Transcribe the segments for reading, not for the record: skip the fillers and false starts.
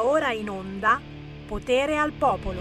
ora in onda Potere al Popolo.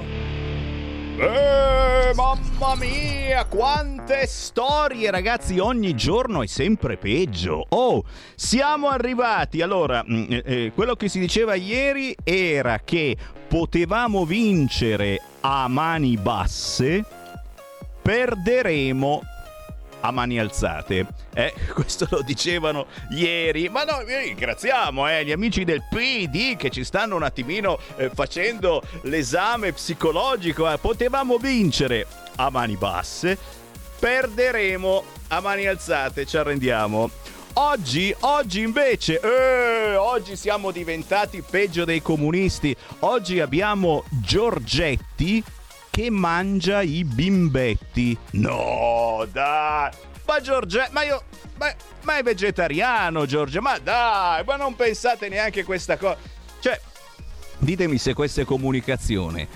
Mamma mia, quante storie, ragazzi, ogni giorno è sempre peggio. Siamo arrivati. Allora, quello che si diceva ieri era che potevamo vincere a mani basse, perderemo a mani alzate. Questo lo dicevano ieri. Ma no, ringraziamo gli amici del PD che ci stanno un attimino facendo l'esame psicologico. Potevamo vincere a mani basse, perderemo a mani alzate, ci arrendiamo. Oggi invece, oggi siamo diventati peggio dei comunisti. Oggi abbiamo Giorgetti che mangia i bimbetti. No, dai. Ma Giorgetti, ma è vegetariano Giorgio, ma dai, ma non pensate neanche questa cosa. Cioè, ditemi se questa è comunicazione.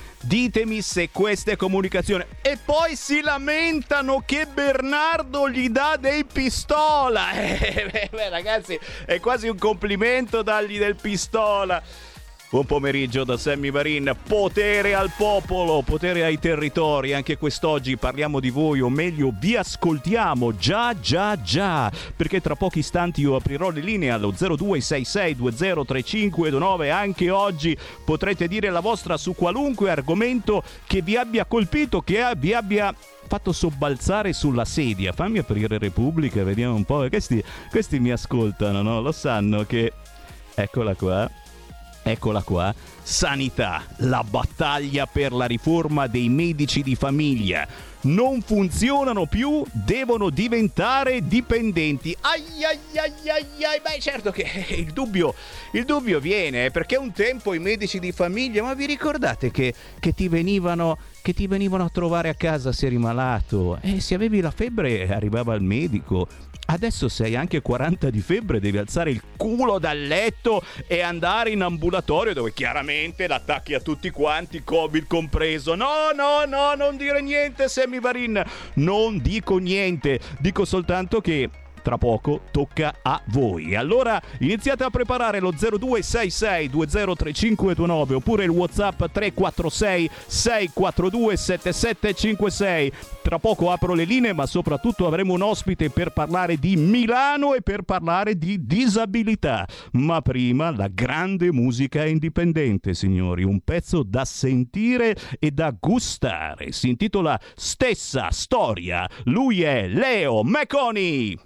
E poi si lamentano che Bernardo gli dà dei pistola. Ragazzi, è quasi un complimento dargli del pistola. Buon pomeriggio da Sammy Varin. Potere al popolo, potere ai territori. Anche quest'oggi parliamo di voi, o meglio vi ascoltiamo. Già, perché tra pochi istanti io aprirò le linee allo 0266203529. Anche oggi potrete dire la vostra su qualunque argomento che vi abbia colpito, che vi abbia fatto sobbalzare sulla sedia. Fammi aprire Repubblica, vediamo un po'. Questi mi ascoltano, no? Lo sanno che... Eccola qua, sanità, la battaglia per la riforma dei medici di famiglia. Non funzionano più, devono diventare dipendenti. Beh, certo che il dubbio viene, perché un tempo i medici di famiglia, ma vi ricordate che ti venivano a trovare a casa se eri malato? Se avevi la febbre arrivava il medico. Adesso se hai anche 40 di febbre devi alzare il culo dal letto e andare in ambulatorio, dove chiaramente l'attacchi a tutti quanti, Covid compreso. No, non dire niente, Sammy Varin. Non dico niente, dico soltanto che tra poco tocca a voi. Allora iniziate a preparare lo 0266203529 oppure il WhatsApp 346 642 7756. Tra poco apro le linee, ma soprattutto avremo un ospite per parlare di Milano e per parlare di disabilità. Ma prima la grande musica indipendente, signori, un pezzo da sentire e da gustare. Si intitola Stessa Storia. Lui è Leo Meconi.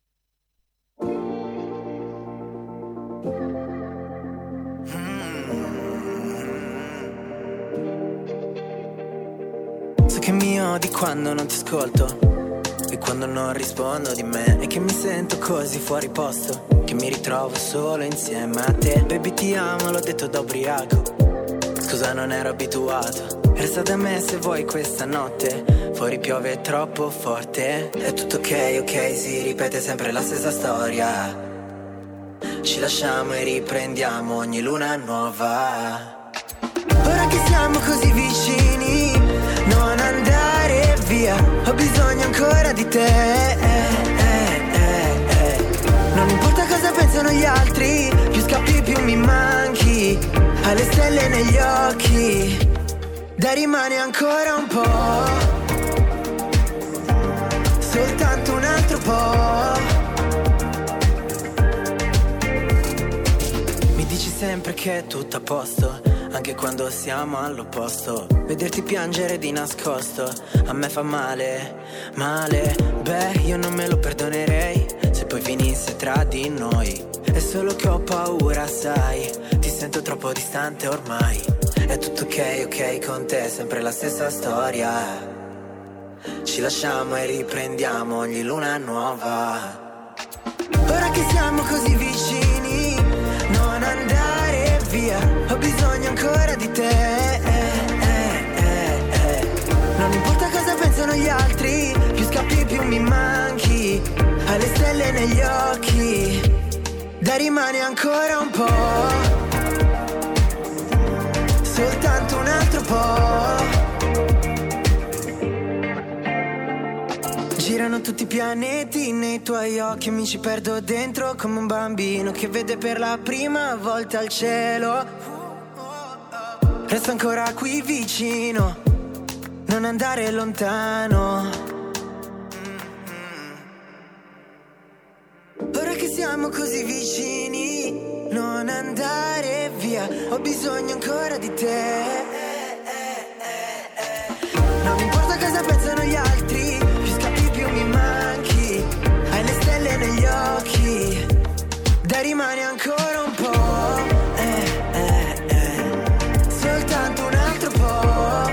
So che mi odi quando non ti ascolto e quando non rispondo di me, e che mi sento così fuori posto, che mi ritrovo solo insieme a te. Baby ti amo, l'ho detto da ubriaco, scusa non ero abituato. Resta da me se vuoi questa notte, fuori piove troppo forte. È tutto ok, si ripete sempre la stessa storia. Ci lasciamo e riprendiamo ogni luna nuova. Ora che siamo così vicini, non andare via, ho bisogno ancora di te. Non importa cosa pensano gli altri, più scappi più mi manchi. Hai le stelle negli occhi, dai rimane ancora un po', soltanto un altro po'. Mi dici sempre che è tutto a posto, anche quando siamo all'opposto. Vederti piangere di nascosto a me fa male. Beh, io non me lo perdonerei se poi finisse tra di noi. È solo che ho paura, sai, ti sento troppo distante ormai. È tutto ok con te, sempre la stessa storia. Ci lasciamo e riprendiamo ogni luna nuova. Ora che siamo così vicini, non andare via, ho bisogno ancora di te. Non importa cosa pensano gli altri, più scappi più mi manchi. Hai le stelle negli occhi, dai rimane ancora un po', soltanto un altro po'. Girano tutti i pianeti nei tuoi occhi, mi ci perdo dentro come un bambino che vede per la prima volta il cielo. Resta ancora qui vicino, non andare lontano. Ora che siamo così vicini, non andare via, ho bisogno ancora di te. Non mi importa cosa pensano gli altri, più scappi più mi manchi. Hai le stelle negli occhi, dai rimani ancora un po'. Soltanto un altro po'.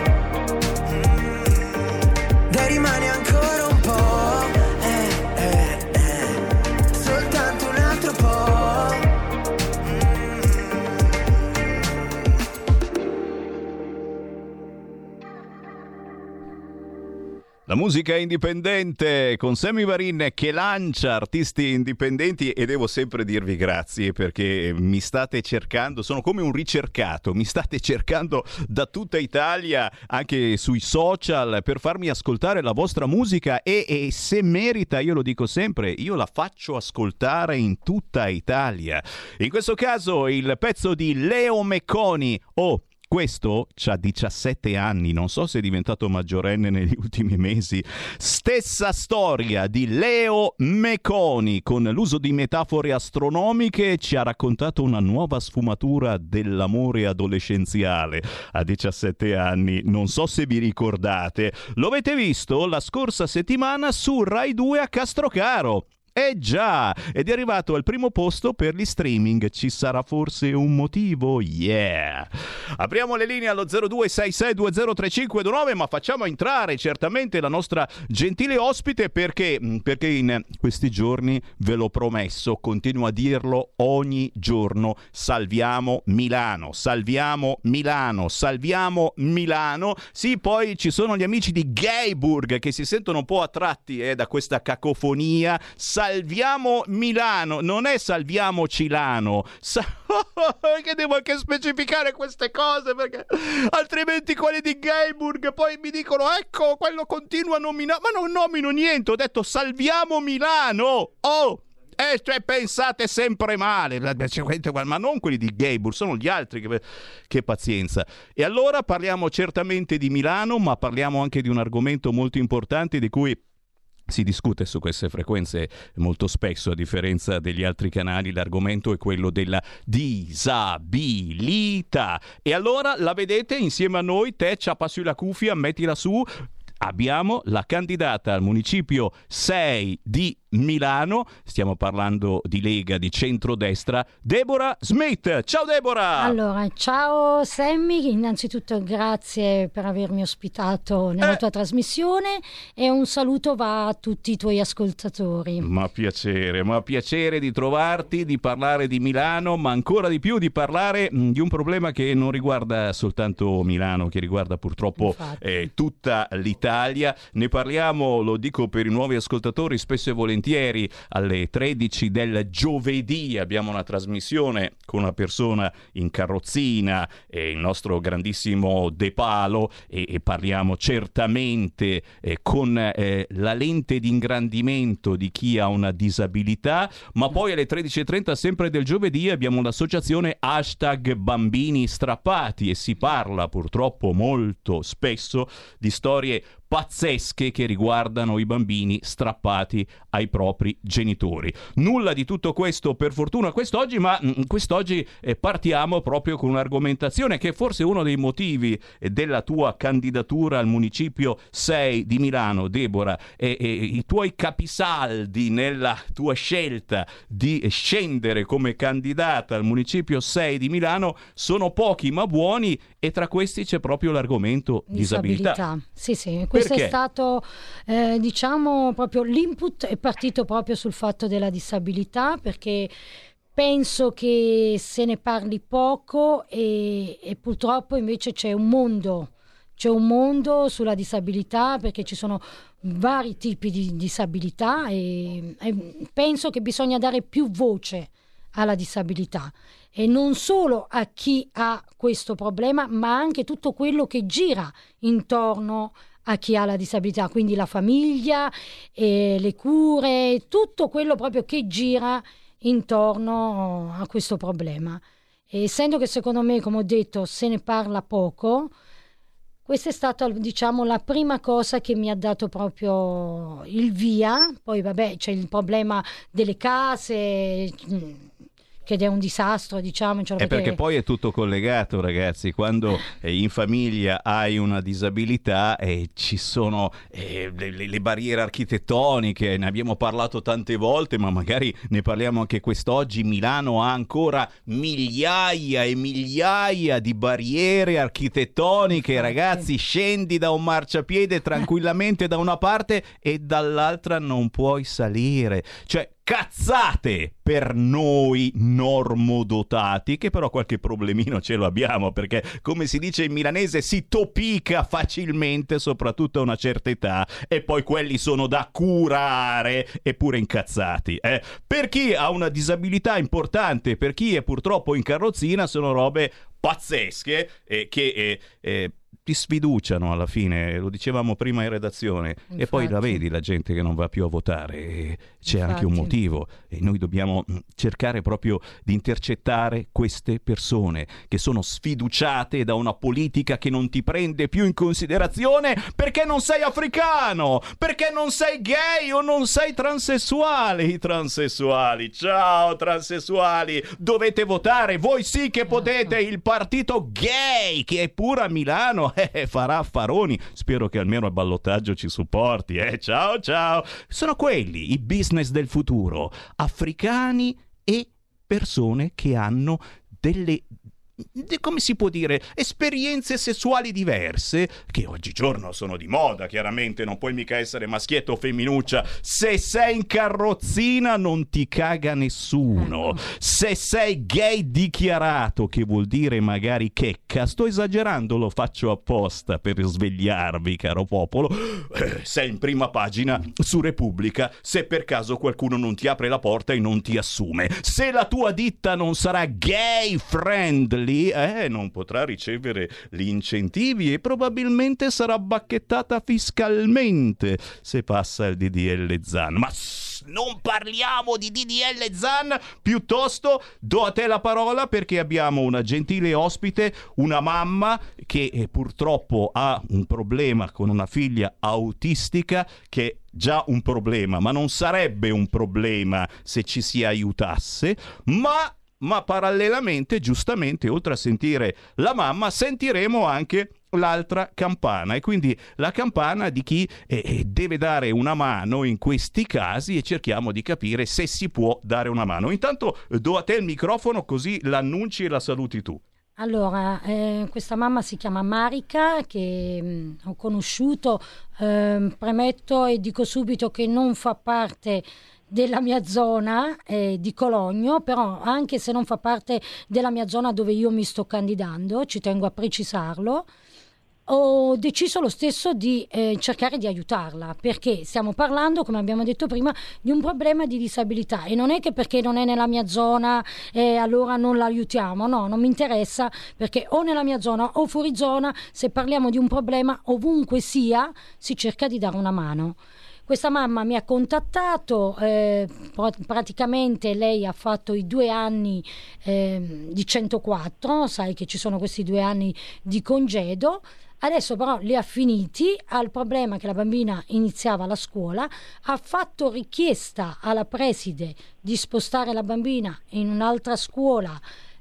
Dai rimani ancora un po'. Soltanto un altro po'. La musica indipendente con Sammy Varin che lancia artisti indipendenti, e devo sempre dirvi grazie perché mi state cercando, sono come un ricercato, mi state cercando da tutta Italia, anche sui social, per farmi ascoltare la vostra musica e se merita, io lo dico sempre, io la faccio ascoltare in tutta Italia. In questo caso il pezzo di Leo Mecconi, questo c'ha 17 anni, non so se è diventato maggiorenne negli ultimi mesi. Stessa storia di Leo Mecconi, con l'uso di metafore astronomiche ci ha raccontato una nuova sfumatura dell'amore adolescenziale. A 17 anni, non so se vi ricordate, lo avete visto la scorsa settimana su Rai 2 a Castrocaro. Già, ed è arrivato al primo posto per gli streaming. Ci sarà forse un motivo? Yeah! Apriamo le linee allo 0266203529, ma facciamo entrare certamente la nostra gentile ospite perché in questi giorni, ve l'ho promesso, continuo a dirlo ogni giorno, salviamo Milano, salviamo Milano, salviamo Milano. Sì, poi ci sono gli amici di Gayburg che si sentono un po' attratti da questa cacofonia. Salviamo Milano, non è salviamo Cilano. Che devo anche specificare queste cose, perché altrimenti quelli di Gayburg poi mi dicono ecco, quello continua a nominare, ma non nomino niente, ho detto salviamo Milano. Cioè pensate sempre male, ma non quelli di Gayburg, sono gli altri, che pazienza. E allora parliamo certamente di Milano, ma parliamo anche di un argomento molto importante di cui si discute su queste frequenze molto spesso, a differenza degli altri canali. L'argomento è quello della disabilità. E allora la vedete insieme a noi, te ciappa sulla cuffia, mettila su. Abbiamo la candidata al municipio 6 di Milano, stiamo parlando di Lega, di centrodestra, Deborah Smith. Ciao Deborah! Allora, ciao Sammy, innanzitutto grazie per avermi ospitato nella tua trasmissione e un saluto va a tutti i tuoi ascoltatori. Ma piacere di trovarti, di parlare di Milano, ma ancora di più di parlare di un problema che non riguarda soltanto Milano, che riguarda purtroppo tutta l'Italia. Ne parliamo, lo dico per i nuovi ascoltatori, spesso e volentieri alle 13 del giovedì abbiamo una trasmissione con una persona in carrozzina, il nostro grandissimo De Palo, e parliamo certamente con la lente di ingrandimento di chi ha una disabilità, ma poi alle 13.30 sempre del giovedì abbiamo l'associazione #Bambini Strappati e si parla purtroppo molto spesso di storie pazzesche che riguardano i bambini strappati ai propri genitori. Nulla di tutto questo per fortuna quest'oggi, ma quest'oggi partiamo proprio con un'argomentazione che è forse uno dei motivi della tua candidatura al municipio 6 di Milano, Deborah, i tuoi capisaldi nella tua scelta di scendere come candidata al municipio 6 di Milano sono pochi ma buoni, e tra questi c'è proprio l'argomento disabilità. Sì, questo perché? È stato diciamo proprio l'input è partito proprio sul fatto della disabilità, perché penso che se ne parli poco e purtroppo invece c'è un mondo sulla disabilità, perché ci sono vari tipi di disabilità e penso che bisogna dare più voce alla disabilità, e non solo a chi ha questo problema, ma anche tutto quello che gira intorno a chi ha la disabilità, quindi la famiglia, le cure, tutto quello proprio che gira intorno a questo problema. E essendo che secondo me, come ho detto, se ne parla poco, questa è stata, diciamo, la prima cosa che mi ha dato proprio il via. Poi vabbè, c'è il problema delle case, che è un disastro, diciamo. Cioè perché poi è tutto collegato, ragazzi. Quando in famiglia hai una disabilità ci sono le barriere architettoniche, ne abbiamo parlato tante volte, ma magari ne parliamo anche quest'oggi. Milano ha ancora migliaia e migliaia di barriere architettoniche, ragazzi. Scendi da un marciapiede tranquillamente da una parte e dall'altra non puoi salire. Cioè, cazzate per noi normodotati, che però qualche problemino ce lo abbiamo, perché come si dice in milanese si topica facilmente, soprattutto a una certa età, e poi quelli sono da curare, eppure incazzati. Per chi ha una disabilità importante, per chi è purtroppo in carrozzina, sono robe pazzesche che ti sfiduciano alla fine, lo dicevamo prima in redazione. Infatti. E poi la vedi la gente che non va più a votare, c'è anche un motivo, e noi dobbiamo cercare proprio di intercettare queste persone che sono sfiduciate da una politica che non ti prende più in considerazione perché non sei africano, perché non sei gay o non sei transessuale. I transessuali, ciao transessuali, dovete votare, voi sì che potete, il partito gay che è pure a Milano farà affaroni, spero che almeno al ballottaggio ci supporti, ciao. Sono quelli i business del futuro, africani e persone che hanno delle, come si può dire, esperienze sessuali diverse, che oggigiorno sono di moda. Chiaramente non puoi mica essere maschietto o femminuccia. Se sei in carrozzina non ti caga nessuno. Se sei gay dichiarato, che vuol dire magari checca, sto esagerando, lo faccio apposta per svegliarvi, caro popolo, sei in prima pagina su Repubblica se per caso qualcuno non ti apre la porta e non ti assume. Se la tua ditta non sarà gay friendly, non potrà ricevere gli incentivi e probabilmente sarà bacchettata fiscalmente se passa il DDL Zan. Ma non parliamo di DDL Zan, piuttosto do a te la parola, perché abbiamo una gentile ospite, una mamma che purtroppo ha un problema con una figlia autistica, che è già un problema, ma non sarebbe un problema se ci si aiutasse, ma parallelamente, giustamente, oltre a sentire la mamma, sentiremo anche l'altra campana, e quindi la campana di chi deve dare una mano in questi casi, e cerchiamo di capire se si può dare una mano. Intanto do a te il microfono, così l'annunci e la saluti tu. Allora, questa mamma si chiama Marica, che ho conosciuto, premetto e dico subito che non fa parte della mia zona di Cologno, però anche se non fa parte della mia zona dove io mi sto candidando, ci tengo a precisarlo, ho deciso lo stesso di cercare di aiutarla, perché stiamo parlando, come abbiamo detto prima, di un problema di disabilità, e non è che perché non è nella mia zona allora non la aiutiamo. No, non mi interessa, perché o nella mia zona o fuori zona, se parliamo di un problema, ovunque sia, si cerca di dare una mano. Questa mamma mi ha contattato, praticamente lei ha fatto i 2 anni di 104, sai che ci sono questi 2 anni di congedo. Adesso però li ha finiti, ha il problema che la bambina iniziava la scuola, ha fatto richiesta alla preside di spostare la bambina in un'altra scuola,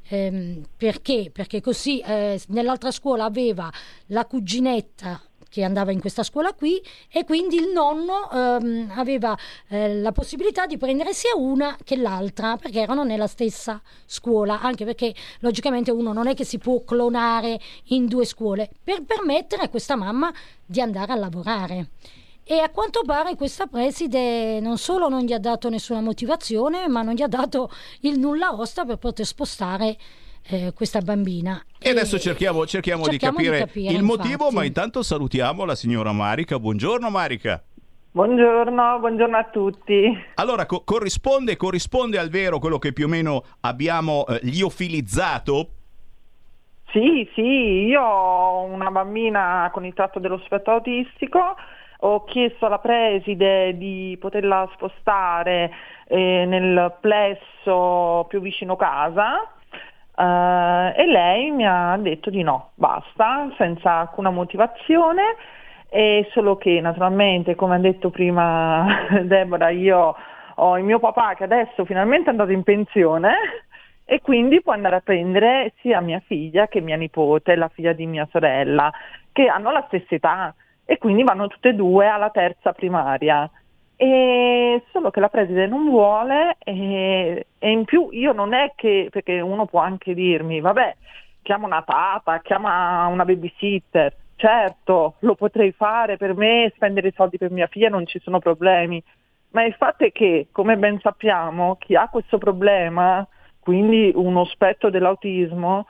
perché così nell'altra scuola aveva la cuginetta che andava in questa scuola qui, e quindi il nonno aveva la possibilità di prendere sia una che l'altra, perché erano nella stessa scuola, anche perché logicamente uno non è che si può clonare in 2 scuole, per permettere a questa mamma di andare a lavorare. E a quanto pare questa preside non solo non gli ha dato nessuna motivazione, ma non gli ha dato il nulla osta per poter spostare questa bambina. E adesso cerchiamo di capire il motivo, infatti. Ma intanto salutiamo la signora Marica. Buongiorno Marica. Buongiorno a tutti. Allora, corrisponde al vero quello che più o meno abbiamo liofilizzato? Sì, io ho una bambina con il tratto dello spettro autistico, ho chiesto alla preside di poterla spostare nel plesso più vicino casa. e lei mi ha detto di no, basta, senza alcuna motivazione, e solo che naturalmente, come ha detto prima Deborah, io ho il mio papà che adesso finalmente è andato in pensione e quindi può andare a prendere sia mia figlia che mia nipote, la figlia di mia sorella, che hanno la stessa età e quindi vanno tutte e due alla terza primaria. E solo che la preside non vuole e in più io non è che, perché uno può anche dirmi, vabbè, chiama una tata, chiama una babysitter, certo, lo potrei fare per me, spendere i soldi per mia figlia, non ci sono problemi. Ma il fatto è che, come ben sappiamo, chi ha questo problema, quindi uno spettro dell'autismo,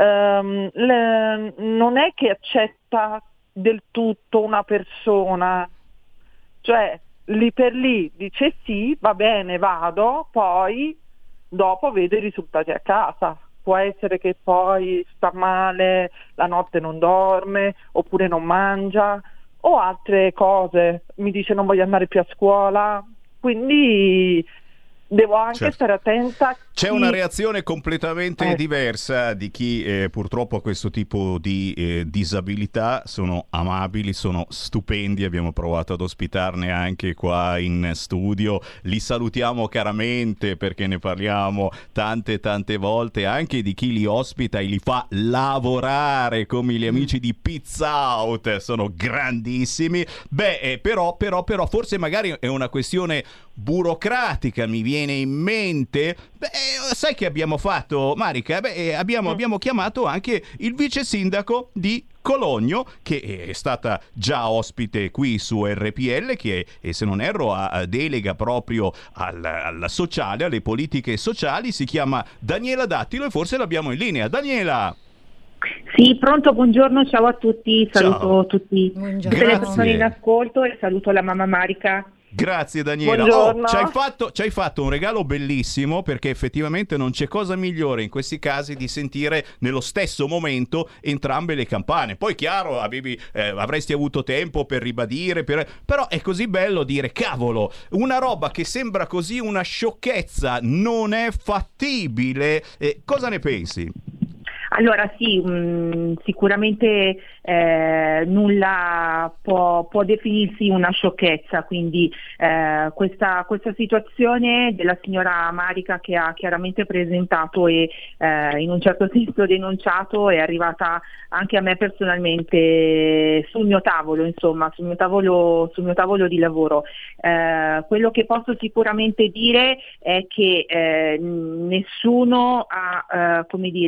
non è che accetta del tutto una persona, cioè lì per lì dice sì, va bene, vado, poi dopo vedo i risultati a casa. Può essere che poi sta male, la notte non dorme, oppure non mangia, o altre cose, mi dice non voglio andare più a scuola, quindi devo anche stare attenta. C'è una reazione completamente diversa di chi purtroppo ha questo tipo di disabilità. Sono amabili, sono stupendi, abbiamo provato ad ospitarne anche qua in studio, li salutiamo caramente perché ne parliamo tante volte, anche di chi li ospita e li fa lavorare come gli amici di Pizza Out, sono grandissimi. Però forse magari è una questione burocratica, mi viene in mente. Sai che abbiamo fatto, Marica? Abbiamo chiamato anche il vice sindaco di Cologno, che è stata già ospite qui su RPL, che se non erro delega proprio al sociale, alle politiche sociali. Si chiama Daniela Dattilo e forse l'abbiamo in linea. Daniela! Sì, pronto, buongiorno, ciao a tutti, saluto tutti, tutte le persone in ascolto e saluto la mamma Marica. Grazie Daniela. Ci hai fatto un regalo bellissimo, perché effettivamente non c'è cosa migliore in questi casi di sentire nello stesso momento entrambe le campane. Poi chiaro, avresti avuto tempo per ribadire, però è così bello dire cavolo, una roba che sembra così una sciocchezza non è fattibile. Cosa ne pensi? Allora sì, sicuramente nulla può definirsi una sciocchezza, quindi questa situazione della signora Marica, che ha chiaramente presentato e in un certo senso denunciato, è arrivata anche a me personalmente sul mio tavolo, insomma, sul mio tavolo di lavoro. Quello che posso sicuramente dire è che nessuno ha,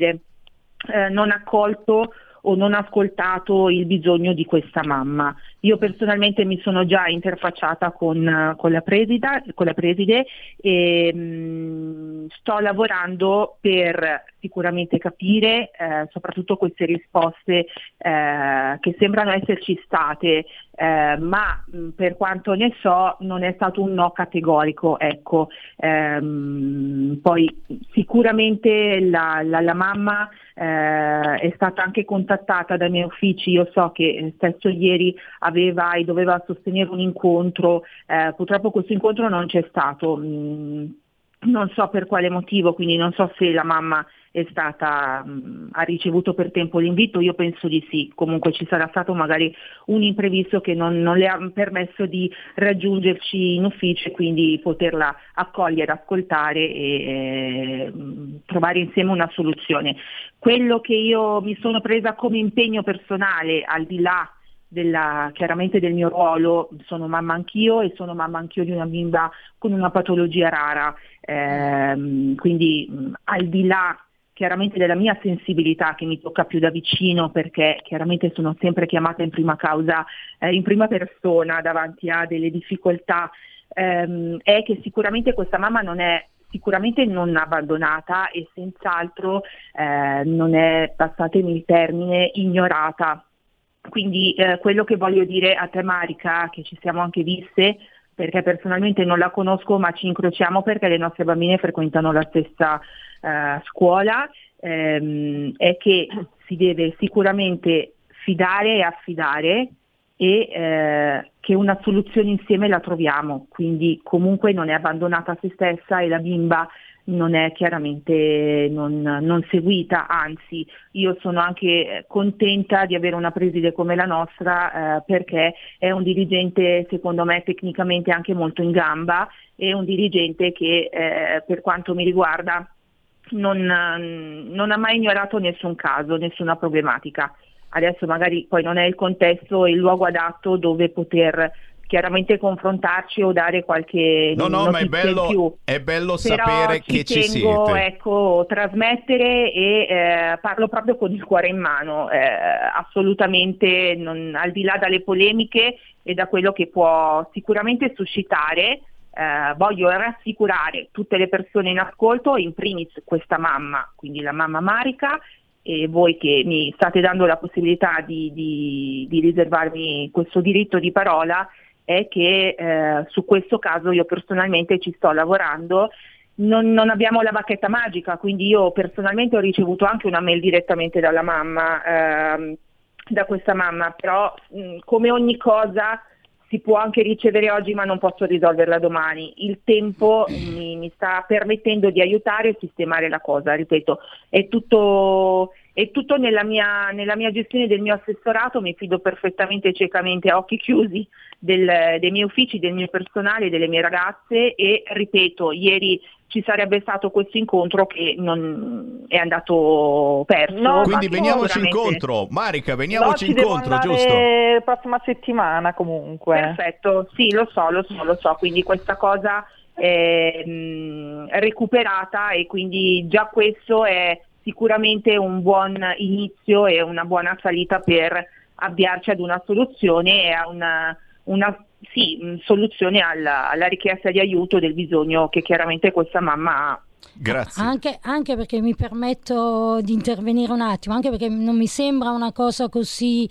non accolto o non ascoltato il bisogno di questa mamma. Io personalmente mi sono già interfacciata con la preside e sto lavorando per sicuramente capire soprattutto queste risposte che sembrano esserci state, ma per quanto ne so non è stato un no categorico, ecco. Poi sicuramente la mamma è stata anche contattata dai miei uffici. Io so che stesso ieri aveva e doveva sostenere un incontro, purtroppo questo incontro non c'è stato, non so per quale motivo, quindi non so se la mamma ha ricevuto per tempo l'invito. Io penso di sì, comunque ci sarà stato magari un imprevisto che non le ha permesso di raggiungerci in ufficio e quindi poterla accogliere, ascoltare e trovare insieme una soluzione. Quello che io mi sono presa come impegno personale, al di là chiaramente del mio ruolo, sono mamma anch'io e sono mamma anch'io di una bimba con una patologia rara, quindi al di là chiaramente della mia sensibilità, che mi tocca più da vicino, perché chiaramente sono sempre chiamata in prima causa, in prima persona davanti a delle difficoltà, è che sicuramente questa mamma sicuramente non abbandonata e senz'altro non è, passatemi il termine, ignorata. Quindi quello che voglio dire a te, Marica, che ci siamo anche viste, perché personalmente non la conosco, ma ci incrociamo perché le nostre bambine frequentano la stessa scuola, è che si deve sicuramente fidare e affidare e che una soluzione insieme la troviamo, quindi comunque non è abbandonata a se stessa e la bimba non è chiaramente non seguita, anzi io sono anche contenta di avere una preside come la nostra, perché è un dirigente secondo me tecnicamente anche molto in gamba, e un dirigente che per quanto mi riguarda non ha mai ignorato nessun caso, nessuna problematica. Adesso magari poi non è il contesto e il luogo adatto dove poter chiaramente confrontarci o dare qualche ma è bello, in più. È bello Però sapere che ci tengo, siete. ecco, trasmettere e parlo proprio con il cuore in mano, assolutamente al di là dalle polemiche e da quello che può sicuramente suscitare. Voglio rassicurare tutte le persone in ascolto, in primis questa mamma, quindi la mamma Marica, e voi che mi state dando la possibilità di riservarmi questo diritto di parola, è che su questo caso io personalmente ci sto lavorando. Non abbiamo la bacchetta magica, quindi io personalmente ho ricevuto anche una mail direttamente dalla mamma, da questa mamma, però come ogni cosa si può anche ricevere oggi ma non posso risolverla domani. Il tempo mi sta permettendo di aiutare e sistemare la cosa, ripeto, è tutto nella mia gestione del mio assessorato, mi fido perfettamente ciecamente a occhi chiusi dei miei uffici, del mio personale, delle mie ragazze, e ripeto, ieri ci sarebbe stato questo incontro che non è andato perso. No, quindi veniamoci sicuramente incontro, Marica, veniamoci ci devo incontro, andare giusto? la prossima settimana comunque. Perfetto, sì, lo so, quindi questa cosa è recuperata, e quindi già questo è sicuramente un buon inizio e una buona salita per avviarci ad una soluzione e a una soluzione alla richiesta di aiuto, del bisogno che chiaramente questa mamma ha. Grazie. Anche perché mi permetto di intervenire un attimo, anche perché non mi sembra una cosa così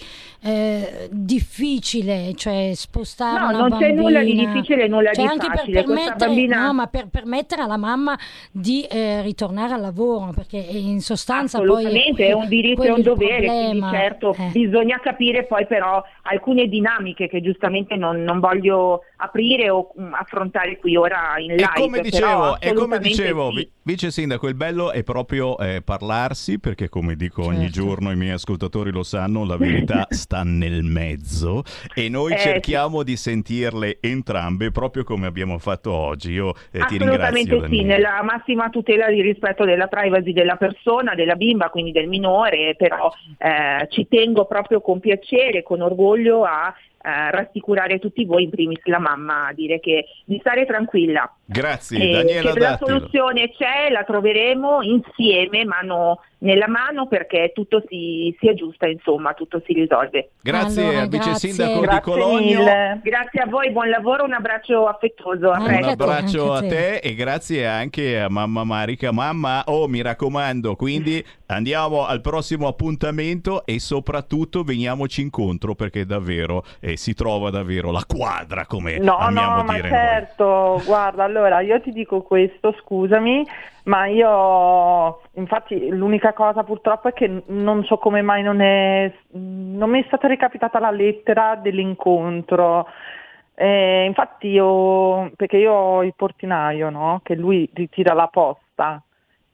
difficile, cioè spostare una non bambina. c'è nulla di difficile, nulla cioè, di anche facile. per permettere alla mamma di ritornare al lavoro, perché in sostanza assolutamente poi è un diritto e un dovere, quindi problema. certo bisogna capire poi però alcune dinamiche che giustamente non voglio aprire o affrontare qui ora in live. E come dicevo, sì. Vice Sindaco, il bello è proprio parlarsi, perché come dico ogni giorno, i miei ascoltatori lo sanno, la verità sta nel mezzo, e noi cerchiamo di sentirle entrambe, proprio come abbiamo fatto oggi. Io ti ringrazio. Assolutamente sì, nella massima tutela di rispetto della privacy della persona, della bimba, quindi del minore, però ci tengo proprio con piacere, con orgoglio a rassicurare tutti voi, in primis la mamma, a dire che di stare tranquilla. Grazie, Daniela che la Dattilo. soluzione c'è, la troveremo insieme, mano nella mano, perché tutto si aggiusta, insomma, tutto si risolve. Grazie al Vice Sindaco di Grazie Cologno. mille. Grazie a voi, buon lavoro, un abbraccio affettuoso. A Un presto. abbraccio a anche a te, e grazie anche a mamma Marica. Mamma, mi raccomando, quindi andiamo al prossimo appuntamento e soprattutto veniamoci incontro, perché davvero si trova davvero la quadra, come amiamo ma dire certo, guarda, allora io ti dico questo, scusami, ma io infatti l'unica cosa purtroppo è che non so come mai non mi è stata recapitata la lettera dell'incontro. Infatti perché io ho il portinaio, no? Che lui ritira la posta,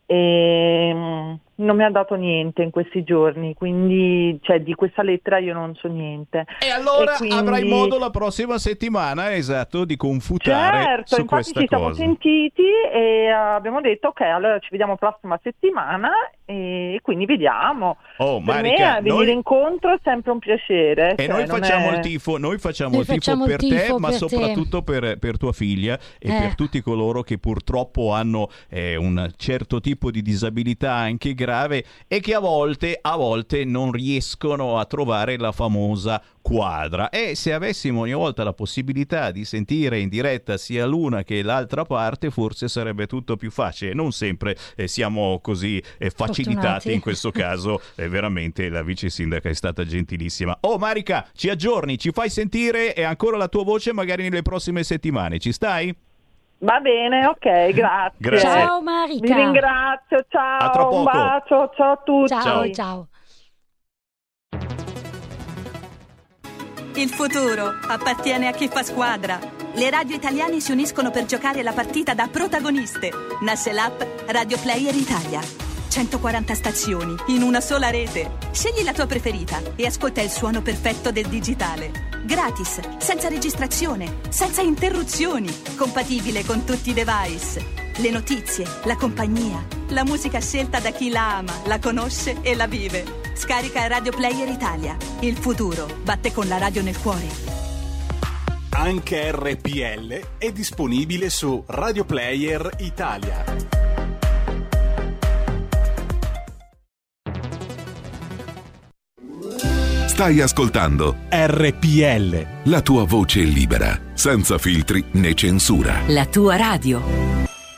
e non mi ha dato niente in questi giorni, quindi di questa lettera io non so niente. E allora quindi avrai modo la prossima settimana, esatto, di confutare certo, su infatti questa ci siamo cosa. sentiti e abbiamo detto ok, allora ci vediamo prossima settimana, e quindi vediamo. Per Marica, me venire incontro è sempre un piacere. E noi facciamo il tifo, per te, ma soprattutto per tua figlia e per tutti coloro che purtroppo hanno un certo tipo di disabilità anche grave, e che a volte non riescono a trovare la famosa quadra. E se avessimo ogni volta la possibilità di sentire in diretta sia l'una che l'altra parte, forse sarebbe tutto più facile. Non sempre siamo così facilitati. In questo caso veramente la vice sindaca è stata gentilissima. Marica, ci aggiorni, ci fai sentire e ancora la tua voce magari nelle prossime settimane, ci stai? Va bene, ok, grazie. Ciao Marica. Vi ringrazio, ciao. A tra poco. Un bacio, ciao a tutti. Ciao. Il futuro appartiene a chi fa squadra. Le radio italiane si uniscono per giocare la partita da protagoniste. Nasce l'app Radio Player Italia. 140 stazioni in una sola rete. Scegli la tua preferita e ascolta il suono perfetto del digitale. Gratis, senza registrazione, senza interruzioni. Compatibile con tutti i device. Le notizie, la compagnia, la musica scelta da chi la ama, la conosce e la vive. Scarica Radio Player Italia. Il futuro batte con la radio nel cuore. Anche RPL è disponibile su Radio Player Italia. Stai ascoltando RPL, la tua voce libera, senza filtri né censura. La tua radio.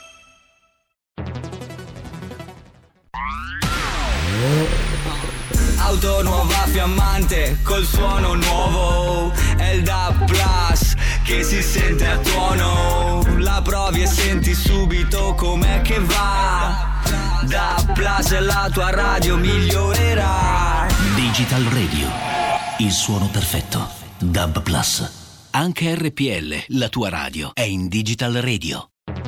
Auto nuova fiammante col suono nuovo, è il DAB Plus che si sente a tuono. La provi e senti subito com'è che va. DAB Plus, la tua radio migliorerà. Digital Radio, il suono perfetto. DAB Plus. Anche RPL, la tua radio, è in Digital Radio.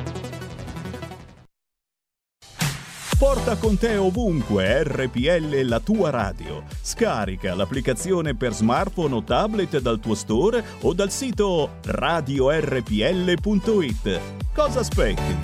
Porta con te ovunque RPL, la tua radio. Scarica l'applicazione per smartphone o tablet dal tuo store o dal sito radiorpl.it. Cosa aspetti?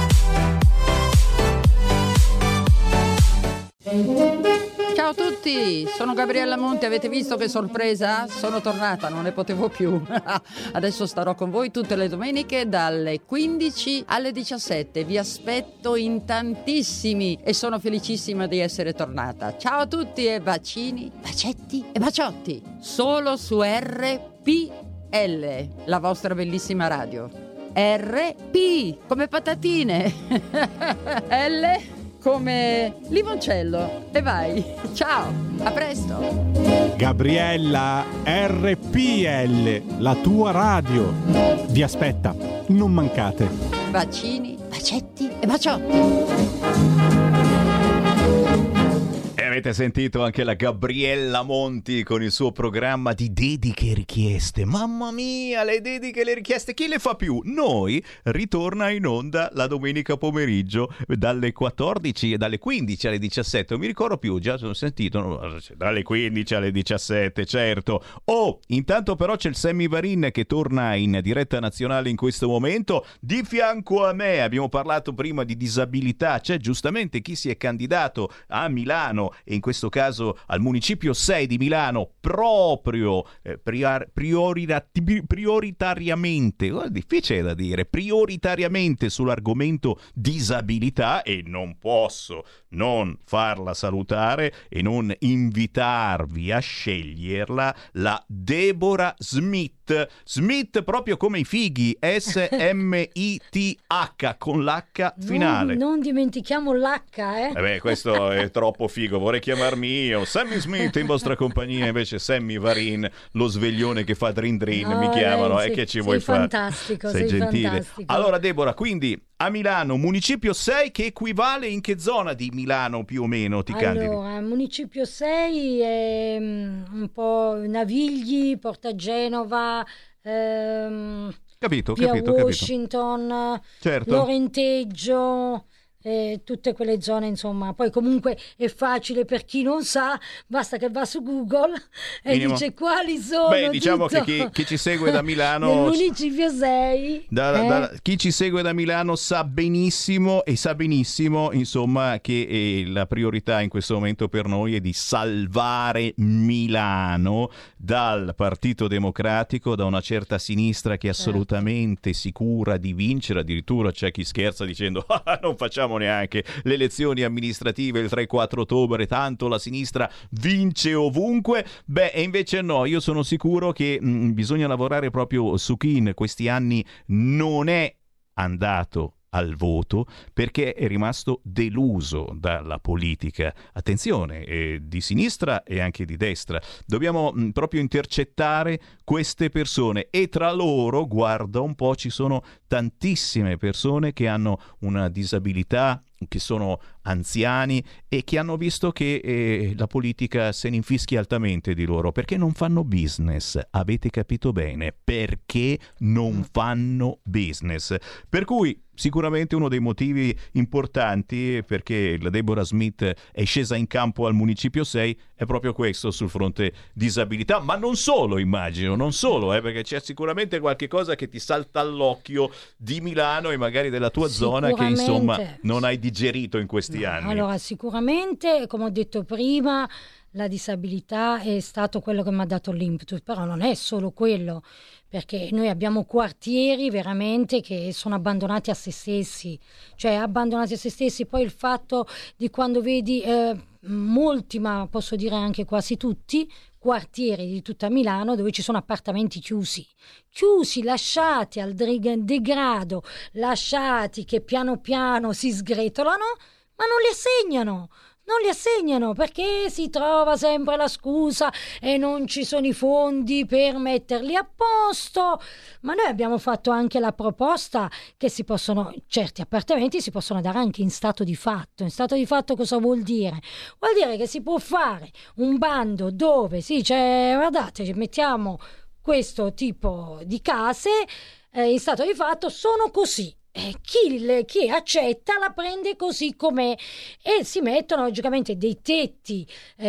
Ciao a tutti, sono Gabriella Monti, avete visto che sorpresa? Sono tornata, non ne potevo più. Adesso starò con voi tutte le domeniche dalle 15 alle 17, vi aspetto in tantissimi e sono felicissima di essere tornata. Ciao a tutti e bacini, bacetti e baciotti, solo su RPL, la vostra bellissima radio. RP, come patatine, L come limoncello. E vai, ciao, a presto. Gabriella, RPL, la tua radio. Vi aspetta, non mancate. Bacini, bacetti e baciotti. E avete sentito anche la Gabriella Monti con il suo programma di dediche e richieste. Mamma mia, le dediche e le richieste, chi le fa più? Noi. Ritorna in onda la domenica pomeriggio dalle 14 e dalle 15 alle 17. Non mi ricordo più, già sono sentito, dalle 15 alle 17, certo. Intanto però c'è il Sammy Varin che torna in diretta nazionale in questo momento. Di fianco a me abbiamo parlato prima di disabilità, c'è giustamente chi si è candidato a Milano e in questo caso al Municipio 6 di Milano proprio prioritariamente, difficile da dire, prioritariamente sull'argomento disabilità, e non posso non farla salutare e non invitarvi a sceglierla, la Deborah Smith proprio come i fighi, S-M-I-T-H con l'H finale. Non dimentichiamo l'H, questo è troppo figo, vorrei chiamarmi io Sammy Smith in vostra compagnia, invece Sammy Varin, lo sveglione che fa drin drin, mi chiamano, che ci vuoi fare? Sei gentile. Fantastico. Allora Deborah, quindi a Milano, Municipio 6, che equivale in che zona di Milano più o meno ti candidi? Allora, Municipio 6 è un po' Navigli, Porta Genova, capito. Washington, certo. Lorenteggio, tutte quelle zone, insomma. Poi comunque è facile per chi non sa, basta che va su Google e dice quali sono. Diciamo che chi ci segue da Milano, nel Municipio 6, chi ci segue da Milano sa benissimo insomma che la priorità in questo momento per noi è di salvare Milano dal Partito Democratico, da una certa sinistra che è assolutamente sicura di vincere. Addirittura c'è chi scherza dicendo non facciamo neanche le elezioni amministrative il 3-4 ottobre, tanto la sinistra vince ovunque. E invece no, io sono sicuro che bisogna lavorare proprio su chi in questi anni non è andato al voto perché è rimasto deluso dalla politica. Attenzione, di sinistra e anche di destra. Dobbiamo proprio intercettare queste persone, e tra loro, guarda un po', ci sono tantissime persone che hanno una disabilità, che sono anziani e che hanno visto che la politica se ne infischia altamente di loro, perché non fanno business. Avete capito bene, perché non fanno business. Per cui sicuramente uno dei motivi importanti perché la Deborah Smith è scesa in campo al Municipio 6 è proprio questo, sul fronte disabilità, ma non solo, immagino, non solo, perché c'è sicuramente qualche cosa che ti salta all'occhio di Milano e magari della tua zona che insomma non hai digerito in questi anni. Allora, sicuramente, come ho detto prima, la disabilità è stato quello che mi ha dato l'impetus, però non è solo quello, perché noi abbiamo quartieri veramente che sono abbandonati a se stessi, poi il fatto di quando vedi molti, ma posso dire anche quasi tutti, quartieri di tutta Milano dove ci sono appartamenti chiusi, lasciati al degrado, lasciati che piano piano si sgretolano, ma non li assegnano perché si trova sempre la scusa e non ci sono i fondi per metterli a posto. Ma noi abbiamo fatto anche la proposta che certi appartamenti si possono dare anche in stato di fatto. In stato di fatto cosa vuol dire? Vuol dire che si può fare un bando dove si dice guardate, mettiamo questo tipo di case in stato di fatto, sono così. Chi accetta la prende così com'è e si mettono logicamente dei tetti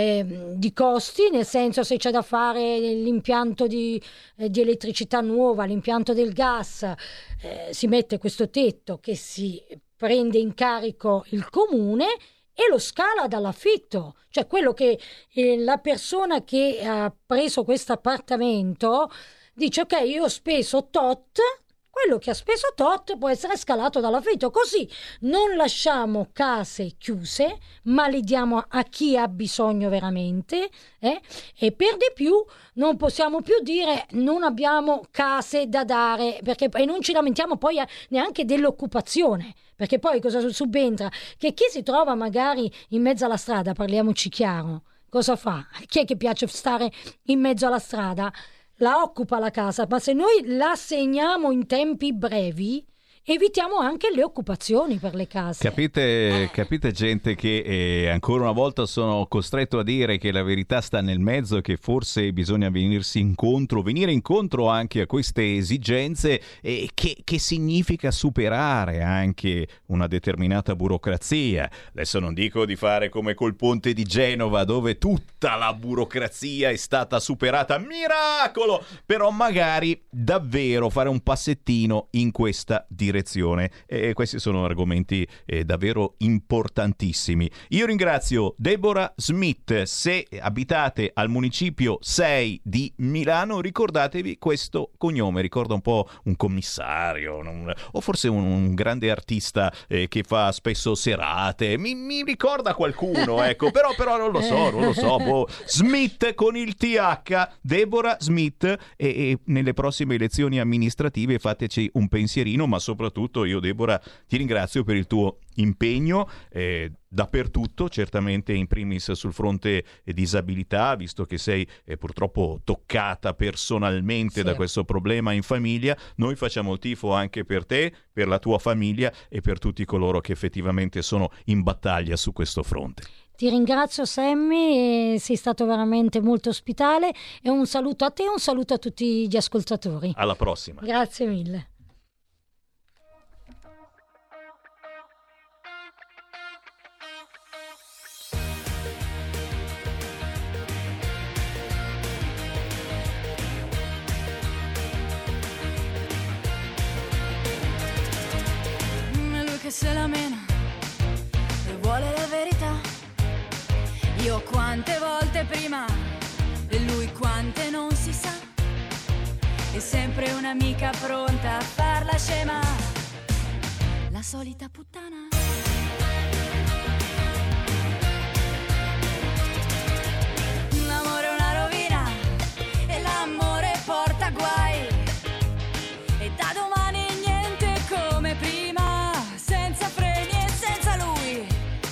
di costi, nel senso se c'è da fare l'impianto di elettricità nuova, l'impianto del gas, si mette questo tetto che si prende in carico il comune e lo scala dall'affitto, cioè quello che la persona che ha preso questo appartamento dice ok, io ho speso tot, quello che ha speso tot può essere scalato dall'affitto, così non lasciamo case chiuse, ma li diamo a chi ha bisogno veramente, e per di più non possiamo più dire non abbiamo case da dare, e non ci lamentiamo poi neanche dell'occupazione, perché poi cosa subentra? Che chi si trova magari in mezzo alla strada, parliamoci chiaro, cosa fa? Chi è che piace stare in mezzo alla strada? La occupa la casa, ma se noi la segniamo in tempi brevi evitiamo anche le occupazioni per le case. Capite gente che ancora una volta sono costretto a dire che la verità sta nel mezzo e che forse bisogna venire incontro anche a queste esigenze, che significa superare anche una determinata burocrazia. Adesso non dico di fare come col ponte di Genova dove tutta la burocrazia è stata superata, miracolo, però magari davvero fare un passettino in questa direzione. E questi sono argomenti davvero importantissimi. Io ringrazio Deborah Smith. Se abitate al Municipio 6 di Milano, ricordatevi questo cognome, ricorda un po' un commissario, o forse un grande artista che fa spesso serate, mi ricorda qualcuno, ecco, però non lo so, Smith con il TH, Deborah Smith, e nelle prossime elezioni amministrative fateci un pensierino, ma soprattutto io, Deborah, ti ringrazio per il tuo impegno dappertutto, certamente in primis sul fronte disabilità, visto che sei purtroppo toccata personalmente da questo problema in famiglia. Noi facciamo il tifo anche per te, per la tua famiglia e per tutti coloro che effettivamente sono in battaglia su questo fronte. Ti ringrazio Sammy, sei stato veramente molto ospitale, e un saluto a te e un saluto a tutti gli ascoltatori. Alla prossima. Grazie mille. Se la mena e vuole la verità, io quante volte prima e lui quante non si sa, è sempre un'amica pronta a far la scema, la solita puttana. L'amore è una rovina e l'amore porta guai, e da domani niente come prima, senza freni e senza lui.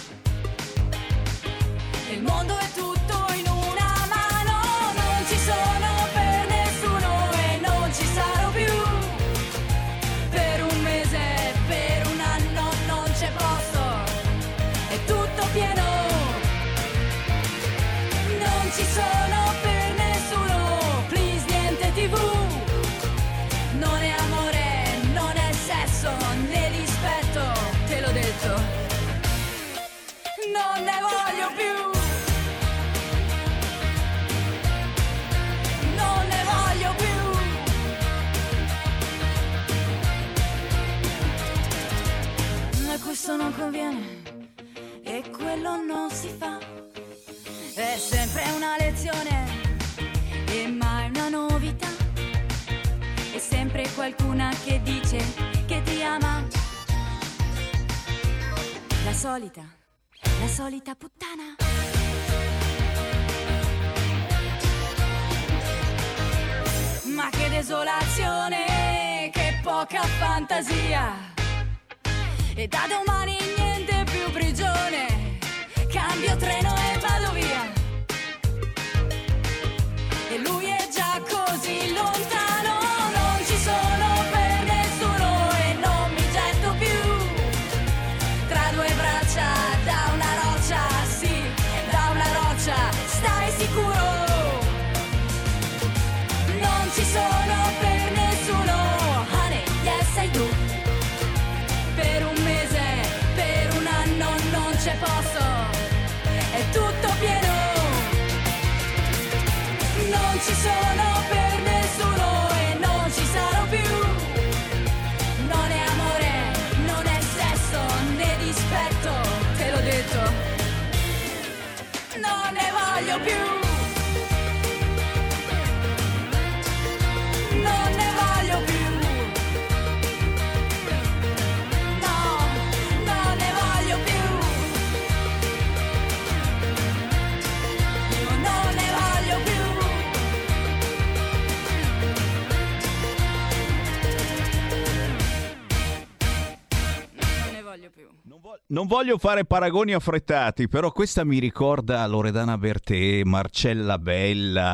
Il mondo è tutto in una mano, non ci sono per nessuno e non ci sarò più. Per un mese, per un anno non c'è posto, e tu voglio più. Non ne voglio più. Ma questo non conviene e quello non si fa. È sempre una lezione e mai una novità. È sempre qualcuna che dice che ti ama. La solita puttana. Ma che desolazione, che poca fantasia. E da domani niente più prigione. Cambio treno e vado via. E lui è già così lontano. Non ci sono per nessuno e non mi getto più tra due braccia da una roccia, sì, da una roccia, stai sicuro. Non ci sono per nessuno, honey, yes I do. Per un mese, per un anno non c'è posto, è tutto pieno. Non ci sono per nessuno e non ci sarò più. Non è amore, non è sesso né dispetto, te l'ho detto. Non ne voglio più. Non ne voglio più. No, non ne voglio più. Io non ne voglio più. Non ne voglio più. Non voglio fare paragoni affrettati, però questa mi ricorda Loredana Bertè, Marcella Bella,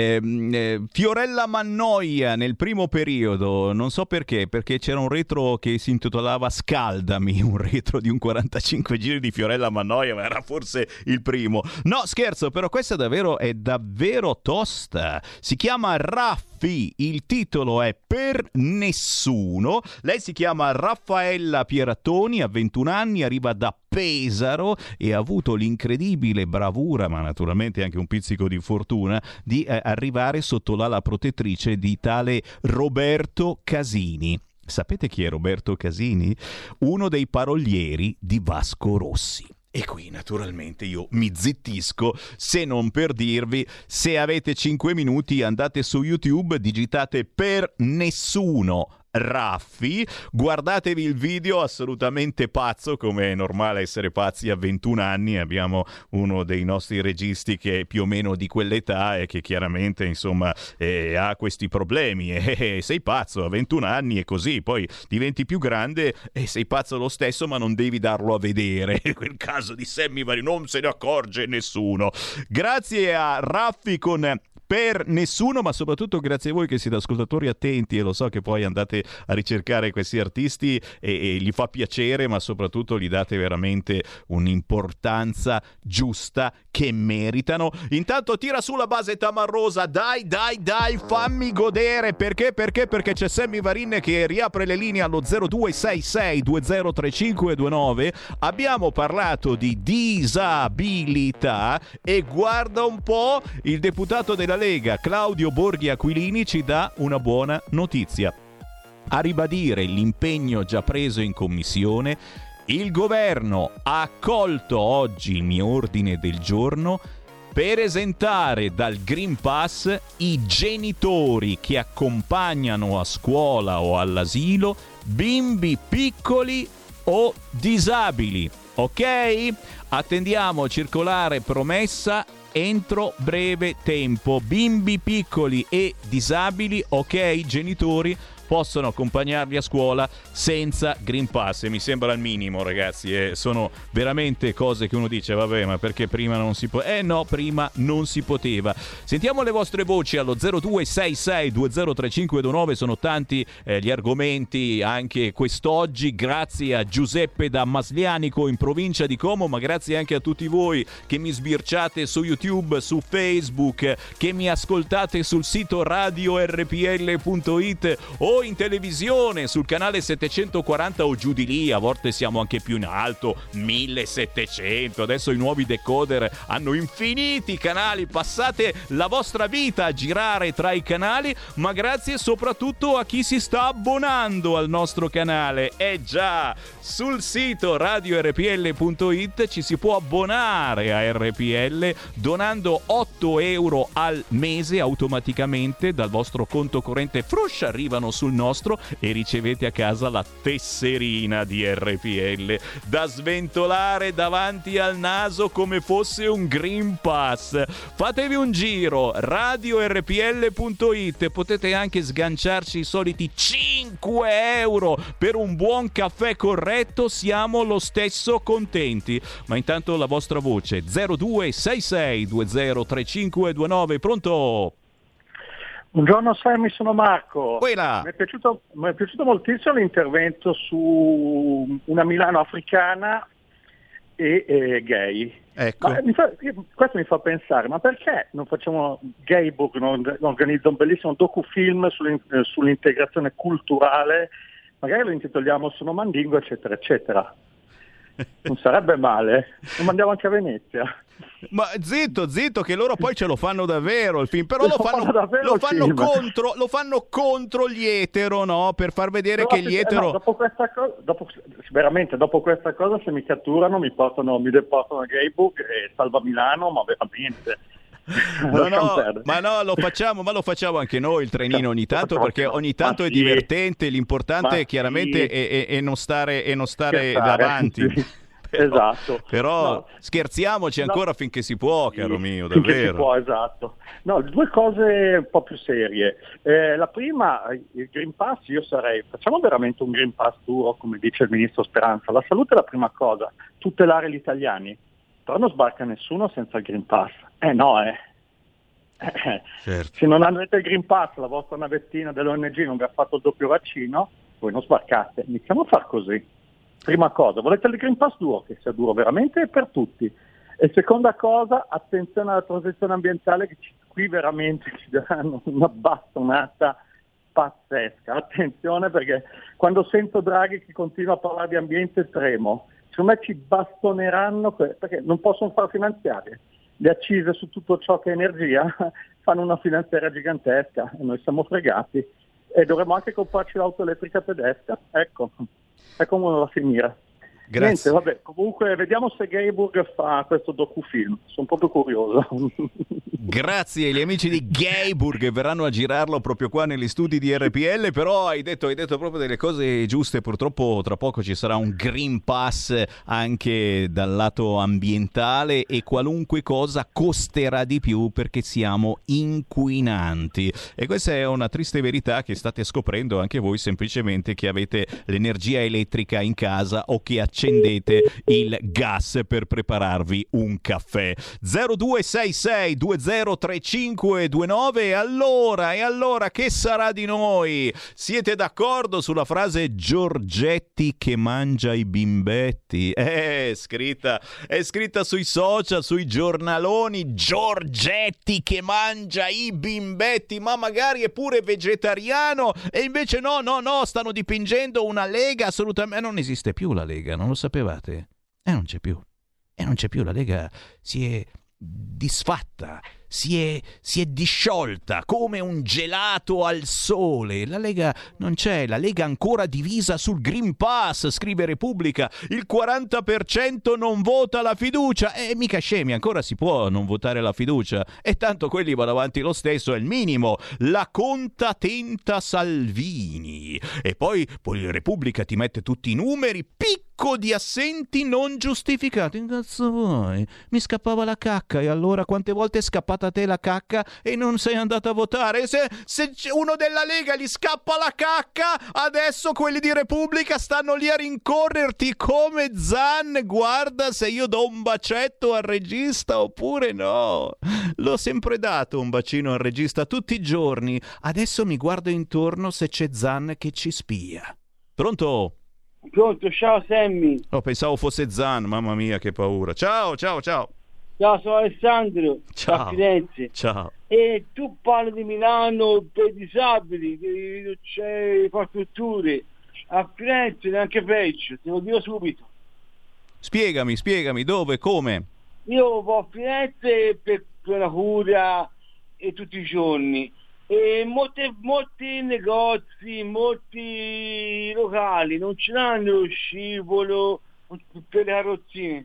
Fiorella Mannoia nel primo periodo, non so perché c'era un retro che si intitolava Scaldami, un retro di un 45 giri di Fiorella Mannoia, ma era forse il primo. No, scherzo, però questa è davvero tosta. Si chiama Raffi, il titolo è Per Nessuno. Lei si chiama Raffaella Pierattoni, ha 21 anni, arriva da Pesaro e ha avuto l'incredibile bravura, ma naturalmente anche un pizzico di fortuna, di arrivare sotto l'ala protettrice di tale Roberto Casini. Sapete chi è Roberto Casini? Uno dei parolieri di Vasco Rossi. E qui naturalmente io mi zittisco, se non per dirvi, se avete 5 minuti andate su YouTube, digitate Per Nessuno Raffi, guardatevi il video, assolutamente pazzo, come è normale essere pazzi a 21 anni. Abbiamo uno dei nostri registi che è più o meno di quell'età e che chiaramente insomma ha questi problemi e sei pazzo a 21 anni e così, poi diventi più grande e sei pazzo lo stesso, ma non devi darlo a vedere. Quel caso di Sammy Varin non se ne accorge nessuno. Grazie a Raffi con Per Nessuno, ma soprattutto grazie a voi che siete ascoltatori attenti e lo so che poi andate a ricercare questi artisti e gli fa piacere, ma soprattutto gli date veramente un'importanza giusta che meritano. Intanto tira su la base tamarrosa, dai, fammi godere, perché c'è Sammy Varin che riapre le linee allo 0266 203529. Abbiamo parlato di disabilità e guarda un po', il deputato della Lega Claudio Borghi Aquilini ci dà una buona notizia. A ribadire l'impegno già preso in commissione, il governo ha accolto oggi il mio ordine del giorno per esentare dal Green Pass i genitori che accompagnano a scuola o all'asilo bimbi piccoli o disabili. Ok? Attendiamo circolare promessa entro breve tempo. Bimbi piccoli e disabili, ok, genitori possono accompagnarli a scuola senza Green Pass, e mi sembra il minimo, ragazzi, sono veramente cose che uno dice vabbè, ma perché prima non si può? No, prima non si poteva. Sentiamo le vostre voci allo 0266 203529, sono tanti gli argomenti anche quest'oggi, grazie a Giuseppe da Maslianico in provincia di Como, ma grazie anche a tutti voi che mi sbirciate su YouTube, su Facebook, che mi ascoltate sul sito radiorpl.it o o in televisione sul canale 740 o giù di lì, a volte siamo anche più in alto, 1700. Adesso i nuovi decoder hanno infiniti canali, passate la vostra vita a girare tra i canali, ma grazie soprattutto a chi si sta abbonando al nostro canale. Già, sul sito radiorpl.it ci si può abbonare a RPL donando 8 euro al mese automaticamente dal vostro conto corrente. Fruscia, arrivano sul nostro e ricevete a casa la tesserina di RPL da sventolare davanti al naso come fosse un Green Pass. Fatevi un giro, radiorpl.it, potete anche sganciarci i soliti 5 euro per un buon caffè corretto, siamo lo stesso contenti. Ma intanto la vostra voce 0266203529. Pronto? Buongiorno Sammy, sono Marco. Mi è piaciuto moltissimo l'intervento su una Milano africana e gay. Ecco. Questo mi fa pensare, ma perché non facciamo Gayburg, non organizza un bellissimo docufilm sull'integrazione culturale, magari lo intitoliamo Sono Mandingo, eccetera, eccetera. Non sarebbe male, lo mandiamo anche a Venezia. Ma zitto, che loro poi ce lo fanno davvero il film, però lo fanno contro gli etero, no? Per far vedere che gli etero... No, dopo questa cosa, se mi catturano mi deportano a Gayburg e salva Milano, ma veramente... lo facciamo anche noi il trenino ogni tanto, perché ogni tanto è divertente, l'importante chiaramente è non stare davanti. Esatto. Però scherziamoci ancora finché si può, caro mio, davvero. Si può, esatto. No, due cose un po' più serie. La prima, il Green Pass, facciamo veramente un Green Pass duro, come dice il ministro Speranza. La salute è la prima cosa, tutelare gli italiani. Però non sbarca nessuno senza il Green Pass. Certo. Se non avete il Green Pass, la vostra navettina dell'ONG non vi ha fatto il doppio vaccino, voi non sbarcate. Iniziamo a far così. Prima cosa, volete il Green Pass duro, che sia duro veramente per tutti. E seconda cosa, attenzione alla transizione ambientale, che qui veramente ci daranno una bastonata pazzesca. Attenzione, perché quando sento Draghi che continua a parlare di ambiente estremo, secondo me ci bastoneranno, perché non possono fare finanziarie. Le accise su tutto ciò che è energia fanno una finanziaria gigantesca e noi siamo fregati. E dovremmo anche comprarci l'auto elettrica tedesca. Ecco come va a finire. Grazie. Niente, vabbè, comunque vediamo se Gayburg fa questo docufilm, sono proprio curioso. Grazie agli amici di Gayburg che verranno a girarlo proprio qua negli studi di RPL, però hai detto proprio delle cose giuste. Purtroppo tra poco ci sarà un Green Pass anche dal lato ambientale e qualunque cosa costerà di più perché siamo inquinanti, e questa è una triste verità che state scoprendo anche voi, semplicemente che avete l'energia elettrica in casa o che accendete il gas per prepararvi un caffè. 0266203529. E allora che sarà di noi? Siete d'accordo sulla frase Giorgetti che mangia i bimbetti? È scritta sui social, sui giornaloni. Giorgetti che mangia i bimbetti, ma magari è pure vegetariano, e invece no, stanno dipingendo una Lega assolutamente... Non esiste più la Lega, non lo sapevate? Non c'è più. La Lega si è disfatta, si è disciolta come un gelato al sole. La Lega non c'è, la Lega ancora divisa sul Green Pass, scrive Repubblica. Il 40% non vota la fiducia, e mica scemi, ancora si può non votare la fiducia, e tanto quelli vanno avanti lo stesso, è il minimo. La conta tenta Salvini, e poi Repubblica ti mette tutti i numeri, picco di assenti non giustificati. Che cazzo vuoi? Mi scappava la cacca, e allora quante volte è scappata a te la cacca e non sei andato a votare? Se uno della Lega gli scappa la cacca, adesso quelli di Repubblica stanno lì a rincorrerti come Zan. Guarda se io do un bacetto al regista oppure no. L'ho sempre dato un bacino al regista tutti i giorni, adesso mi guardo intorno se c'è Zan che ci spia. Pronto? Pronto, ciao Sammy. Pensavo fosse Zan, mamma mia che paura. Ciao. Ciao, sono Alessandro, Ciao. da Firenze. Ciao. E tu parli di Milano per disabili, che c'è infrastrutture. A Firenze neanche peggio, te lo dico subito. Spiegami, dove, come? Io vado a Firenze per la cura e tutti i giorni. E molti negozi, molti locali non ce l'hanno lo scivolo per le carrozzine.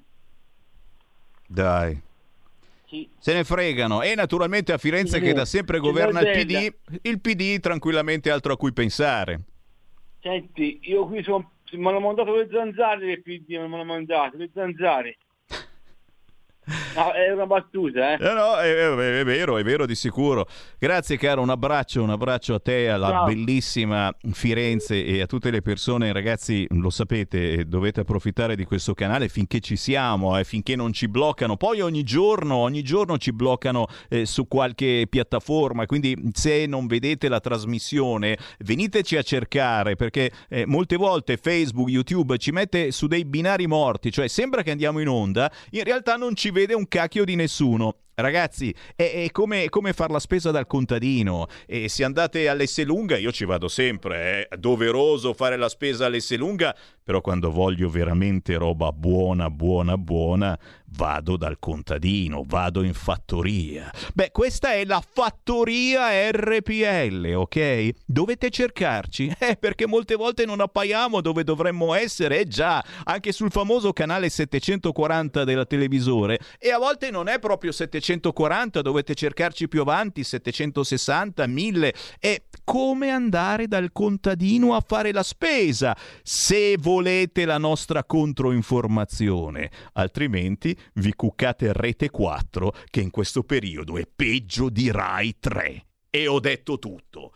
Dai. Sì. Se ne fregano. E naturalmente a Firenze, che da sempre governa il PD tranquillamente altro a cui pensare. Senti, io qui mi hanno mandato le zanzare del PD, me l'hanno mandato, le zanzare. No, è una battuta, eh? No, è vero di sicuro. Grazie caro, un abbraccio a te, alla bellissima Firenze e a tutte le persone. Ragazzi, lo sapete, dovete approfittare di questo canale finché ci siamo, finché non ci bloccano. Poi ogni giorno ci bloccano su qualche piattaforma, quindi se non vedete la trasmissione veniteci a cercare, perché molte volte Facebook, YouTube ci mette su dei binari morti, cioè sembra che andiamo in onda, in realtà non ci vede un cacchio di nessuno. Ragazzi, è come far la spesa dal contadino. E se andate all'Esselunga, io ci vado sempre, è doveroso fare la spesa all'Esselunga, però quando voglio veramente roba buona, vado dal contadino, vado in fattoria. Beh, questa è la fattoria RPL, ok? Dovete cercarci, perché molte volte non appaiamo dove dovremmo essere, già, anche sul famoso canale 740 della televisore, e a volte non è proprio 740, dovete cercarci più avanti, 760, 1000, e come andare dal contadino a fare la spesa, se volete la nostra controinformazione, altrimenti vi cuccate Rete 4, che in questo periodo è peggio di Rai 3. E ho detto tutto.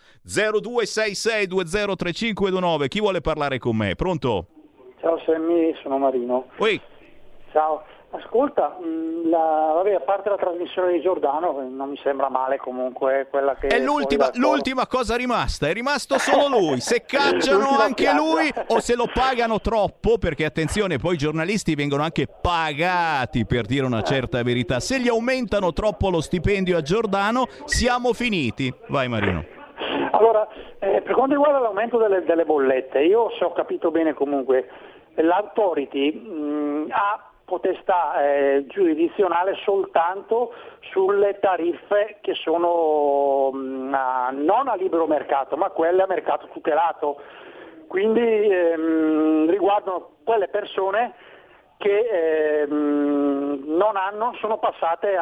0266203529, chi vuole parlare con me? Pronto? Ciao Sammy, sono Marino. Oi. Ciao. Ascolta, a parte la trasmissione di Giordano, non mi sembra male comunque quella che... È l'ultima cosa rimasta, è rimasto solo lui. Se cacciano anche lui o se lo pagano troppo, perché attenzione, poi i giornalisti vengono anche pagati per dire una certa verità. Se gli aumentano troppo lo stipendio a Giordano, siamo finiti. Vai Marino. Allora, per quanto riguarda l'aumento delle bollette, io se ho capito bene comunque, l'Authority ha potestà giurisdizionale soltanto sulle tariffe che sono non a libero mercato, ma quelle a mercato tutelato. Quindi riguardano quelle persone che sono passate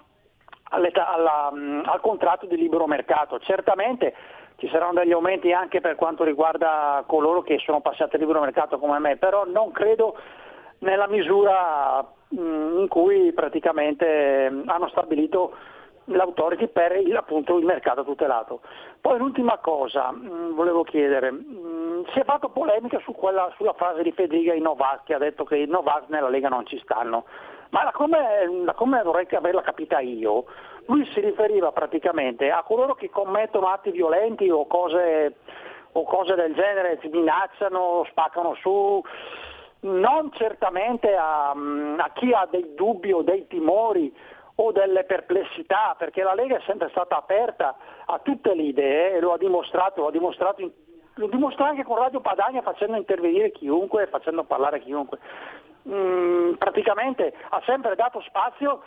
al contratto di libero mercato. Certamente ci saranno degli aumenti anche per quanto riguarda coloro che sono passati al libero mercato come me, però non credo nella misura in cui praticamente hanno stabilito l'Authority per appunto il mercato tutelato. Poi l'ultima cosa, volevo chiedere, si è fatto polemica sulla frase di Fedriga i Novax, che ha detto che i Novax nella Lega non ci stanno, ma come vorrei averla capita io, lui si riferiva praticamente a coloro che commettono atti violenti o cose del genere, si minacciano, spaccano su, non certamente a chi ha dei dubbi o dei timori o delle perplessità, perché la Lega è sempre stata aperta a tutte le idee e lo dimostra anche con Radio Padania, facendo intervenire chiunque, facendo parlare chiunque. Praticamente ha sempre dato spazio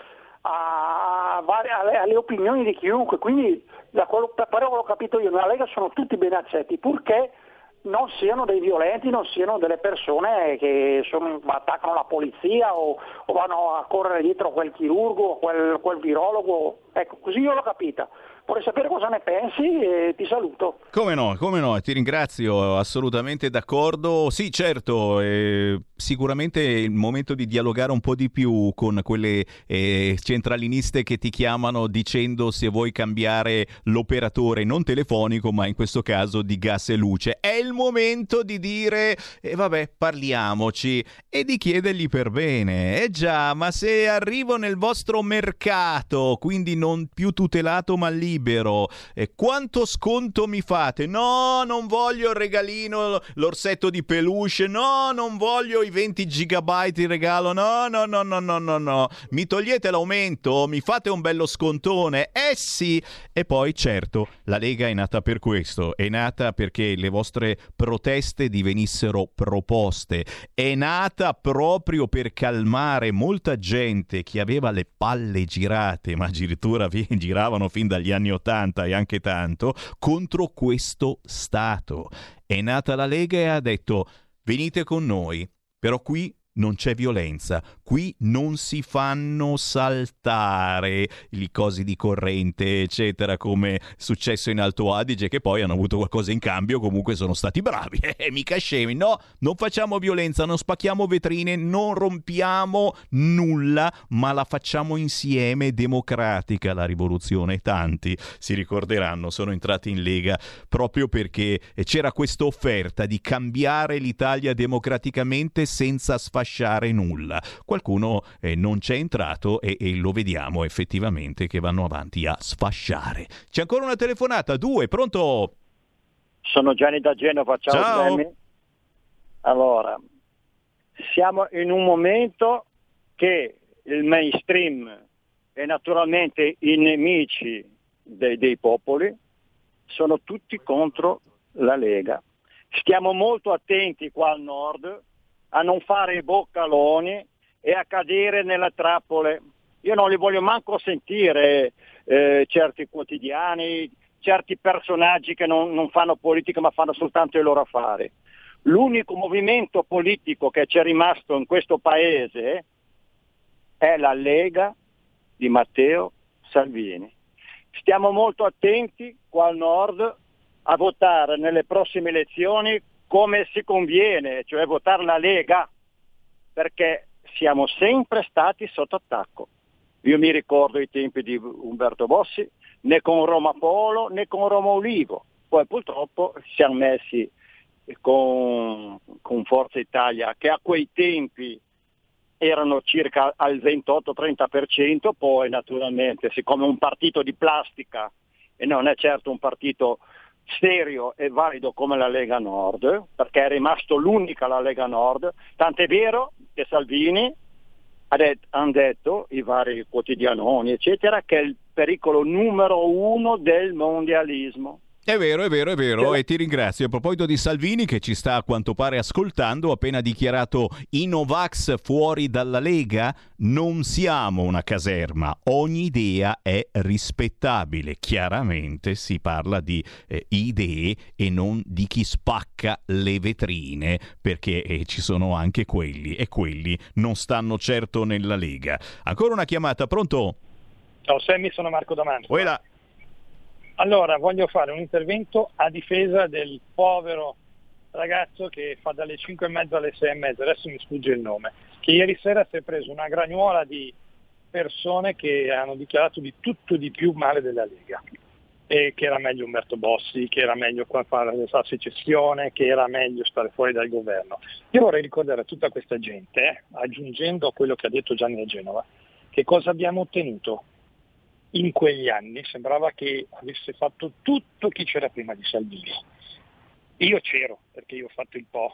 alle opinioni di chiunque, quindi da quello che ho capito io nella Lega sono tutti ben accetti, purché non siano dei violenti, non siano delle persone che attaccano la polizia o vanno a correre dietro quel chirurgo o quel virologo. Ecco, così io l'ho capita. Vorrei sapere cosa ne pensi e ti saluto. Come no, ti ringrazio, assolutamente d'accordo. Sì, certo, sicuramente è il momento di dialogare un po' di più con quelle centraliniste che ti chiamano dicendo se vuoi cambiare l'operatore non telefonico, ma in questo caso di gas e luce. È il momento di dire, vabbè, parliamoci, e di chiedergli per bene. Già, ma se arrivo nel vostro mercato, quindi non più tutelato ma libero, quanto sconto mi fate? No, non voglio il regalino, l'orsetto di peluche, no, non voglio poi 20 gigabyte in regalo. No. Mi togliete l'aumento? Mi fate un bello scontone? Sì. E poi, certo, la Lega è nata per questo. È nata perché le vostre proteste divenissero proposte. È nata proprio per calmare molta gente che aveva le palle girate, ma addirittura giravano fin dagli anni '80 e anche tanto, contro questo Stato. È nata la Lega e ha detto: venite con noi, però qui non c'è violenza, qui non si fanno saltare i cosi di corrente, eccetera, come è successo in Alto Adige, che poi hanno avuto qualcosa in cambio, comunque sono stati bravi, mica scemi. No, non facciamo violenza, non spacchiamo vetrine, non rompiamo nulla, ma la facciamo insieme, democratica la rivoluzione. Tanti si ricorderanno, sono entrati in Lega proprio perché c'era questa offerta di cambiare l'Italia democraticamente senza sfasciare nulla. Qualcuno non c'è entrato e lo vediamo effettivamente che vanno avanti a sfasciare. C'è ancora una telefonata, 2, pronto? Sono Gianni da Genova, ciao. Sammy. Allora, siamo in un momento che il mainstream e naturalmente i nemici dei popoli sono tutti contro la Lega. Stiamo molto attenti qua al nord a non fare i boccaloni e a cadere nelle trappole. Io non li voglio manco sentire certi quotidiani, certi personaggi che non fanno politica ma fanno soltanto i loro affari. L'unico movimento politico che c'è rimasto in questo paese è la Lega di Matteo Salvini. Stiamo molto attenti qua al nord a votare nelle prossime elezioni come si conviene, cioè votare la Lega, perché siamo sempre stati sotto attacco. Io mi ricordo i tempi di Umberto Bossi, né con Roma Polo né con Roma Ulivo. Poi purtroppo siamo messi con Forza Italia, che a quei tempi erano circa al 28-30%, poi naturalmente, siccome è un partito di plastica e non è certo un partito serio e valido come la Lega Nord, perché è rimasto l'unica la Lega Nord, tant'è vero che Salvini hanno detto, i vari quotidianoni eccetera, che è il pericolo numero 1 del mondialismo. È vero, e ti ringrazio. A proposito di Salvini, che ci sta a quanto pare ascoltando, ha appena dichiarato: i Novax fuori dalla Lega, non siamo una caserma, ogni idea è rispettabile. Chiaramente si parla di idee e non di chi spacca le vetrine, perché ci sono anche quelli, e quelli non stanno certo nella Lega. Ancora una chiamata, pronto? Ciao Sammy, sono Marco D'Amanto. Voilà. Allora, voglio fare un intervento a difesa del povero ragazzo che fa dalle 5:30 alle 6:30, adesso mi sfugge il nome, che ieri sera si è preso una gragnuola di persone che hanno dichiarato di tutto di più male della Lega, e che era meglio Umberto Bossi, che era meglio fare la secessione, che era meglio stare fuori dal governo. Io vorrei ricordare a tutta questa gente, aggiungendo a quello che ha detto Gianni da Genova, che cosa abbiamo ottenuto. In quegli anni sembrava che avesse fatto tutto chi c'era prima di Salvini. Io c'ero, perché io ho fatto il PO,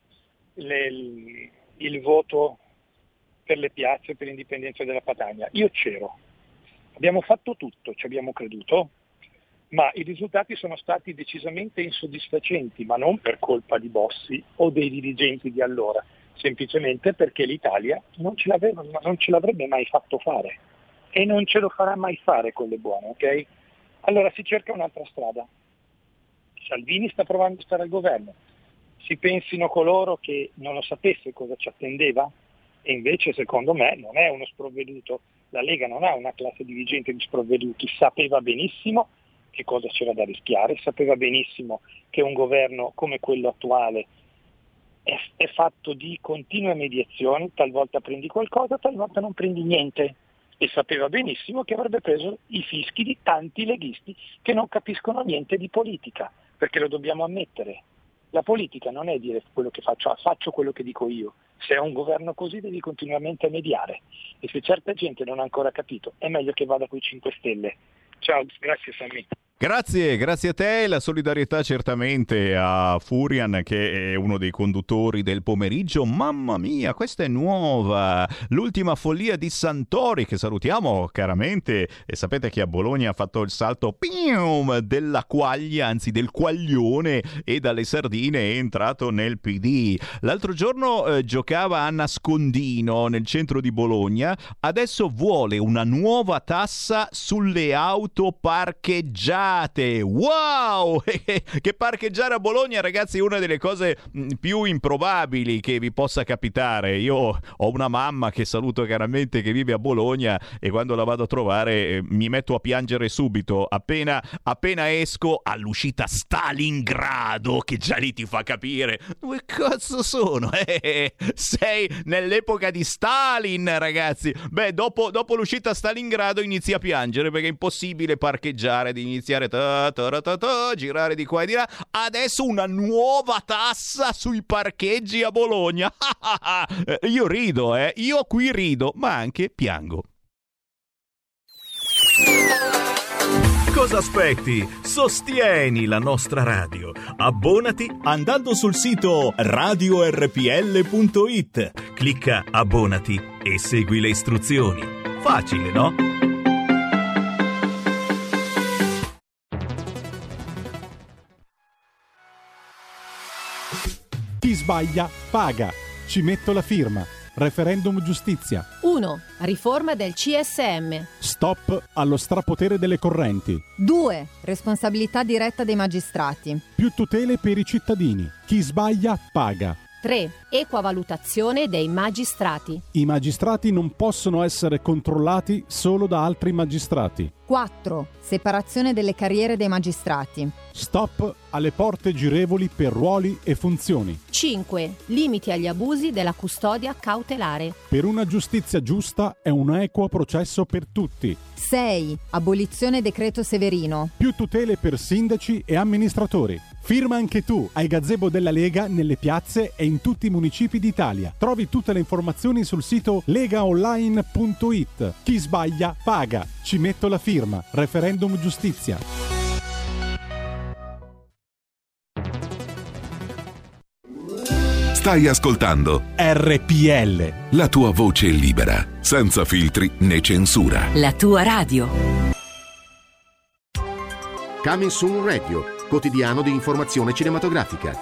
il voto per le piazze, per l'indipendenza della Padania. Io c'ero. Abbiamo fatto tutto, ci abbiamo creduto, ma i risultati sono stati decisamente insoddisfacenti, ma non per colpa di Bossi o dei dirigenti di allora, semplicemente perché l'Italia non ce l'avrebbe mai fatto fare. E non ce lo farà mai fare con le buone, ok? Allora si cerca un'altra strada. Salvini sta provando a stare al governo. Si pensino coloro che non lo sapesse cosa ci attendeva, e invece secondo me non è uno sprovveduto. La Lega non ha una classe dirigente di sprovveduti, sapeva benissimo che cosa c'era da rischiare, sapeva benissimo che un governo come quello attuale è fatto di continue mediazioni, talvolta prendi qualcosa, talvolta non prendi niente. E sapeva benissimo che avrebbe preso i fischi di tanti leghisti che non capiscono niente di politica, perché lo dobbiamo ammettere. La politica non è dire quello che faccio quello che dico io. Se è un governo così devi continuamente mediare, e se certa gente non ha ancora capito è meglio che vada con i 5 Stelle. Ciao, grazie Sammy. Grazie a te, la solidarietà certamente a Furian che è uno dei conduttori del pomeriggio. Mamma mia, questa è nuova, l'ultima follia di Santori, che salutiamo caramente, e sapete che a Bologna ha fatto il salto della quaglia, anzi del quaglione, e dalle sardine è entrato nel PD. L'altro giorno giocava a nascondino nel centro di Bologna, adesso vuole una nuova tassa sulle auto parcheggiate. Wow! Che parcheggiare a Bologna, ragazzi, è una delle cose più improbabili che vi possa capitare. Io ho una mamma che saluto caramente, che vive a Bologna, e quando la vado a trovare mi metto a piangere subito appena esco all'uscita Stalingrado, che già lì ti fa capire dove cazzo sono. Sei nell'epoca di Stalin, ragazzi. Beh, dopo l'uscita Stalingrado inizi a piangere, perché è impossibile parcheggiare, di iniziare girare di qua e di là. Adesso una nuova tassa sui parcheggi a Bologna. Io rido, io qui rido, ma anche piango. Cosa aspetti? Sostieni la nostra radio. Abbonati andando sul sito radiorpl.it. Clicca abbonati e segui le istruzioni. Facile, no? Chi sbaglia paga. Ci metto la firma. Referendum giustizia. 1. Riforma del CSM. Stop allo strapotere delle correnti. 2. Responsabilità diretta dei magistrati. Più tutele per i cittadini. Chi sbaglia paga. 3. Equa valutazione dei magistrati. I magistrati non possono essere controllati solo da altri magistrati. 4. Separazione delle carriere dei magistrati. Stop alle porte girevoli per ruoli e funzioni. 5. Limiti agli abusi della custodia cautelare. Per una giustizia giusta e un equo processo per tutti. 6. Abolizione decreto Severino. Più tutele per sindaci e amministratori. Firma anche tu ai gazebo della Lega nelle piazze e in tutti i municipi d'Italia. Trovi tutte le informazioni sul sito legaonline.it. Chi sbaglia paga. Ci metto la firma. Referendum giustizia. Stai ascoltando RPL, la tua voce libera, senza filtri né censura. La tua radio. Coming Soon Radio, quotidiano di informazione cinematografica.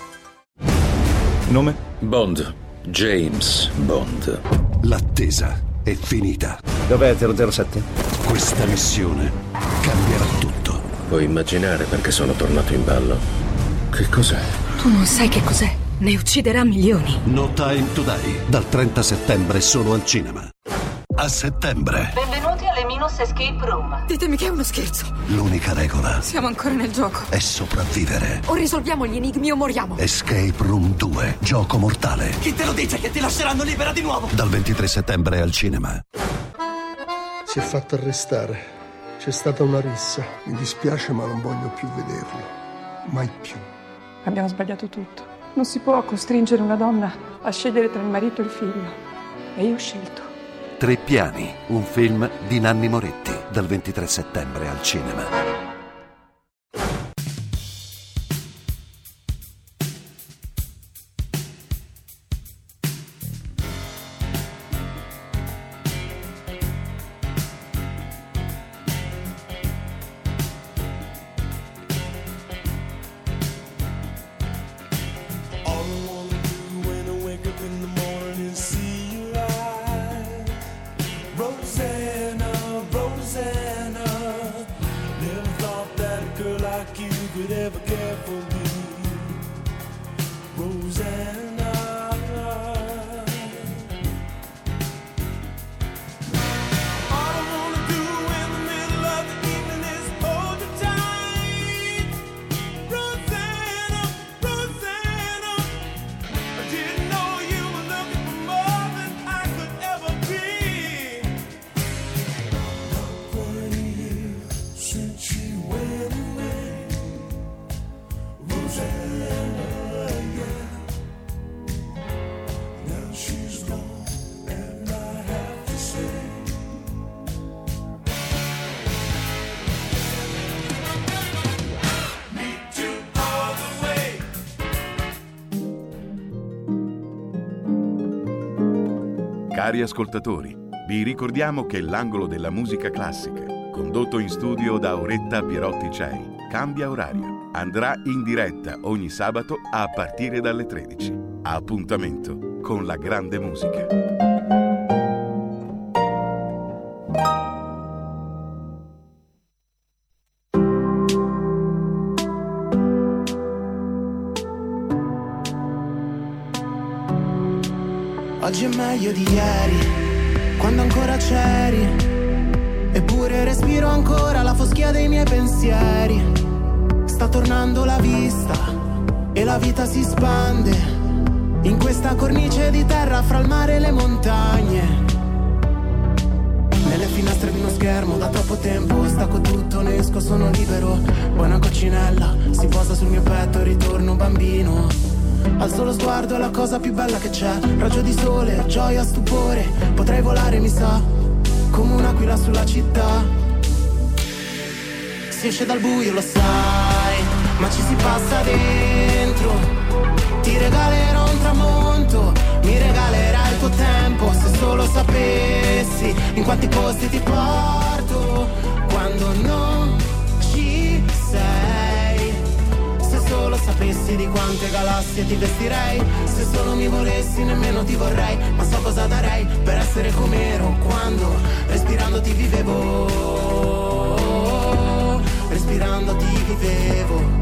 Nome? Bond. James Bond. L'attesa è finita. Dov'è 007? Questa missione cambierà tutto. Puoi immaginare perché sono tornato in ballo? Che cos'è? Tu non sai che cos'è. Ne ucciderà milioni. No Time to Die, dal 30 settembre solo al cinema. A settembre. Benvenuti alle Minus Escape Room. Ditemi che è uno scherzo. L'unica regola. Siamo ancora nel gioco. È sopravvivere. O risolviamo gli enigmi o moriamo. Escape Room 2, gioco mortale. Chi te lo dice che ti lasceranno libera di nuovo? Dal 23 settembre al cinema. Si è fatto arrestare. C'è stata una rissa. Mi dispiace, ma non voglio più vederlo. Mai più. Abbiamo sbagliato tutto. Non si può costringere una donna a scegliere tra il marito e il figlio. E io ho scelto. Tre piani, un film di Nanni Moretti, dal 23 settembre al cinema. Rosanna, Rosanna, never Cari ascoltatori, vi ricordiamo che l'angolo della musica classica, condotto in studio da Auretta Pierotti Cei, cambia orario. Andrà in diretta ogni sabato a partire dalle 13. Appuntamento con la grande musica. Oggi è meglio di ieri, quando ancora c'eri, eppure respiro ancora la foschia dei miei pensieri. Sta tornando la vista e la vita si spande in questa cornice di terra fra il mare e le montagne. Nelle finestre di uno schermo da troppo tempo stacco tutto, ne esco, sono libero. Poi una coccinella si posa sul mio petto e ritorno bambino. Alzo lo sguardo, è la cosa più bella che c'è. Raggio di sole, gioia, stupore. Potrei volare, mi sa, come un'aquila sulla città. Si esce dal buio, lo sai, ma ci si passa dentro. Ti regalerò un tramonto, mi regalerai il tuo tempo. Se solo sapessi in quanti posti ti porto quando non ci sei. Se solo sapessi di quante galassie ti vestirei. Se solo mi volessi nemmeno ti vorrei. Ma so cosa darei per essere come ero quando respirando ti vivevo. Respirando ti vivevo.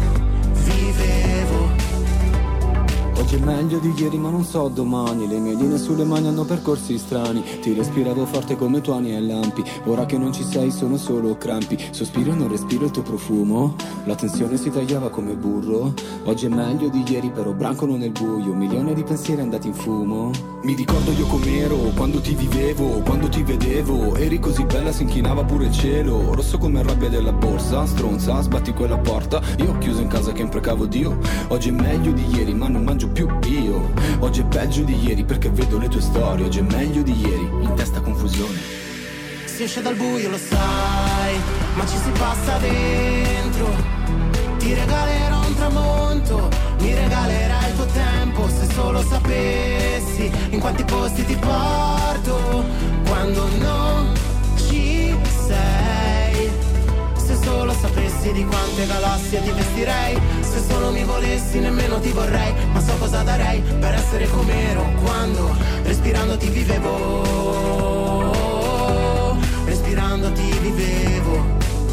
Oggi è meglio di ieri ma non so domani. Le mie linee sulle mani hanno percorsi strani. Ti respiravo forte come tuoni e lampi. Ora che non ci sei sono solo crampi. Sospiro e non respiro il tuo profumo. La tensione si tagliava come burro. Oggi è meglio di ieri però brancolo nel buio. Milioni di pensieri andati in fumo. Mi ricordo io com'ero, quando ti vivevo, quando ti vedevo. Eri così bella si inchinava pure il cielo. Rosso come rabbia della borsa. Stronza, sbatti quella porta. Io chiuso in casa che imprecavo Dio. Oggi è meglio di ieri ma non mangio più io. Oggi è peggio di ieri perché vedo le tue storie. Oggi è meglio di ieri, in testa confusione. Si esce dal buio, lo sai, ma ci si passa dentro. Ti regalerò un tramonto, mi regalerai il tuo tempo. Se solo sapessi in quanti posti ti porto quando non ci sei. Se solo sapessi di quante galassie ti vestirei. Se solo mi volessi nemmeno ti vorrei. Ma so cosa darei per essere come ero quando respirando ti vivevo. Respirando ti vivevo.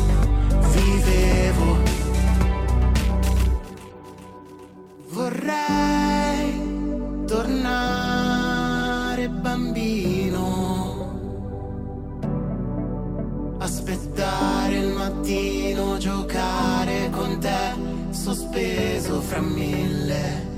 Vorrei tornare bambino, aspettare il mattino, giocare con te, sospeso fra 1000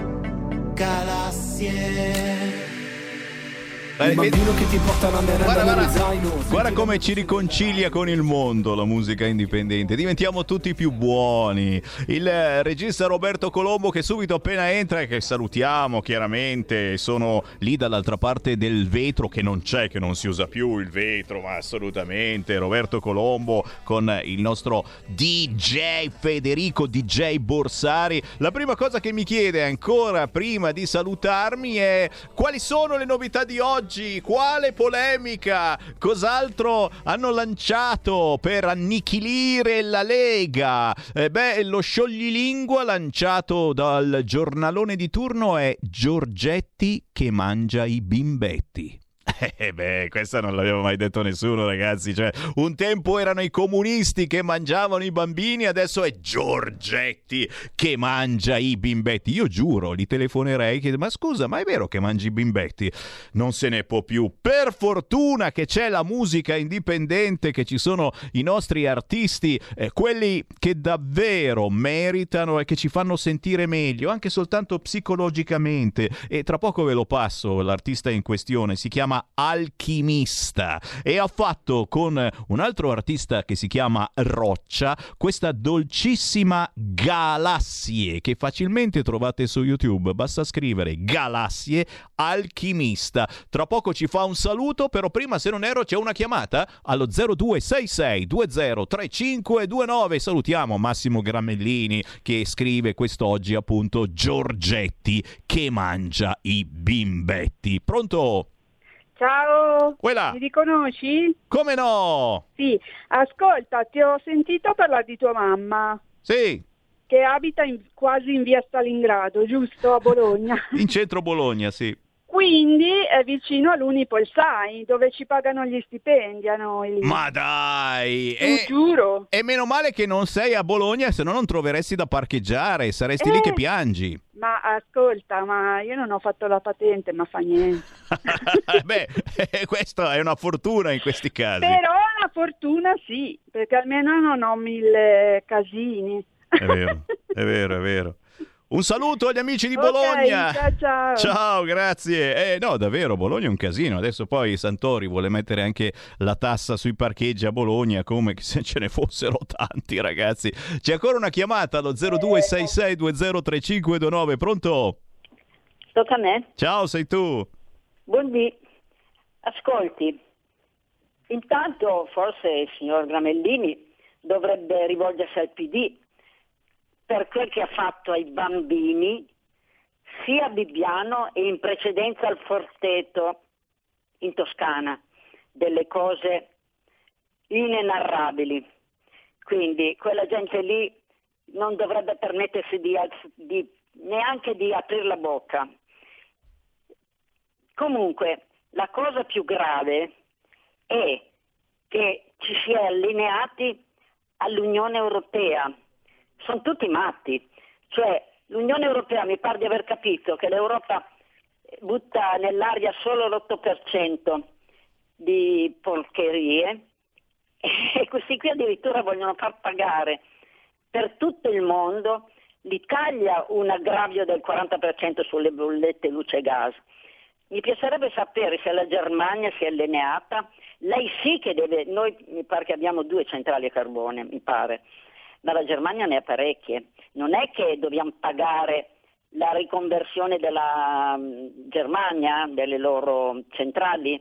galassie. Un bambino che ti porta la merenda nello zaino. Guarda come ci riconcilia con il mondo la musica indipendente. Diventiamo tutti più buoni. Il regista Roberto Colombo che subito appena entra e che salutiamo chiaramente, sono lì dall'altra parte del vetro, che non c'è, che non si usa più il vetro, ma assolutamente Roberto Colombo con il nostro DJ Federico DJ Borsari. La prima cosa che mi chiede ancora prima di salutarmi è: quali sono le novità di oggi? Quale polemica? Cos'altro hanno lanciato per annichilire la Lega? Lo scioglilingua lanciato dal giornalone di turno è Giorgetti che mangia i bimbetti. Questa non l'aveva mai detto nessuno, ragazzi. Cioè, un tempo erano i comunisti che mangiavano i bambini, adesso è Giorgetti che mangia i bimbetti. Io giuro, gli telefonerei, ma scusa, ma è vero che mangi i bimbetti? Non se ne può più. Per fortuna che c'è la musica indipendente, che ci sono i nostri artisti, quelli che davvero meritano e che ci fanno sentire meglio, anche soltanto psicologicamente. E tra poco ve lo passo, l'artista in questione si chiama Alchimista e ha fatto con un altro artista che si chiama Roccia questa dolcissima Galassie, che facilmente trovate su YouTube, basta scrivere Galassie Alchimista. Tra poco ci fa un saluto, però prima, se non ero, c'è una chiamata allo 0266203529. Salutiamo Massimo Gramellini che scrive quest'oggi appunto Giorgetti che mangia i bimbetti. Pronto? Ciao, Quella. mi riconosci? Come no? Sì, ascolta, ti ho sentito parlare di tua mamma. Sì. Che abita quasi in via Stalingrado, giusto? A Bologna. In centro Bologna, sì. Quindi è vicino all'Unipol, sai, dove ci pagano gli stipendi a noi lì. Ma dai! Giuro. E meno male che non sei a Bologna, se no non troveresti da parcheggiare, saresti lì che piangi. Ma ascolta, ma io non ho fatto la patente, ma fa niente. Beh, questa è una fortuna in questi casi. Però una fortuna sì, perché almeno non ho 1000 casini. È vero, è vero, è vero. Un saluto agli amici di Bologna. Ciao. Ciao, grazie. No, davvero, Bologna è un casino. Adesso poi Santori vuole mettere anche la tassa sui parcheggi a Bologna, come se ce ne fossero tanti, ragazzi. C'è ancora una chiamata allo 0266203529. Pronto? Tocca a me. Ciao, sei tu. Buondì. Ascolti, intanto forse il signor Gramellini dovrebbe rivolgersi al PD per quel che ha fatto ai bambini, sia a Bibbiano e in precedenza al Forteto in Toscana, delle cose inenarrabili. Quindi quella gente lì non dovrebbe permettersi neanche di aprire la bocca. Comunque, la cosa più grave è che ci si è allineati all'Unione Europea. Sono tutti matti, cioè l'Unione Europea mi pare di aver capito che l'Europa butta nell'aria solo l'8% di porcherie e questi qui addirittura vogliono far pagare per tutto il mondo l'Italia un aggravio del 40% sulle bollette luce e gas. Mi piacerebbe sapere se la Germania si è allineata, lei sì che deve, noi mi pare che abbiamo 2 centrali a carbone, mi pare, ma la Germania ne ha parecchie. Non è che dobbiamo pagare la riconversione della Germania, delle loro centrali.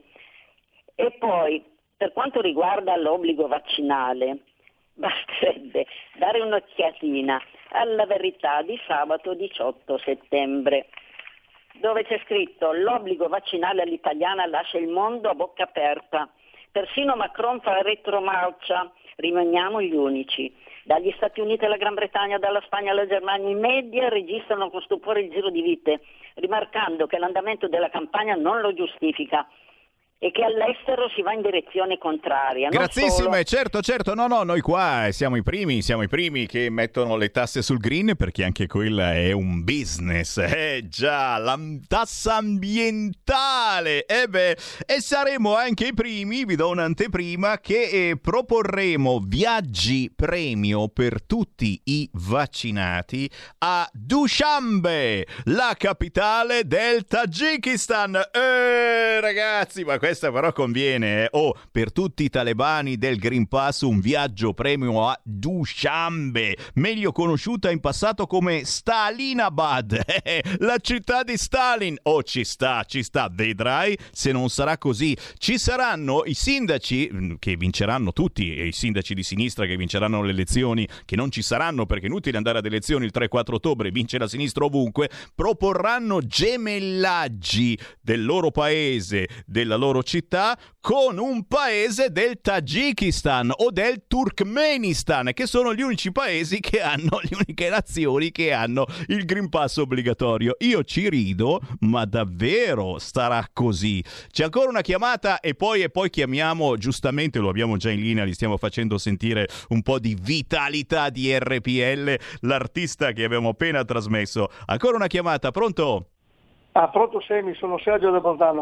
E poi, per quanto riguarda l'obbligo vaccinale, basterebbe dare un'occhiatina alla Verità di sabato 18 settembre, dove c'è scritto: l'obbligo vaccinale all'italiana lascia il mondo a bocca aperta. Persino Macron fa retromarcia, rimaniamo gli unici. Dagli Stati Uniti alla Gran Bretagna, dalla Spagna alla Germania, i media registrano con stupore il giro di vite, rimarcando che l'andamento della campagna non lo giustifica e che all'estero si va in direzione contraria. Grazissime, certo, no, noi qua siamo i primi che mettono le tasse sul green, perché anche quella è un business, già, la tassa ambientale, e saremo anche i primi, vi do un'anteprima, che proporremo viaggi premio per tutti i vaccinati a Dushanbe, la capitale del Tagikistan. Ragazzi, ma questa però conviene, per tutti i talebani del Green Pass un viaggio premio a Dushanbe, meglio conosciuta in passato come Stalinabad, la città di Stalin. Ci sta, vedrai se non sarà così. Ci saranno i sindaci che vinceranno tutti, e i sindaci di sinistra che vinceranno le elezioni, che non ci saranno perché è inutile andare ad elezioni il 3-4 ottobre, vince la sinistra ovunque, proporranno gemellaggi del loro paese, della loro città, con un paese del Tagikistan o del Turkmenistan, che sono gli unici paesi che hanno, le uniche nazioni che hanno il Green Pass obbligatorio. Io ci rido, ma davvero starà così. C'è ancora una chiamata e poi chiamiamo, giustamente lo abbiamo già in linea, gli stiamo facendo sentire un po' di vitalità di RPL, l'artista che abbiamo appena trasmesso. Ancora una chiamata, pronto? Pronto Semi, sono Sergio De Bordano.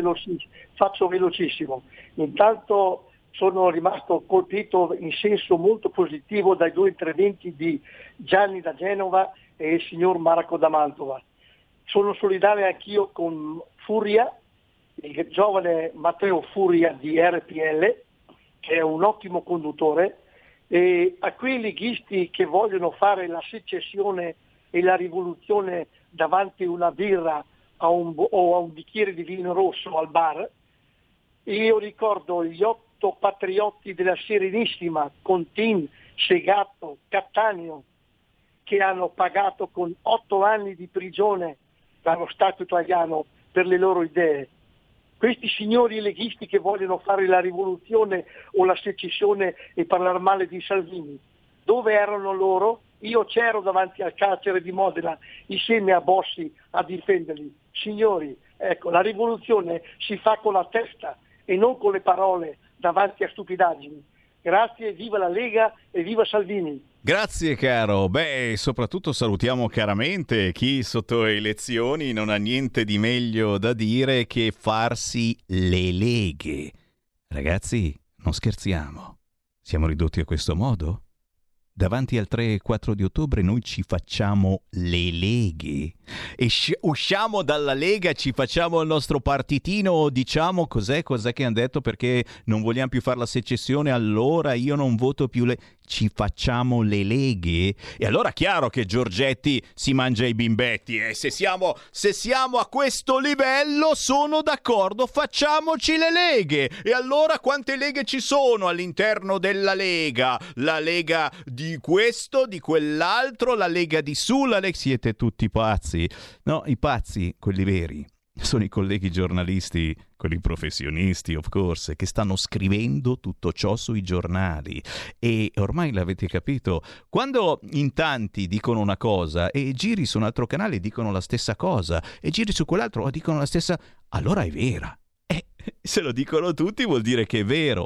Faccio velocissimo. Intanto sono rimasto colpito in senso molto positivo dai 2 interventi di Gianni da Genova e il signor Marco da Mantova. Sono solidale anch'io con Furia, il giovane Matteo Furia di RPL, che è un ottimo conduttore, e a quei leghisti che vogliono fare la secessione e la rivoluzione davanti a una birra o a un bicchiere di vino rosso al bar. Io ricordo gli 8 patriotti della Serenissima, Contin, Segatto, Cattaneo, che hanno pagato con 8 anni di prigione dallo Stato italiano per le loro idee. Questi signori leghisti che vogliono fare la rivoluzione o la secessione e parlare male di Salvini, dove erano loro? Io c'ero davanti al carcere di Modena insieme a Bossi a difenderli. Signori, ecco, la rivoluzione si fa con la testa e non con le parole davanti a stupidaggini. Grazie, viva la Lega e viva Salvini. Grazie caro, soprattutto salutiamo caramente chi sotto elezioni non ha niente di meglio da dire che farsi le leghe. Ragazzi, non scherziamo, siamo ridotti a questo modo? Davanti al 3 e 4 di ottobre noi ci facciamo le leghe e usciamo dalla Lega, ci facciamo il nostro partitino, diciamo cos'è che hanno detto, perché non vogliamo più fare la secessione, allora io non voto più ci facciamo le leghe. E allora chiaro che Giorgetti si mangia i bimbetti, se siamo a questo livello sono d'accordo, facciamoci le leghe. E allora quante leghe ci sono all'interno della Lega? La Lega di questo, di quell'altro, la Lega di su, la Lega... Siete tutti pazzi. No, i pazzi, quelli veri, sono i colleghi giornalisti, quelli professionisti, of course, che stanno scrivendo tutto ciò sui giornali. E ormai l'avete capito, quando in tanti dicono una cosa e giri su un altro canale dicono la stessa cosa e giri su quell'altro dicono la stessa, allora è vera. Se lo dicono tutti vuol dire che è vero.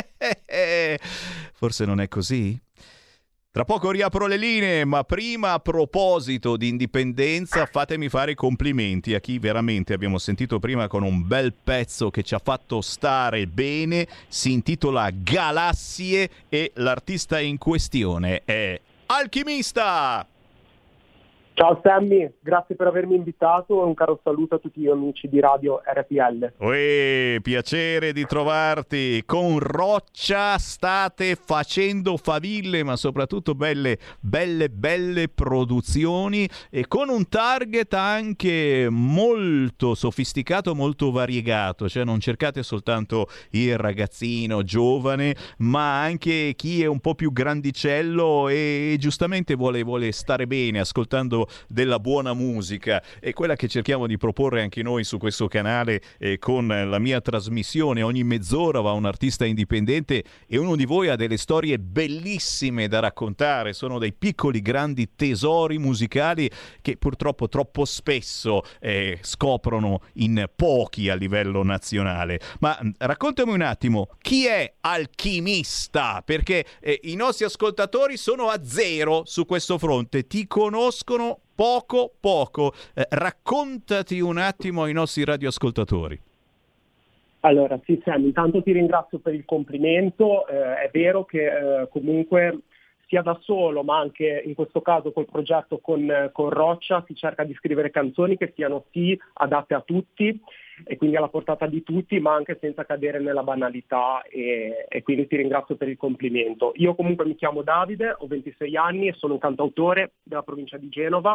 Forse non è così? Tra poco riapro le linee, ma prima, a proposito di indipendenza, fatemi fare i complimenti a chi veramente abbiamo sentito prima con un bel pezzo che ci ha fatto stare bene. Si intitola Galassie e l'artista in questione è Alchimista. Ciao Sammy, grazie per avermi invitato e un caro saluto a tutti gli amici di Radio RPL. Piacere di trovarti. Con Roccia state facendo faville, ma soprattutto belle produzioni e con un target anche molto sofisticato, molto variegato. Cioè non cercate soltanto il ragazzino giovane, ma anche chi è un po' più grandicello e giustamente vuole stare bene ascoltando della buona musica. È quella che cerchiamo di proporre anche noi su questo canale con la mia trasmissione. Ogni mezz'ora va un artista indipendente e uno di voi ha delle storie bellissime da raccontare. Sono dei piccoli grandi tesori musicali che purtroppo troppo spesso scoprono in pochi a livello nazionale. Ma raccontami un attimo, chi è Alchimista? Perché i nostri ascoltatori sono a zero su questo fronte, ti conoscono poco. Raccontati un attimo ai nostri radioascoltatori. Allora, sì Sam, intanto ti ringrazio per il complimento. È vero che comunque sia da solo, ma anche in questo caso col progetto con Roccia si cerca di scrivere canzoni che siano sì adatte a tutti e quindi alla portata di tutti, ma anche senza cadere nella banalità e quindi ti ringrazio per il complimento. Io comunque mi chiamo Davide, ho 26 anni e sono un cantautore della provincia di Genova.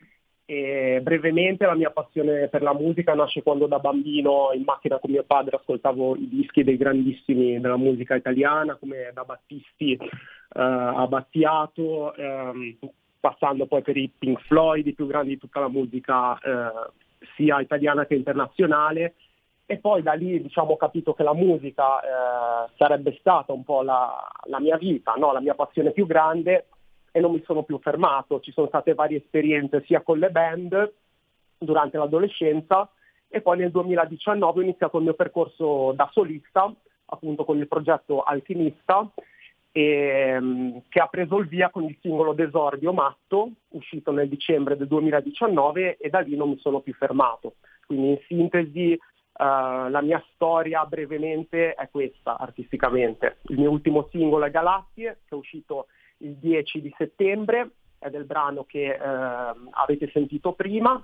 E brevemente la mia passione per la musica nasce quando da bambino in macchina con mio padre ascoltavo i dischi dei grandissimi della musica italiana come da Battisti a Battiato, passando poi per i Pink Floyd, i più grandi di tutta la musica sia italiana che internazionale, e poi da lì ho capito che la musica sarebbe stata un po' la mia vita, no? La mia passione più grande, e non mi sono più fermato. Ci sono state varie esperienze sia con le band durante l'adolescenza e poi nel 2019 ho iniziato il mio percorso da solista, appunto con il progetto Alchimista, che ha preso il via con il singolo Desordio Matto, uscito nel dicembre del 2019, e da lì non mi sono più fermato. Quindi in sintesi la mia storia brevemente è questa artisticamente. Il mio ultimo singolo è Galassie, che è uscito il 10 di settembre, è del brano che avete sentito prima,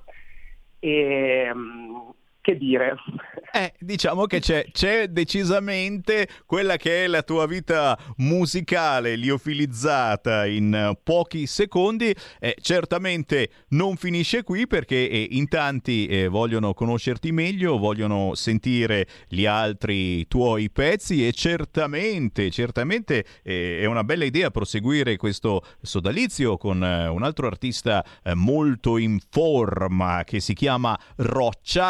e che dire? Diciamo che c'è decisamente quella che è la tua vita musicale liofilizzata in pochi secondi. Certamente non finisce qui, perché in tanti vogliono conoscerti meglio, vogliono sentire gli altri tuoi pezzi, e certamente è una bella idea proseguire questo sodalizio con un altro artista molto in forma che si chiama Roccia e che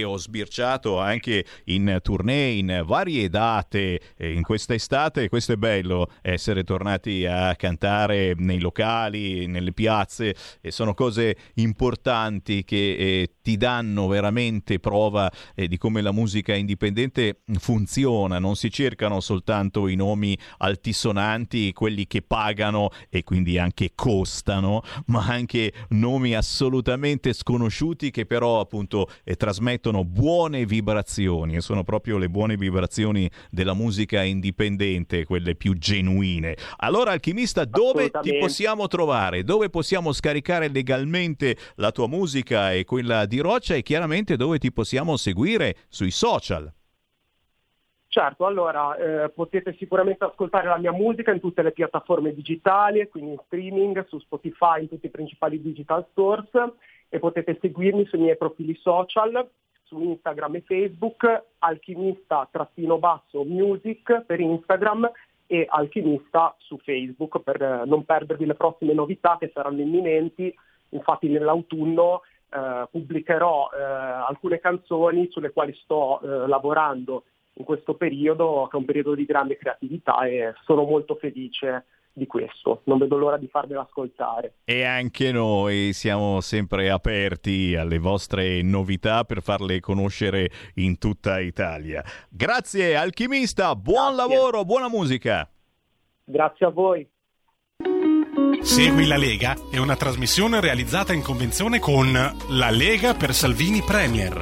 ho sbirciato anche in tournée, in varie date in questa estate. Questo è bello, essere tornati a cantare nei locali, nelle piazze, e sono cose importanti che ti danno veramente prova di come la musica indipendente funziona. Non si cercano soltanto i nomi altisonanti, quelli che pagano e quindi anche costano, ma anche nomi assolutamente sconosciuti che però appunto trasmettono buone vibrazioni, e sono proprio le buone vibrazioni della musica indipendente quelle più genuine. Allora, Alchimista, dove ti possiamo trovare? Dove possiamo scaricare legalmente la tua musica e quella di Roccia, e chiaramente dove ti possiamo seguire sui social? Certo, allora potete sicuramente ascoltare la mia musica in tutte le piattaforme digitali, quindi in streaming, su Spotify, in tutti i principali digital stores, e potete seguirmi sui miei profili social, su Instagram e Facebook, alchimista_music per Instagram e Alchimista su Facebook, per non perdervi le prossime novità che saranno imminenti. Infatti nell'autunno pubblicherò alcune canzoni sulle quali sto lavorando in questo periodo, che è un periodo di grande creatività, e sono molto felice di questo. Non vedo l'ora di farvelo ascoltare. E anche noi siamo sempre aperti alle vostre novità per farle conoscere in tutta Italia. Grazie Alchimista, buon lavoro, buona musica. Grazie a voi. Segui la Lega è una trasmissione realizzata in convenzione con La Lega per Salvini Premier.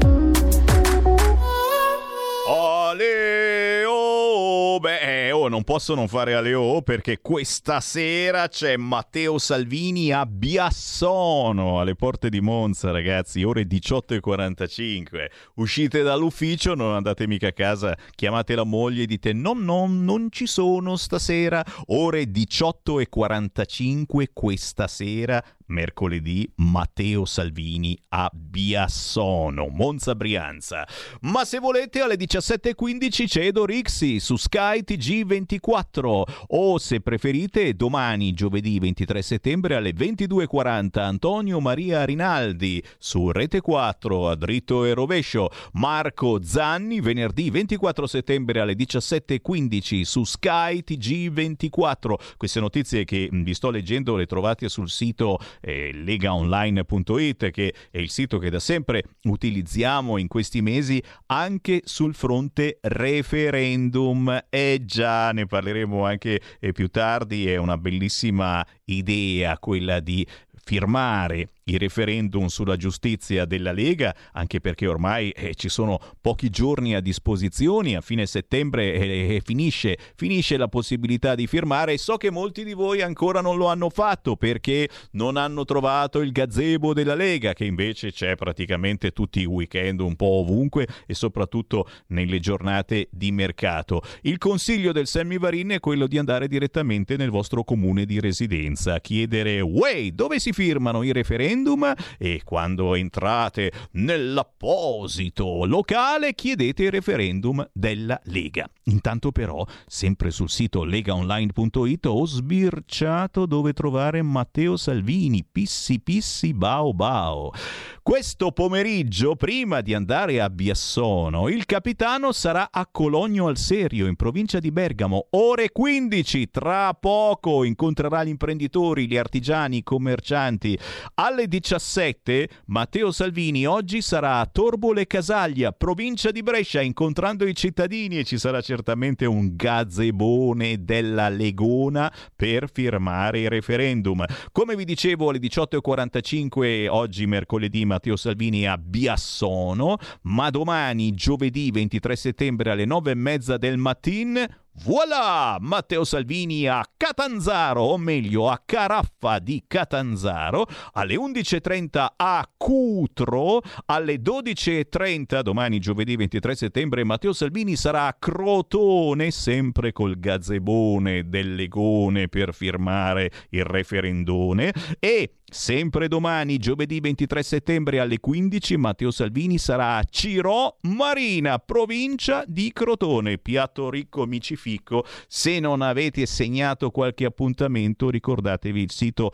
Non posso non fare Aleo, perché questa sera c'è Matteo Salvini a Biassono, alle porte di Monza, ragazzi, ore 18:45. Uscite dall'ufficio, non andate mica a casa, chiamate la moglie e dite non ci sono stasera. Ore 18:45 questa sera, mercoledì, Matteo Salvini a Biassono, Monza Brianza. Ma se volete alle 17:15 c'è Edo Rixi su Sky TG24, o se preferite domani, giovedì 23 settembre alle 22:40 Antonio Maria Rinaldi su Rete 4 a dritto e rovescio. Marco Zanni venerdì 24 settembre alle 17:15 su Sky TG24. Queste notizie che vi sto leggendo le trovate sul sito legaonline.it, che è il sito che da sempre utilizziamo in questi mesi anche sul fronte referendum. E già ne parleremo anche più tardi. È una bellissima idea quella di firmare i referendum sulla giustizia della Lega, anche perché ormai ci sono pochi giorni a disposizione. A fine settembre finisce la possibilità di firmare, e so che molti di voi ancora non lo hanno fatto perché non hanno trovato il gazebo della Lega, che invece c'è praticamente tutti i weekend, un po' ovunque, e soprattutto nelle giornate di mercato. Il consiglio del Semivarin è quello di andare direttamente nel vostro comune di residenza, chiedere dove si firmano i referendum, e quando entrate nell'apposito locale chiedete il referendum della Lega. Intanto però, sempre sul sito legaonline.it ho sbirciato dove trovare Matteo Salvini, pissi pissi bao bao. Questo pomeriggio, prima di andare a Biassono, il capitano sarà a Cologno al Serio, in provincia di Bergamo, ore 15. Tra poco incontrerà gli imprenditori, gli artigiani, i commercianti. Alle 17 Matteo Salvini oggi sarà a Torbole Casaglia, provincia di Brescia, incontrando i cittadini, e ci sarà certamente un gazebone della Legona per firmare il referendum. Come vi dicevo, alle 18:45 oggi mercoledì Matteo Salvini a Biassono, ma domani giovedì 23 settembre alle 9:30 del mattino voilà! Matteo Salvini a Catanzaro, o meglio a Caraffa di Catanzaro, alle 11:30 a Cutro, alle 12:30 domani giovedì 23 settembre Matteo Salvini sarà a Crotone, sempre col gazebone del Legone per firmare il referendone, e sempre domani, giovedì 23 settembre alle 15, Matteo Salvini sarà a Cirò Marina, provincia di Crotone. Piatto ricco, amici ficco. Se non avete segnato qualche appuntamento, ricordatevi il sito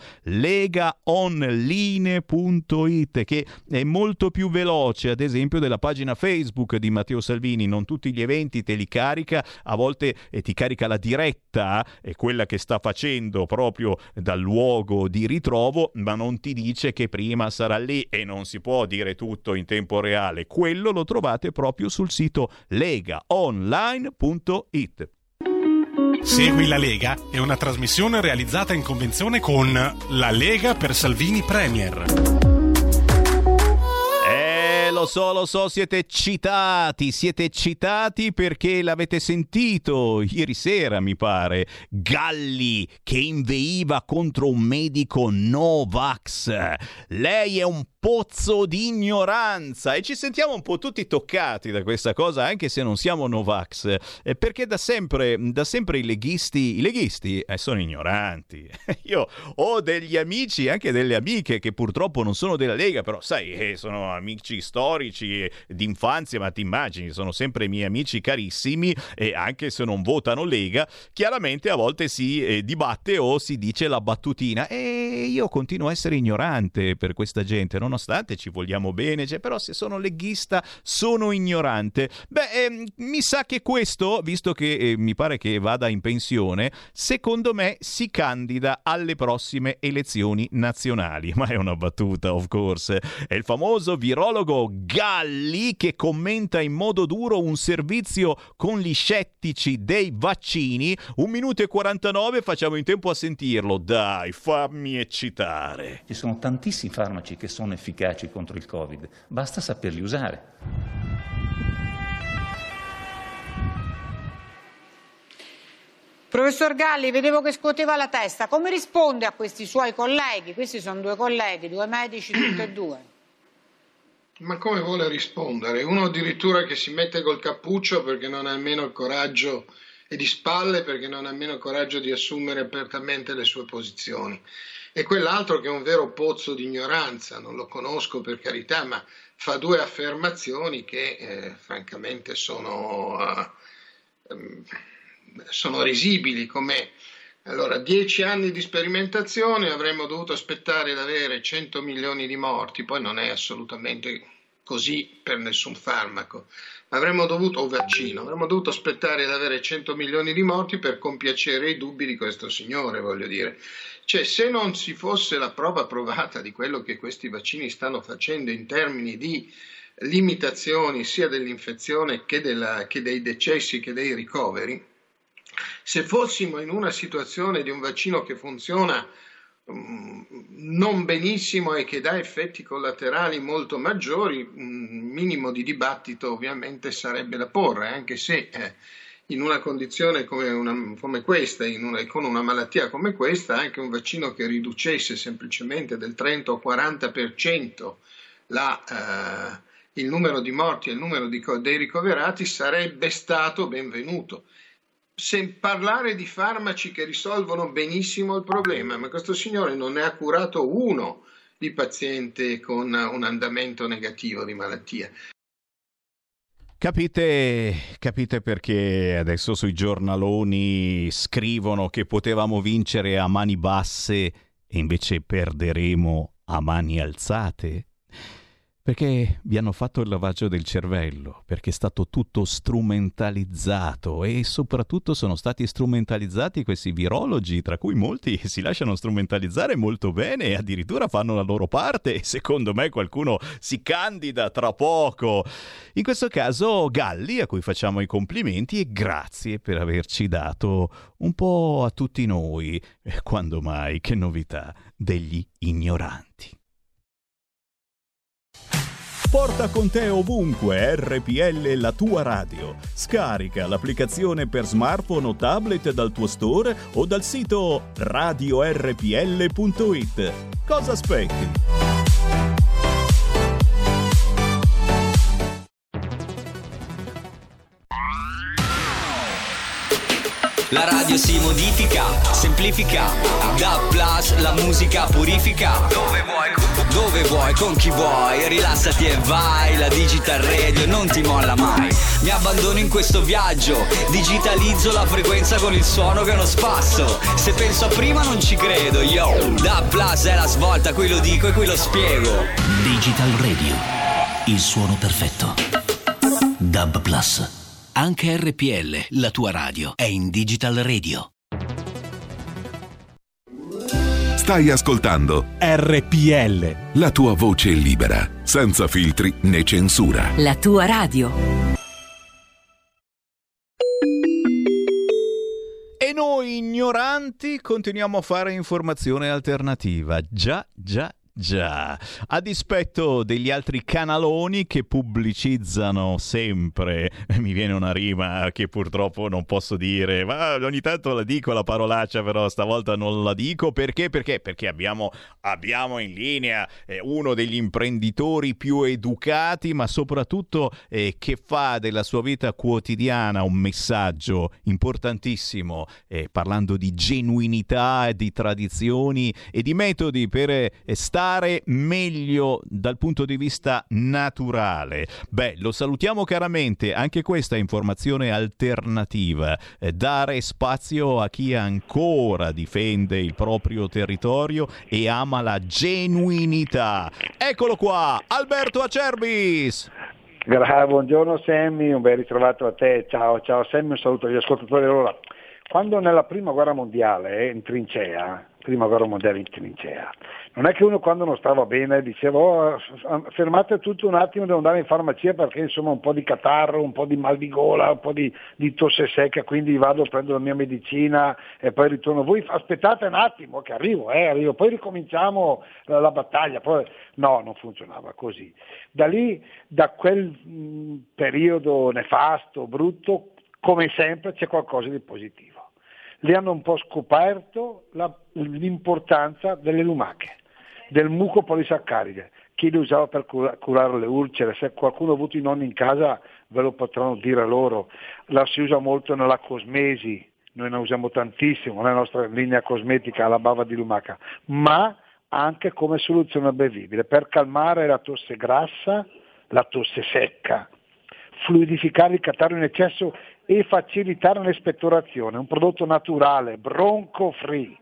legaonline.it, che è molto più veloce, ad esempio, della pagina Facebook di Matteo Salvini. Non tutti gli eventi te li carica, a volte ti carica la diretta, è quella che sta facendo proprio dal luogo di ritrovo, ma non ti dice che prima sarà lì, e non si può dire tutto in tempo reale. Quello lo trovate proprio sul sito legaonline.it. Segui la Lega è una trasmissione realizzata in convenzione con La Lega per Salvini Premier. Lo so, siete citati perché l'avete sentito ieri sera, mi pare. Galli che inveiva contro un medico Novax. Lei è un pozzo di ignoranza, e ci sentiamo un po' tutti toccati da questa cosa, anche se non siamo Novax, perché da sempre i leghisti sono ignoranti. Io ho degli amici, anche delle amiche, che purtroppo non sono della Lega, però sai, sono amici storici d'infanzia, ma ti immagini, sono sempre miei amici carissimi, e anche se non votano Lega, chiaramente a volte si dibatte o si dice la battutina, e io continuo a essere ignorante per questa gente, nonostante ci vogliamo bene, però se sono leghista sono ignorante. Mi sa che questo, visto che mi pare che vada in pensione, secondo me si candida alle prossime elezioni nazionali. Ma è una battuta, of course. È il famoso virologo Galli che commenta in modo duro un servizio con gli scettici dei vaccini. 1 minuto e 49, facciamo in tempo a sentirlo. Dai, fammi eccitare. Ci sono tantissimi farmaci che sono efficaci contro il Covid, basta saperli usare. Professor Galli, vedevo che scuoteva la testa. Come risponde a questi suoi colleghi? Questi sono 2 colleghi, 2 medici, tutti e 2. Ma come vuole rispondere? Uno addirittura che si mette col cappuccio perché non ha nemmeno il coraggio, e di spalle perché non ha nemmeno il coraggio di assumere apertamente le sue posizioni. E quell'altro che è un vero pozzo di ignoranza, non lo conosco per carità, ma fa 2 affermazioni che francamente sono risibili. Come allora, 10 anni di sperimentazione, avremmo dovuto aspettare di avere 100 milioni di morti, poi non è assolutamente così per nessun farmaco, avremmo dovuto aspettare di avere 100 milioni di morti per compiacere i dubbi di questo signore, voglio dire. Cioè, se non si fosse la prova provata di quello che questi vaccini stanno facendo in termini di limitazioni sia dell'infezione che dei decessi che dei ricoveri, se fossimo in una situazione di un vaccino che funziona non benissimo e che dà effetti collaterali molto maggiori, un minimo di dibattito ovviamente sarebbe da porre, anche se in una condizione come questa, con una malattia come questa, anche un vaccino che riducesse semplicemente del 30 o 40% il numero di morti e il numero dei ricoverati sarebbe stato benvenuto. Parlare di farmaci che risolvono benissimo il problema, ma questo signore non ne ha curato uno di paziente con un andamento negativo di malattia. Capite perché adesso sui giornaloni scrivono che potevamo vincere a mani basse e invece perderemo a mani alzate? Perché vi hanno fatto il lavaggio del cervello, perché è stato tutto strumentalizzato, e soprattutto sono stati strumentalizzati questi virologi, tra cui molti si lasciano strumentalizzare molto bene e addirittura fanno la loro parte, e secondo me qualcuno si candida tra poco. In questo caso Galli, a cui facciamo i complimenti, e grazie per averci dato un po' a tutti noi, quando mai, che novità, degli ignoranti. Porta con te ovunque RPL, la tua radio. Scarica l'applicazione per smartphone o tablet dal tuo store o dal sito radiorpl.it. Cosa aspetti? La radio si modifica, semplifica. DAB Plus, la musica purifica. Dove vuoi, con chi vuoi, rilassati e vai. La Digital Radio non ti molla mai. Mi abbandono in questo viaggio, digitalizzo la frequenza con il suono che non spasso. Se penso a prima non ci credo, yo. DAB Plus è la svolta, qui lo dico e qui lo spiego. Digital Radio, il suono perfetto. DAB Plus. Anche RPL, la tua radio, è in Digital Radio. Stai ascoltando RPL, la tua voce libera, senza filtri né censura. La tua radio. E noi ignoranti continuiamo a fare informazione alternativa. Già. A dispetto degli altri canaloni che pubblicizzano sempre, mi viene una rima che purtroppo non posso dire, ma ogni tanto la dico la parolaccia, però stavolta non la dico. Perché abbiamo in linea uno degli imprenditori più educati, ma soprattutto che fa della sua vita quotidiana un messaggio importantissimo, parlando di genuinità, di tradizioni e di metodi per stare meglio dal punto di vista naturale. Beh, lo salutiamo caramente, anche questa è informazione alternativa, dare spazio a chi ancora difende il proprio territorio e ama la genuinità. Eccolo qua, Alberto Acerbis. Buongiorno Sammy, un ben ritrovato a te. Ciao Sammy, un saluto agli ascoltatori. Allora, quando nella prima guerra mondiale in trincea, non è che uno quando non stava bene diceva fermate tutto un attimo, devo andare in farmacia perché insomma un po' di catarro, un po' di mal di gola, un po' di tosse secca, quindi vado, prendo la mia medicina e poi ritorno. Voi aspettate un attimo che arrivo, poi ricominciamo la battaglia. Poi no, non funzionava così. Da lì, da quel periodo nefasto, brutto, come sempre c'è qualcosa di positivo. Li hanno un po' scoperto l'importanza delle lumache, del muco polisaccaride. Chi li usava per curare le ulcere, se qualcuno ha avuto i nonni in casa ve lo potranno dire loro. La si usa molto nella cosmesi, noi ne usiamo tantissimo nella nostra linea cosmetica, la bava di lumaca, ma anche come soluzione bevibile, per calmare la tosse grassa, la tosse secca, fluidificare il catarro in eccesso e facilitare l'espettorazione. Un prodotto naturale, bronco free.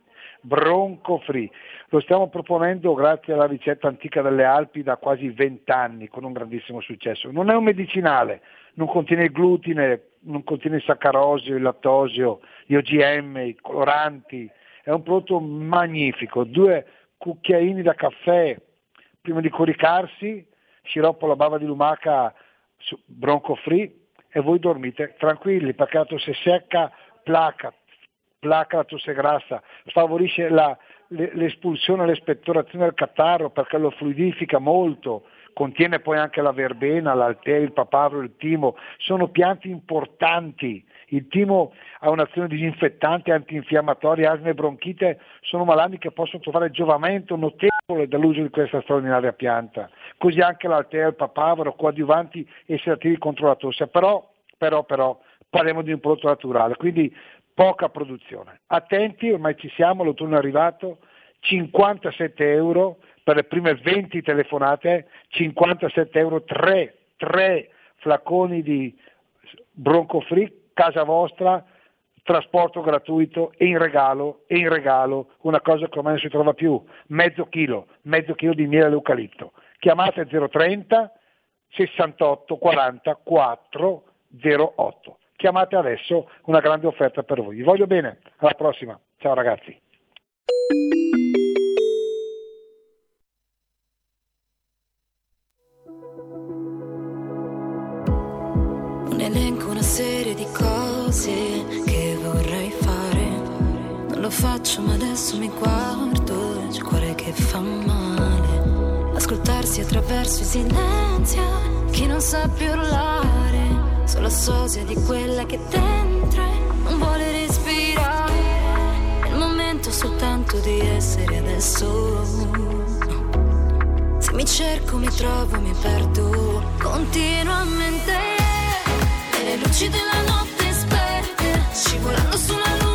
Lo stiamo proponendo grazie alla ricetta antica delle Alpi da quasi 20 anni con un grandissimo successo. Non è un medicinale, non contiene il glutine, non contiene il saccarosio, il lattosio, gli OGM, i coloranti. È un prodotto magnifico. 2 cucchiaini da caffè prima di coricarsi, sciroppo alla bava di lumaca bronco free e voi dormite tranquilli perché la tosse secca placa la tosse grassa, favorisce l'espulsione e l'espettorazione del catarro perché lo fluidifica molto, contiene poi anche la verbena, l'altea, il papavero, il timo, sono piante importanti. Il timo ha un'azione disinfettante, antinfiammatoria, asma e bronchite, sono malanni che possono trovare giovamento notevole dall'uso di questa straordinaria pianta. Così anche l'altea, il papavero, coadiuvanti e sedativi contro la tosse. Però parliamo di un prodotto naturale, quindi poca produzione. Attenti, ormai ci siamo, l'autunno è arrivato, 57 euro per le prime 20 telefonate, 57 euro, 3 flaconi di Bronco Free, casa vostra, trasporto gratuito e in regalo una cosa che ormai non si trova più, mezzo chilo di miele all'eucalipto. Chiamate 030 68 40 408. Chiamate adesso, una grande offerta per voi. Vi voglio bene, alla prossima. Ciao ragazzi. Un elenco, una serie di cose che vorrei fare. Non lo faccio ma adesso mi guardo, c'è il cuore che fa male. Ascoltarsi attraverso il silenzio, chi non sa più urlare. Solo sosia di quella che dentro non vuole respirare. È il momento soltanto di essere adesso. Se mi cerco, mi trovo, mi perdo continuamente. E le luci della notte spente, scivolando sulla luce.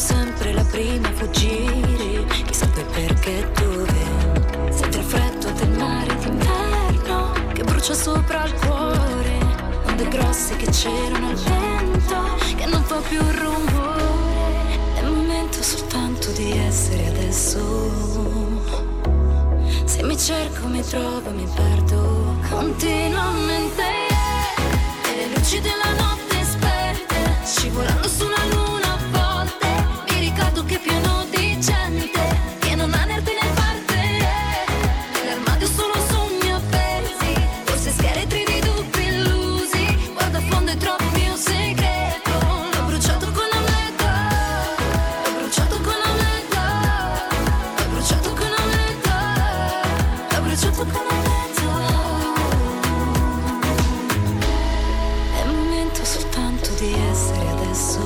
sempre la prima a fuggire, chissà poi perché e dove. Senti il freddo del mare d'inverno che brucia sopra il cuore, onde grosse che c'erano al vento che non fa più rumore. È il momento soltanto di essere adesso. Se mi cerco, mi trovo, mi perdo continuamente. E le luci della notte sperte, scivolando sulla luna a volte. Mi ricordo che è pieno di gente che non ha nervi né parte. Nell'armadio solo sogni appesi, forse scheletri di dubbi illusi. Guarda a fondo e trovo il mio segreto. L'ho bruciato con la meta, l'ho bruciato con la meta, l'ho bruciato con la meta, l'ho bruciato con la meta. È il momento soltanto di essere adesso.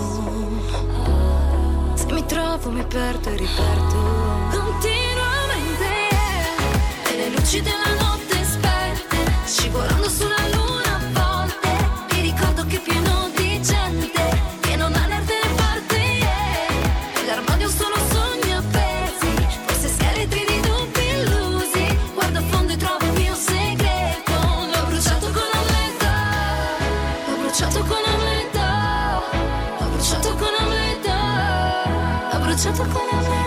Se mi trovo, mi perdo e riperdo continuamente. E le luci della notte sperte, scivolando sulla luna a volte. Mi ricordo che è pieno di gente che non ha nervi né parte. Nell'armadio solo sogni appesi, forse scheletri di dubbi illusi. Guardo a fondo e trovo il mio segreto. L'ho bruciato con la meta, l'ho bruciato con la meta, l'ho bruciato con la meta, l'ho bruciato con la meta.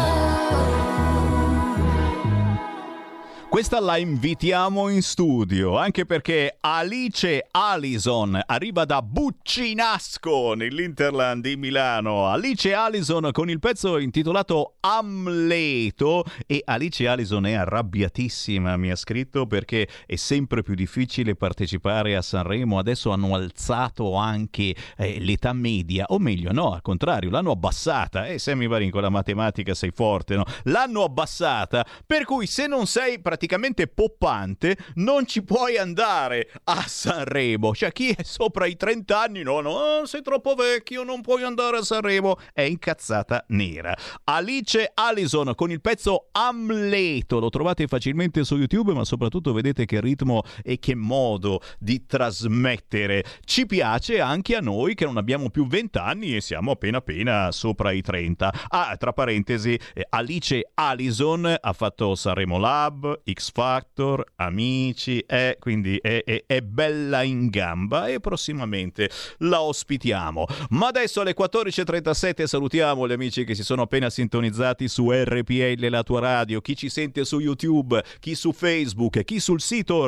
Questa la invitiamo in studio, anche perché Alice Alison arriva da Buccinasco, nell'Interland di Milano. Alice Alison con il pezzo intitolato Amleto, e Alice Alison è arrabbiatissima, mi ha scritto, perché è sempre più difficile partecipare a Sanremo. Adesso hanno alzato anche l'età media, o meglio, no, al contrario, l'hanno abbassata. Sammy Varin, con la matematica sei forte, no? L'hanno abbassata, per cui se non sei praticamente poppante non ci puoi andare a Sanremo. Cioè, chi è sopra i 30 anni, no, sei troppo vecchio, non puoi andare a Sanremo, è incazzata nera. Alice Alison con il pezzo Amleto, lo trovate facilmente su YouTube, ma soprattutto vedete che ritmo e che modo di trasmettere. Ci piace anche a noi che non abbiamo più 20 anni e siamo appena sopra i 30. Tra parentesi, Alice Alison ha fatto Sanremo Lab, X Factor, Amici, quindi è bella in gamba e prossimamente la ospitiamo. Ma adesso alle 14.37 salutiamo gli amici che si sono appena sintonizzati su RPL La Tua Radio, chi ci sente su YouTube, chi su Facebook, chi sul sito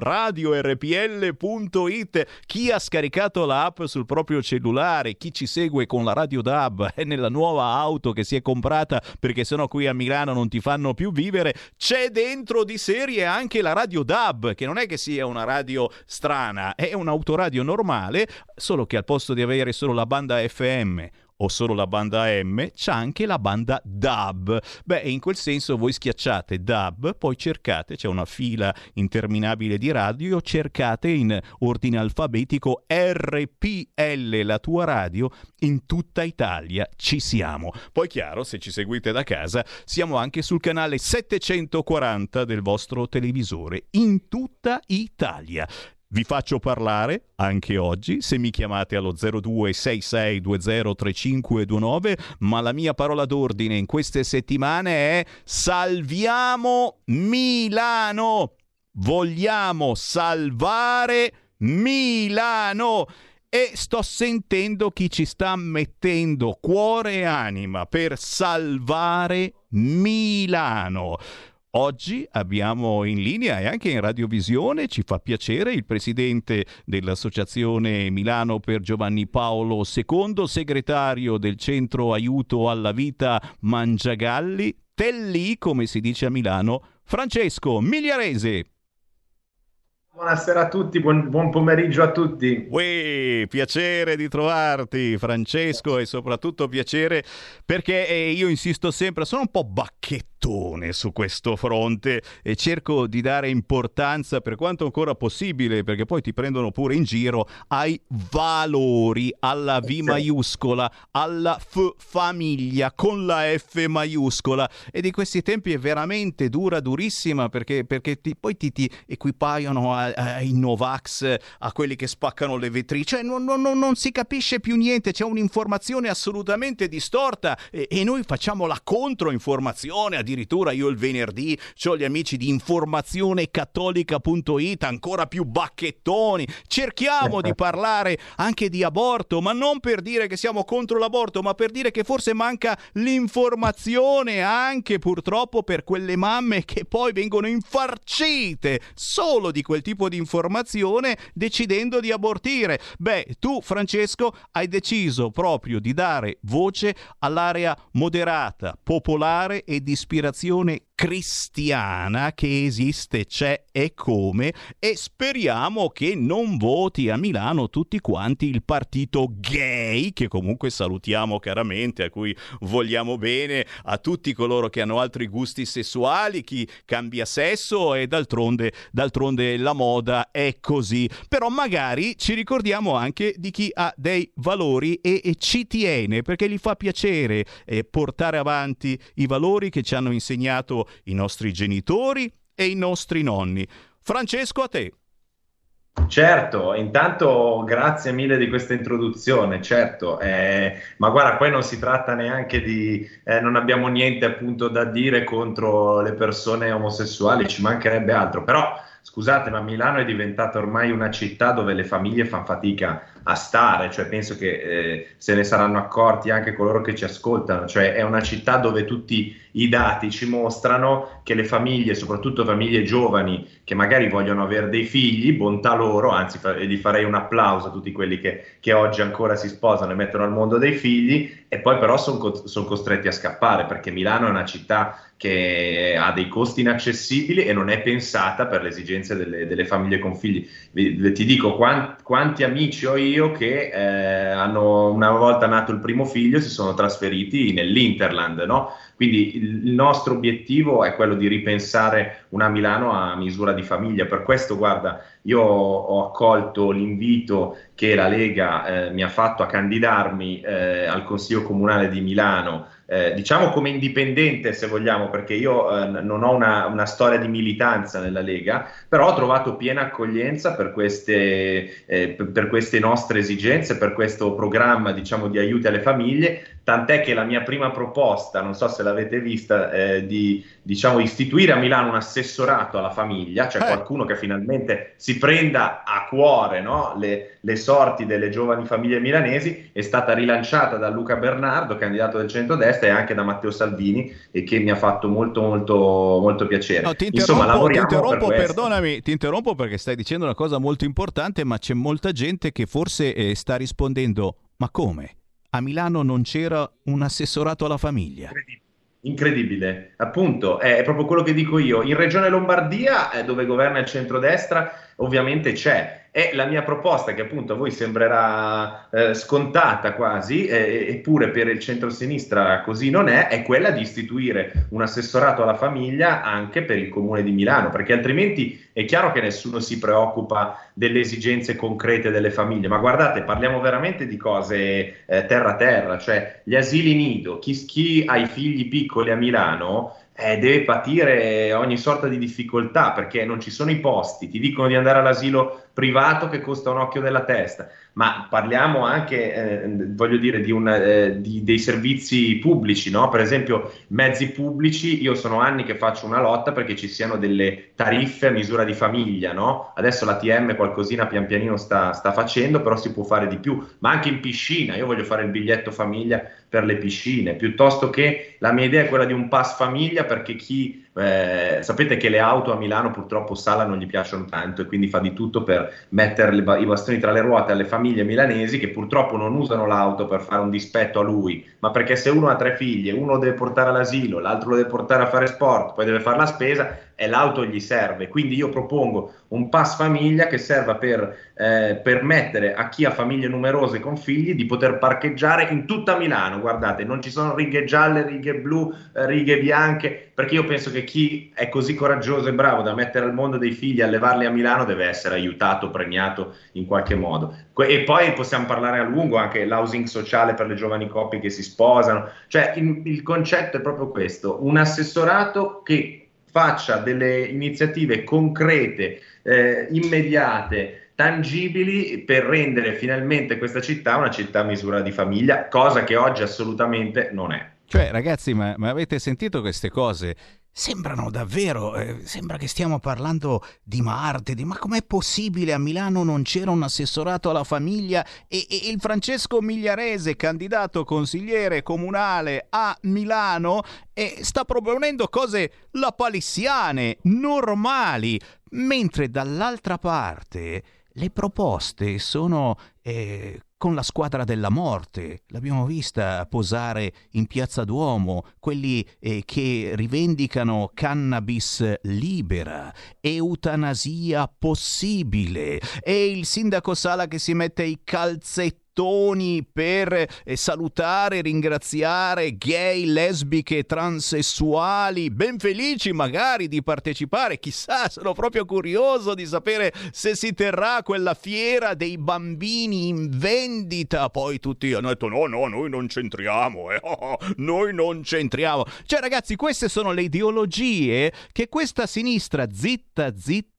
radiorpl.it, chi ha scaricato l'app sul proprio cellulare, chi ci segue con la Radio DAB e nella nuova auto che si è comprata, perché sennò qui a Milano non ti fanno più vivere. C'è dentro di serie anche la Radio DAB, che non è che sia una radio strana, è un'autoradio normale, solo che al posto di avere solo la banda FM o solo la banda AM, c'è anche la banda DAB. In quel senso voi schiacciate DAB, poi cercate, c'è una fila interminabile di radio, cercate in ordine alfabetico RPL La Tua Radio, in tutta Italia ci siamo. Poi chiaro, se ci seguite da casa, siamo anche sul canale 740 del vostro televisore, in tutta Italia. Vi faccio parlare anche oggi se mi chiamate allo 0266203529, ma la mia parola d'ordine in queste settimane è salviamo Milano! Vogliamo salvare Milano! E sto sentendo chi ci sta mettendo cuore e anima per salvare Milano. Oggi abbiamo in linea e anche in radiovisione, ci fa piacere, il presidente dell'Associazione Milano per Giovanni Paolo II, segretario del Centro Aiuto alla Vita Mangiagalli, Tellì, come si dice a Milano, Francesco Migliarese. Buonasera a tutti, buon pomeriggio a tutti. Uè, piacere di trovarti Francesco, e soprattutto piacere perché io insisto sempre, sono un po' bacchettone bacchettone su questo fronte e cerco di dare importanza, per quanto ancora possibile, perché poi ti prendono pure in giro, ai valori, alla V maiuscola, alla famiglia con la F maiuscola. E di questi tempi è veramente durissima, perché poi ti equipaiano ai Novax, a quelli che spaccano le vetrine, cioè non si capisce più niente, c'è un'informazione assolutamente distorta e noi facciamo la controinformazione. Addirittura io il venerdì c'ho gli amici di informazionecattolica.it, ancora più bacchettoni, cerchiamo di parlare anche di aborto, ma non per dire che siamo contro l'aborto, ma per dire che forse manca l'informazione anche purtroppo per quelle mamme che poi vengono infarcite solo di quel tipo di informazione decidendo di abortire. Beh, tu Francesco hai deciso proprio di dare voce all'area moderata, popolare e di ispirazione cristiana che esiste, c'è e come, e speriamo che non voti a Milano tutti quanti il partito gay, che comunque salutiamo caramente, a cui vogliamo bene, a tutti coloro che hanno altri gusti sessuali, chi cambia sesso, e d'altronde la moda è così. Però magari ci ricordiamo anche di chi ha dei valori e ci tiene, perché gli fa piacere portare avanti i valori che ci hanno insegnato i nostri genitori e i nostri nonni. Francesco, a te. Certo, intanto grazie mille di questa introduzione, certo, ma guarda, poi non si tratta neanche di, non abbiamo niente appunto da dire contro le persone omosessuali, ci mancherebbe altro, però scusate, ma Milano è diventata ormai una città dove le famiglie fanno fatica a stare, cioè penso che se ne saranno accorti anche coloro che ci ascoltano, cioè è una città dove tutti i dati ci mostrano che le famiglie, soprattutto famiglie giovani che magari vogliono avere dei figli, bontà loro, anzi gli farei un applauso a tutti quelli che oggi ancora si sposano e mettono al mondo dei figli, e poi però sono costretti a scappare, perché Milano è una città che ha dei costi inaccessibili e non è pensata per le esigenze delle famiglie con figli. Ti dico quanti amici ho io che hanno, una volta nato il primo figlio, si sono trasferiti nell'Interland, no? Quindi il nostro obiettivo è quello di ripensare una Milano a misura di famiglia. Per questo, guarda, io ho accolto l'invito che la Lega mi ha fatto a candidarmi al Consiglio Comunale di Milano, diciamo come indipendente, se vogliamo, perché io non ho una storia di militanza nella Lega, però ho trovato piena accoglienza per queste nostre esigenze, per questo programma, diciamo, di aiuti alle famiglie, tant'è che la mia prima proposta, non so se l'avete vista, di diciamo istituire a Milano un assessorato alla famiglia, cioè qualcuno che finalmente si prenda a cuore, no, le sorti delle giovani famiglie milanesi, è stata rilanciata da Luca Bernardo, candidato del centrodestra, e anche da Matteo Salvini, e che mi ha fatto molto molto molto piacere. No, ti interrompo perché stai dicendo una cosa molto importante, ma c'è molta gente che forse sta rispondendo: ma come? A Milano non c'era un assessorato alla famiglia? Incredibile, appunto, è proprio quello che dico io. In Regione Lombardia, dove governa il centrodestra, ovviamente c'è. E la mia proposta, che appunto a voi sembrerà scontata quasi, eppure per il centrosinistra così non è quella di istituire un assessorato alla famiglia anche per il Comune di Milano, perché altrimenti è chiaro che nessuno si preoccupa delle esigenze concrete delle famiglie. Ma guardate, parliamo veramente di cose terra a terra, cioè gli asili nido, chi ha i figli piccoli a Milano deve patire ogni sorta di difficoltà, perché non ci sono i posti, ti dicono di andare all'asilo privato che costa un occhio della testa, ma parliamo anche, voglio dire, dei servizi pubblici, no? Per esempio mezzi pubblici, io sono anni che faccio una lotta perché ci siano delle tariffe a misura di famiglia, no? Adesso l'ATM qualcosina pian pianino sta facendo, però si può fare di più, ma anche in piscina, io voglio fare il biglietto famiglia per le piscine, piuttosto che la mia idea è quella di un pass famiglia, perché sapete che le auto a Milano purtroppo Sala non gli piacciono tanto, e quindi fa di tutto per mettere i bastoni tra le ruote alle famiglie milanesi, che purtroppo non usano l'auto per fare un dispetto a lui, ma perché se uno ha 3 figlie, uno lo deve portare all'asilo, l'altro lo deve portare a fare sport, poi deve fare la spesa, e l'auto gli serve. Quindi io propongo un pass famiglia che serva per permettere a chi ha famiglie numerose con figli di poter parcheggiare in tutta Milano. Guardate, non ci sono righe gialle, righe blu, righe bianche, perché io penso che chi è così coraggioso e bravo da mettere al mondo dei figli e allevarli a Milano deve essere aiutato, premiato in qualche modo. E poi possiamo parlare a lungo anche l'housing sociale per le giovani coppie che si sposano, cioè il concetto è proprio questo: un assessorato che faccia delle iniziative concrete, immediate, tangibili, per rendere finalmente questa città una città a misura di famiglia, cosa che oggi assolutamente non è. Cioè, ragazzi, ma avete sentito queste cose? Sembrano davvero, sembra che stiamo parlando di Marte, ma com'è possibile a Milano non c'era un assessorato alla famiglia e il Francesco Migliarese, candidato consigliere comunale a Milano, sta proponendo cose lapalissiane, normali, mentre dall'altra parte le proposte sono con la squadra della morte. L'abbiamo vista posare in Piazza Duomo, quelli che rivendicano cannabis libera, eutanasia possibile, e il sindaco Sala che si mette i calzettoni per salutare, ringraziare gay, lesbiche, transessuali, ben felici magari di partecipare. Chissà, sono proprio curioso di sapere se si terrà quella fiera dei bambini in vendita. Poi tutti hanno detto no, noi non c'entriamo, noi non c'entriamo. Cioè, ragazzi, queste sono le ideologie che questa sinistra zitta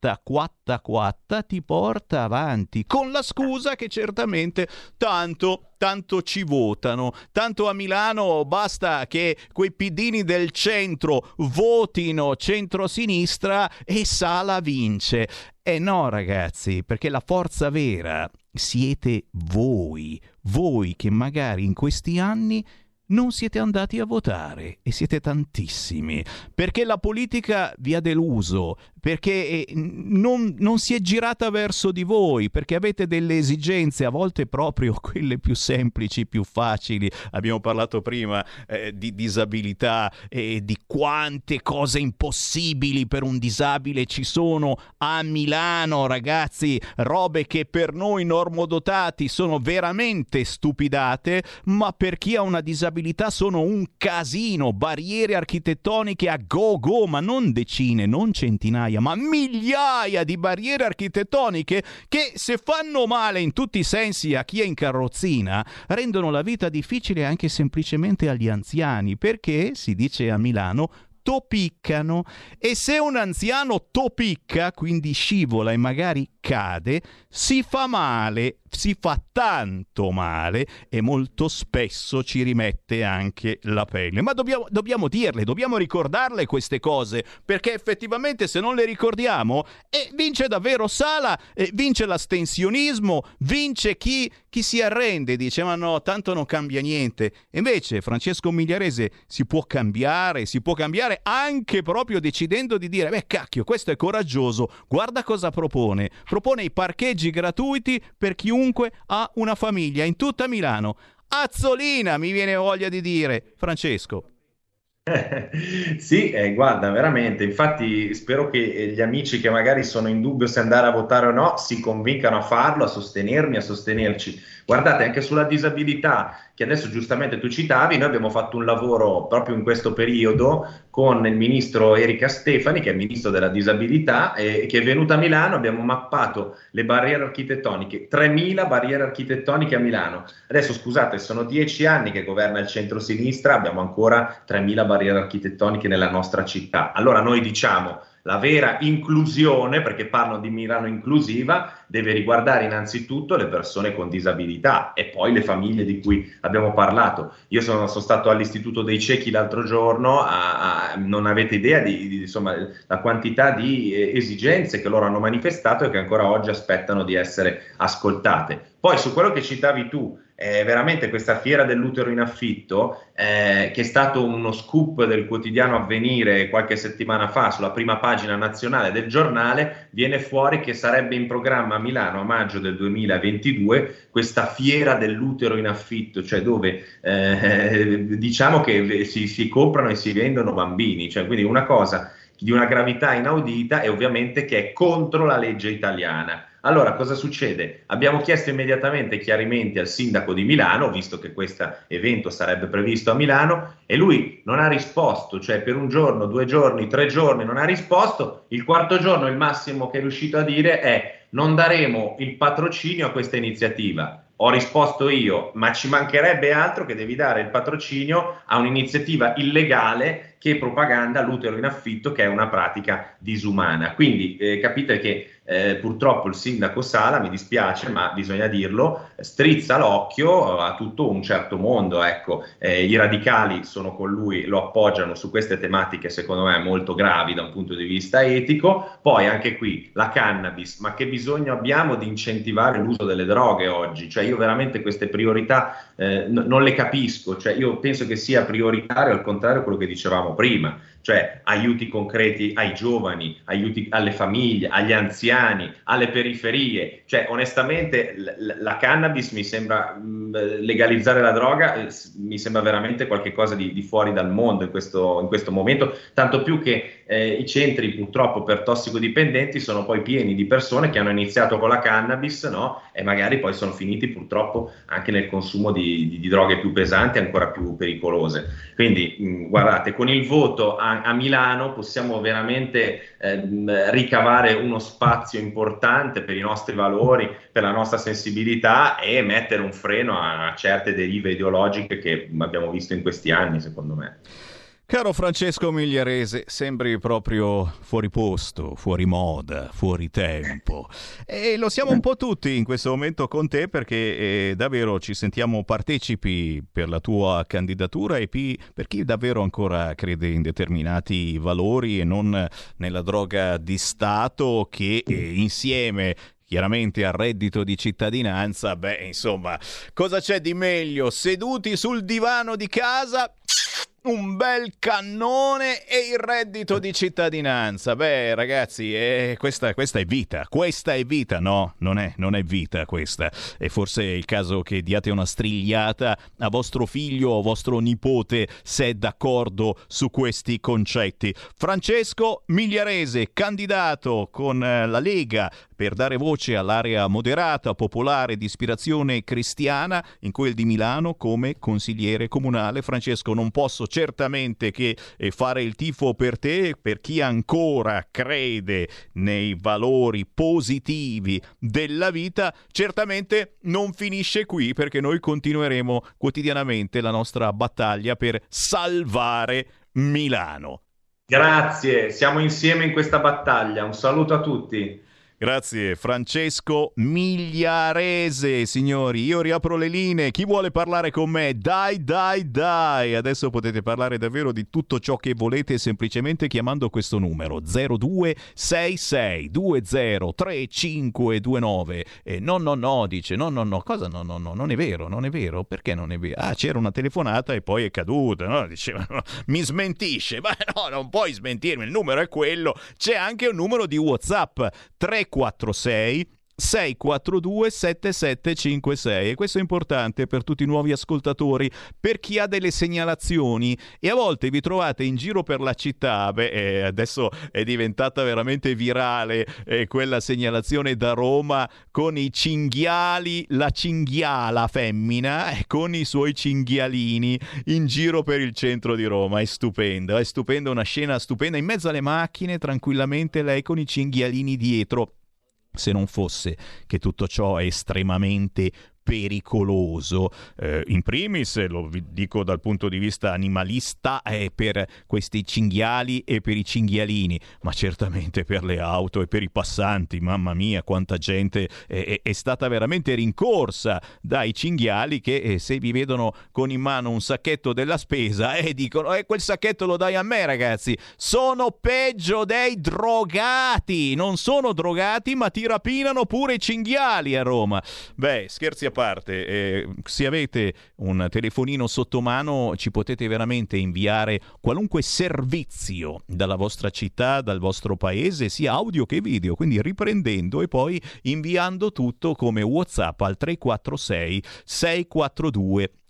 quatta ti porta avanti, con la scusa che certamente tanto ci votano, tanto a Milano basta che quei pidini del centro votino centrosinistra e Sala vince. No, ragazzi, perché la forza vera siete voi che magari in questi anni non siete andati a votare, e siete tantissimi, perché la politica vi ha deluso, perché non si è girata verso di voi, perché avete delle esigenze, a volte proprio quelle più semplici, più facili. Abbiamo parlato prima di disabilità e di quante cose impossibili per un disabile ci sono a Milano, ragazzi, robe che per noi normodotati sono veramente stupidate, ma per chi ha una disabilità sono un casino, barriere architettoniche a go, ma non decine, non centinaia, ma migliaia di barriere architettoniche che, se fanno male in tutti i sensi a chi è in carrozzina, rendono la vita difficile anche semplicemente agli anziani, perché, si dice a Milano, topiccano, e se un anziano topicca, quindi scivola e magari cade, si fa male, si fa tanto male, e molto spesso ci rimette anche la pelle. Ma dobbiamo dirle, dobbiamo ricordarle queste cose, perché effettivamente se non le ricordiamo vince davvero Sala, vince l'astensionismo, vince chi si arrende, dice ma no, tanto non cambia niente. Invece Francesco Migliarese si può cambiare anche proprio decidendo di dire beh cacchio, questo è coraggioso, guarda cosa propone i parcheggi gratuiti per chiunque ha una famiglia in tutta Milano. Azzolina, mi viene voglia di dire, Francesco. Sì, guarda, veramente, infatti spero che gli amici che magari sono in dubbio se andare a votare o no si convincano a farlo, a sostenermi, a sostenerci. Guardate, anche sulla disabilità, che adesso giustamente tu citavi, noi abbiamo fatto un lavoro proprio in questo periodo con il ministro Erika Stefani, che è il ministro della disabilità, che è venuta a Milano. Abbiamo mappato le barriere architettoniche, 3.000 barriere architettoniche a Milano. Adesso scusate, sono 10 anni che governa il centro-sinistra, abbiamo ancora 3.000 barriere architettoniche nella nostra città. Allora noi diciamo, la vera inclusione, perché parlo di Milano inclusiva, deve riguardare innanzitutto le persone con disabilità e poi le famiglie di cui abbiamo parlato. Io sono stato all'Istituto dei Ciechi l'altro giorno, non avete idea di insomma, la quantità di esigenze che loro hanno manifestato e che ancora oggi aspettano di essere ascoltate. Poi su quello che citavi tu, veramente questa fiera dell'utero in affitto, che è stato uno scoop del quotidiano Avvenire qualche settimana fa sulla prima pagina nazionale del giornale, viene fuori che sarebbe in programma a Milano a maggio del 2022 questa fiera dell'utero in affitto, cioè dove diciamo che si comprano e si vendono bambini, cioè quindi una cosa di una gravità inaudita e ovviamente che è contro la legge italiana. Allora cosa succede? Abbiamo chiesto immediatamente chiarimenti al sindaco di Milano, visto che questo evento sarebbe previsto a Milano, e lui non ha risposto, cioè per un giorno, 2 giorni, 3 giorni non ha risposto. Il quarto giorno il massimo che è riuscito a dire è: non daremo il patrocinio a questa iniziativa. Ho risposto io, ma ci mancherebbe altro che devi dare il patrocinio a un'iniziativa illegale che propaganda l'utero in affitto, che è una pratica disumana. Quindi capite che purtroppo il sindaco Sala, mi dispiace ma bisogna dirlo, strizza l'occhio a tutto un certo mondo. Ecco, i radicali sono con lui, lo appoggiano su queste tematiche secondo me molto gravi da un punto di vista etico. Poi anche qui la cannabis, ma che bisogno abbiamo di incentivare l'uso delle droghe oggi? Cioè io veramente queste priorità non le capisco, cioè io penso che sia prioritario al contrario quello che dicevamo prima, cioè aiuti concreti ai giovani, aiuti alle famiglie, agli anziani, alle periferie. Cioè onestamente la cannabis mi sembra, legalizzare la droga mi sembra veramente qualcosa di fuori dal mondo in questo momento, tanto più che i centri purtroppo per tossicodipendenti sono poi pieni di persone che hanno iniziato con la cannabis, no? E magari poi sono finiti purtroppo anche nel consumo di droghe più pesanti, ancora più pericolose. Quindi guardate, con il voto a Milano possiamo veramente ricavare uno spazio importante per i nostri valori, per la nostra sensibilità e mettere un freno a certe derive ideologiche che abbiamo visto in questi anni, secondo me. Caro Francesco Migliarese, sembri proprio fuori posto, fuori moda, fuori tempo. E lo siamo un po' tutti in questo momento con te, perché davvero ci sentiamo partecipi per la tua candidatura e per chi davvero ancora crede in determinati valori e non nella droga di Stato che insieme chiaramente al reddito di cittadinanza, insomma, cosa c'è di meglio? Seduti sul divano di casa, un bel cannone e il reddito di cittadinanza. Ragazzi, questa è vita, no? Non è vita questa. E forse è il caso che diate una strigliata a vostro figlio o vostro nipote se è d'accordo su questi concetti. Francesco Migliarese, candidato con la Lega per dare voce all'area moderata, popolare, di ispirazione cristiana, in quel di Milano come consigliere comunale. Francesco, non posso certamente che fare il tifo per te, per chi ancora crede nei valori positivi della vita. Certamente non finisce qui, perché noi continueremo quotidianamente la nostra battaglia per salvare Milano. Grazie, siamo insieme in questa battaglia. Un saluto a tutti. Grazie Francesco Migliarese, signori. Io riapro le linee. Chi vuole parlare con me? Dai. Adesso potete parlare davvero di tutto ciò che volete semplicemente chiamando questo numero 0266203529. No, dice no, cosa no, non è vero, perché non è vero? C'era una telefonata e poi è caduta, no? Diceva, no, mi smentisce, ma no, non puoi smentirmi, il numero è quello. C'è anche un numero di WhatsApp 346 642 7756 e questo è importante per tutti i nuovi ascoltatori, per chi ha delle segnalazioni e a volte vi trovate in giro per la città. Adesso è diventata veramente virale quella segnalazione da Roma con i cinghiali, la cinghiala femmina con i suoi cinghialini in giro per il centro di Roma. È stupenda, una scena stupenda, in mezzo alle macchine tranquillamente lei con i cinghialini dietro. Se non fosse che tutto ciò è estremamente pericoloso, in primis lo dico dal punto di vista animalista, per questi cinghiali e per i cinghialini, ma certamente per le auto e per i passanti. Mamma mia, quanta gente è stata veramente rincorsa dai cinghiali che se vi vedono con in mano un sacchetto della spesa dicono quel sacchetto lo dai a me, ragazzi. Sono peggio dei drogati, non sono drogati ma ti rapinano pure i cinghiali a Roma. Scherzi a parte, se avete un telefonino sotto mano ci potete veramente inviare qualunque servizio dalla vostra città, dal vostro paese, sia audio che video, quindi riprendendo e poi inviando tutto come WhatsApp al 346 642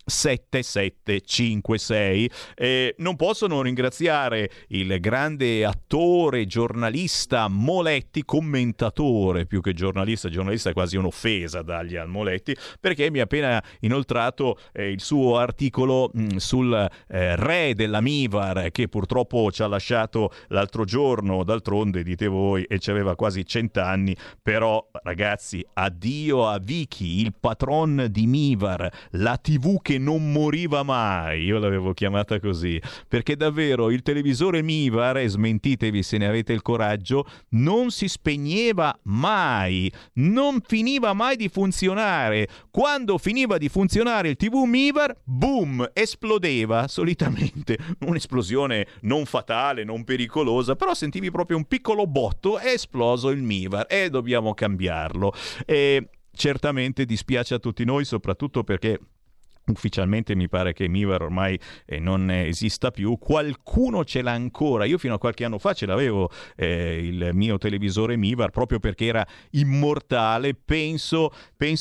7756. Non posso non ringraziare il grande attore, giornalista Moletti, commentatore più che giornalista è quasi un'offesa dargli al Moletti, perché mi ha appena inoltrato il suo articolo sul re della Mivar, che purtroppo ci ha lasciato l'altro giorno, d'altronde dite voi, e ci aveva quasi 100 anni, però ragazzi, addio a Vicky, il patron di Mivar, la TV che non moriva mai, io l'avevo chiamata così, perché davvero il televisore Mivar, e smentitevi se ne avete il coraggio, non si spegneva mai, non finiva mai di funzionare. Quando finiva di funzionare il TV Mivar, boom, esplodeva, solitamente un'esplosione non fatale, non pericolosa, però sentivi proprio un piccolo botto, è esploso il Mivar e dobbiamo cambiarlo. E certamente dispiace a tutti noi, soprattutto perché ufficialmente mi pare che Mivar ormai non esista più. Qualcuno ce l'ha ancora. Io fino a qualche anno fa ce l'avevo, il mio televisore Mivar, proprio perché era immortale. Penso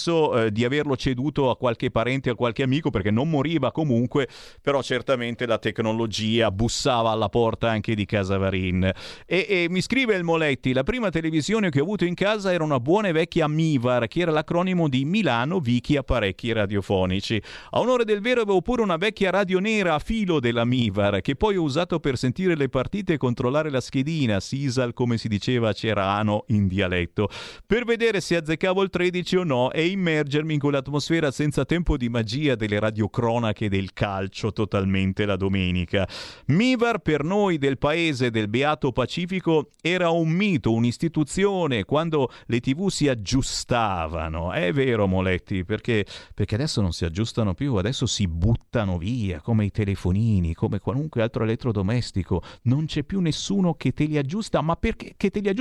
di averlo ceduto a qualche parente, a qualche amico, perché non moriva comunque, però certamente la tecnologia bussava alla porta anche di casa Varin. E mi scrive il Moletti: la prima televisione che ho avuto in casa era una buona e vecchia Mivar, che era l'acronimo di Milano Vichi Apparecchi Radiofonici. A onore del vero avevo pure una vecchia radio nera a filo della Mivar, che poi ho usato per sentire le partite e controllare la schedina, Sisal come si diceva a Cerano in dialetto, per vedere se azzeccavo il 13 o no e immergermi in quell'atmosfera senza tempo di magia delle radiocronache del calcio totalmente la domenica. Mivar per noi del paese del Beato Pacifico era un mito, un'istituzione, quando le TV si aggiustavano. È vero, Moletti, perché adesso non si aggiustano più, adesso si buttano via come i telefonini, come qualunque altro elettrodomestico. Non c'è più nessuno che te li aggiusta, ma perché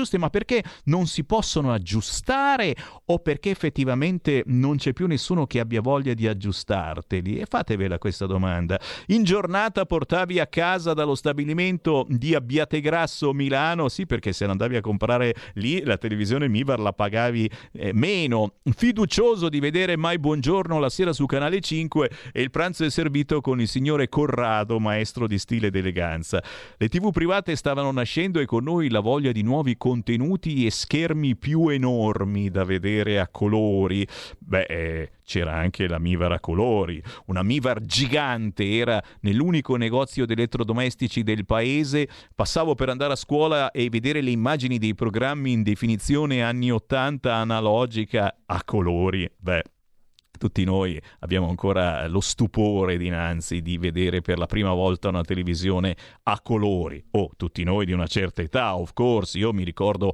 non si possono aggiustare, o perché effettivamente non c'è più nessuno che abbia voglia di aggiustarteli? E fatevela questa domanda. In giornata portavi a casa dallo stabilimento di Abbiategrasso Milano, sì, perché se andavi a comprare lì la televisione Mivar la pagavi meno, fiducioso di vedere Mai Buongiorno la sera su Canale 5, e il pranzo è servito con il signore Corrado, maestro di stile ed eleganza. Le TV private stavano nascendo e con noi la voglia di nuovi contenuti e schermi più enormi da vedere a colori. C'era anche la Mivar a colori, una Mivar gigante, era nell'unico negozio di elettrodomestici del paese. Passavo per andare a scuola e vedere le immagini dei programmi in definizione anni 80 analogica a colori. Tutti noi abbiamo ancora lo stupore dinanzi di vedere per la prima volta una televisione a colori. Tutti noi di una certa età, of course. Io mi ricordo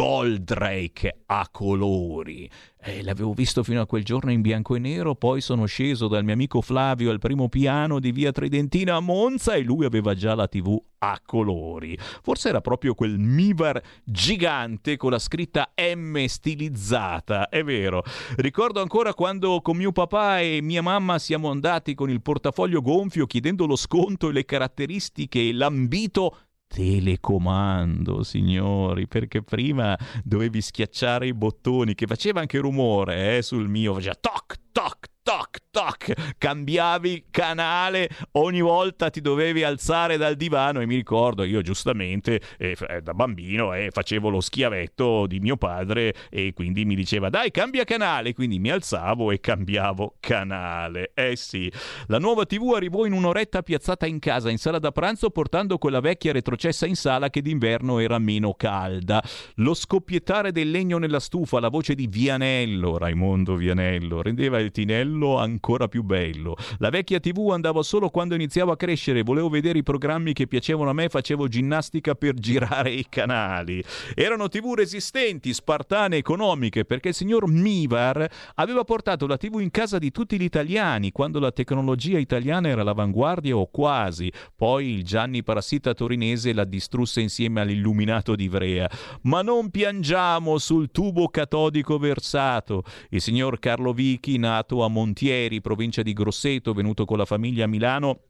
Goldrake a colori. L'avevo visto fino a quel giorno in bianco e nero, poi sono sceso dal mio amico Flavio al primo piano di via Tridentina a Monza e lui aveva già la TV a colori. Forse era proprio quel Mivar gigante con la scritta M stilizzata, è vero. Ricordo ancora quando con mio papà e mia mamma siamo andati con il portafoglio gonfio chiedendo lo sconto e le caratteristiche e l'ambito telecomando, signori, perché prima dovevi schiacciare i bottoni, che faceva anche rumore sul mio, faceva toc toc toc toc, cambiavi canale, ogni volta ti dovevi alzare dal divano. E mi ricordo, io giustamente da bambino facevo lo schiavetto di mio padre e quindi mi diceva dai cambia canale, quindi mi alzavo e cambiavo canale. Sì, la nuova TV arrivò in un'oretta piazzata in casa in sala da pranzo, portando quella vecchia retrocessa in sala che d'inverno era meno calda. Lo scoppiettare del legno nella stufa, la voce di Vianello, Raimondo Vianello, rendeva il tinello ancora più bello. La vecchia TV andava solo quando iniziavo a crescere, volevo vedere i programmi che piacevano a me, facevo ginnastica per girare i canali. Erano TV resistenti, spartane, economiche, perché il signor Mivar aveva portato la TV in casa di tutti gli italiani quando la tecnologia italiana era all'avanguardia o quasi. Poi il Gianni Parassita torinese la distrusse insieme all'illuminato di Ivrea. Ma non piangiamo sul tubo catodico versato. Il signor Carlo Vichi, nato a Montieri, provincia di Grosseto, venuto con la famiglia a Milano,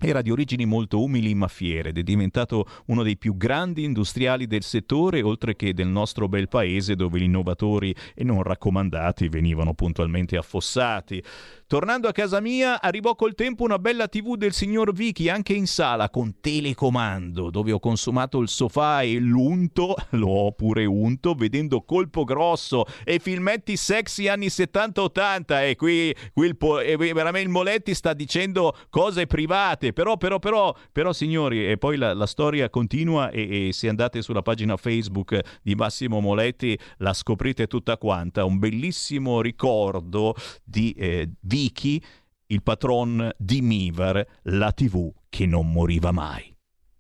Era di origini molto umili ma fiere ed è diventato uno dei più grandi industriali del settore, oltre che del nostro bel paese, dove gli innovatori e non raccomandati venivano puntualmente affossati. Tornando a casa mia, arrivò col tempo una bella TV del signor Vichi, anche in sala, con telecomando, dove ho consumato il sofà e l'unto, lo ho pure unto, vedendo Colpo Grosso e filmetti sexy anni 70-80. E qui veramente il Moletti sta dicendo cose private, però signori, e poi la storia continua e se andate sulla pagina Facebook di Massimo Moletti la scoprite tutta quanta. Un bellissimo ricordo di Vichi, il patron di Mivar, la TV che non moriva mai.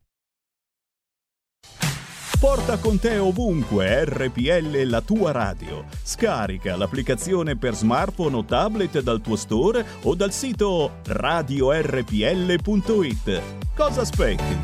Porta con te ovunque RPL, la tua radio. Scarica l'applicazione per smartphone o tablet dal tuo store o dal sito radiorpl.it. Cosa aspetti?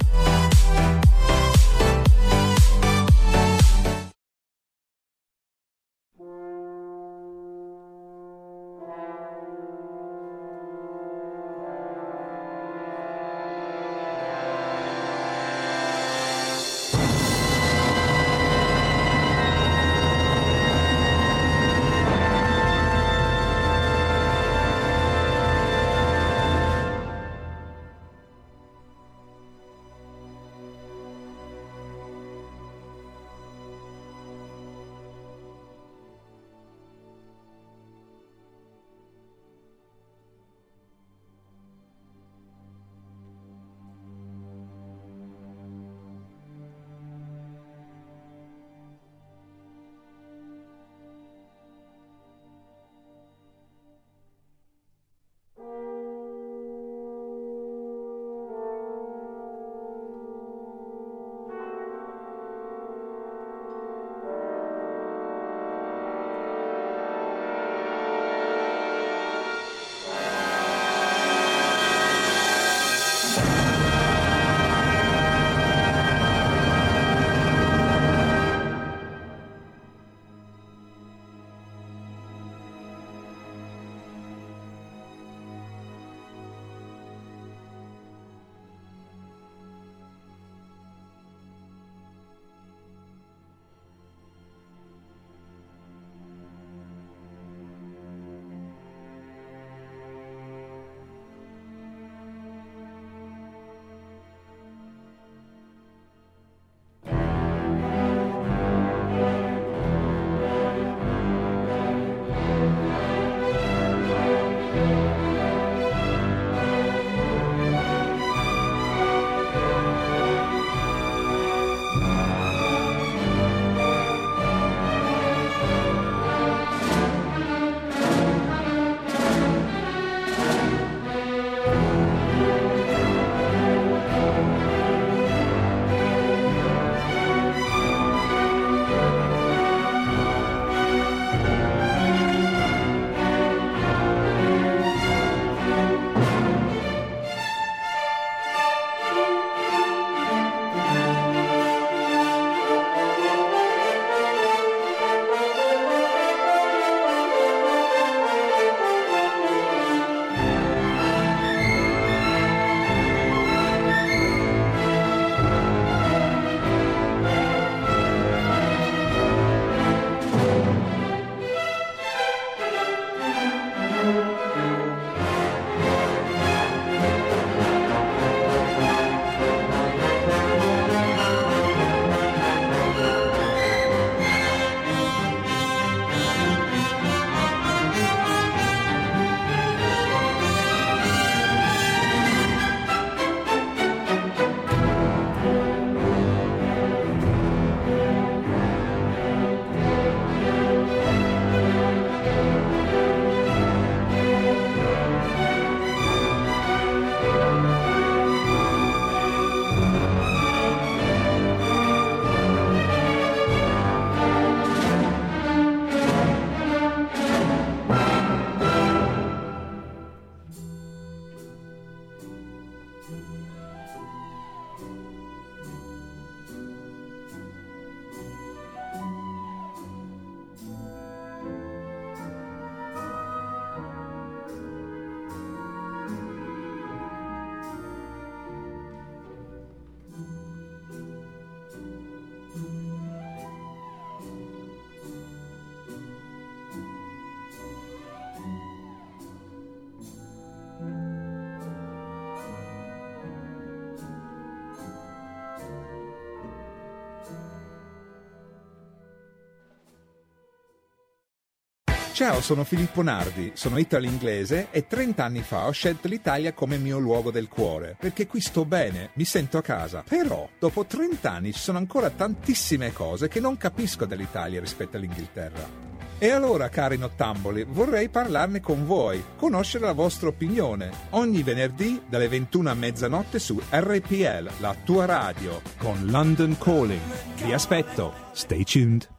Ciao, sono Filippo Nardi, sono italo-inglese e 30 anni fa ho scelto l'Italia come mio luogo del cuore, perché qui sto bene, mi sento a casa. Però, dopo 30 anni ci sono ancora tantissime cose che non capisco dell'Italia rispetto all'Inghilterra. E allora, cari nottamboli, vorrei parlarne con voi, conoscere la vostra opinione. Ogni venerdì dalle 21 a mezzanotte su RPL, la tua radio, con London Calling. Vi aspetto. Stay tuned.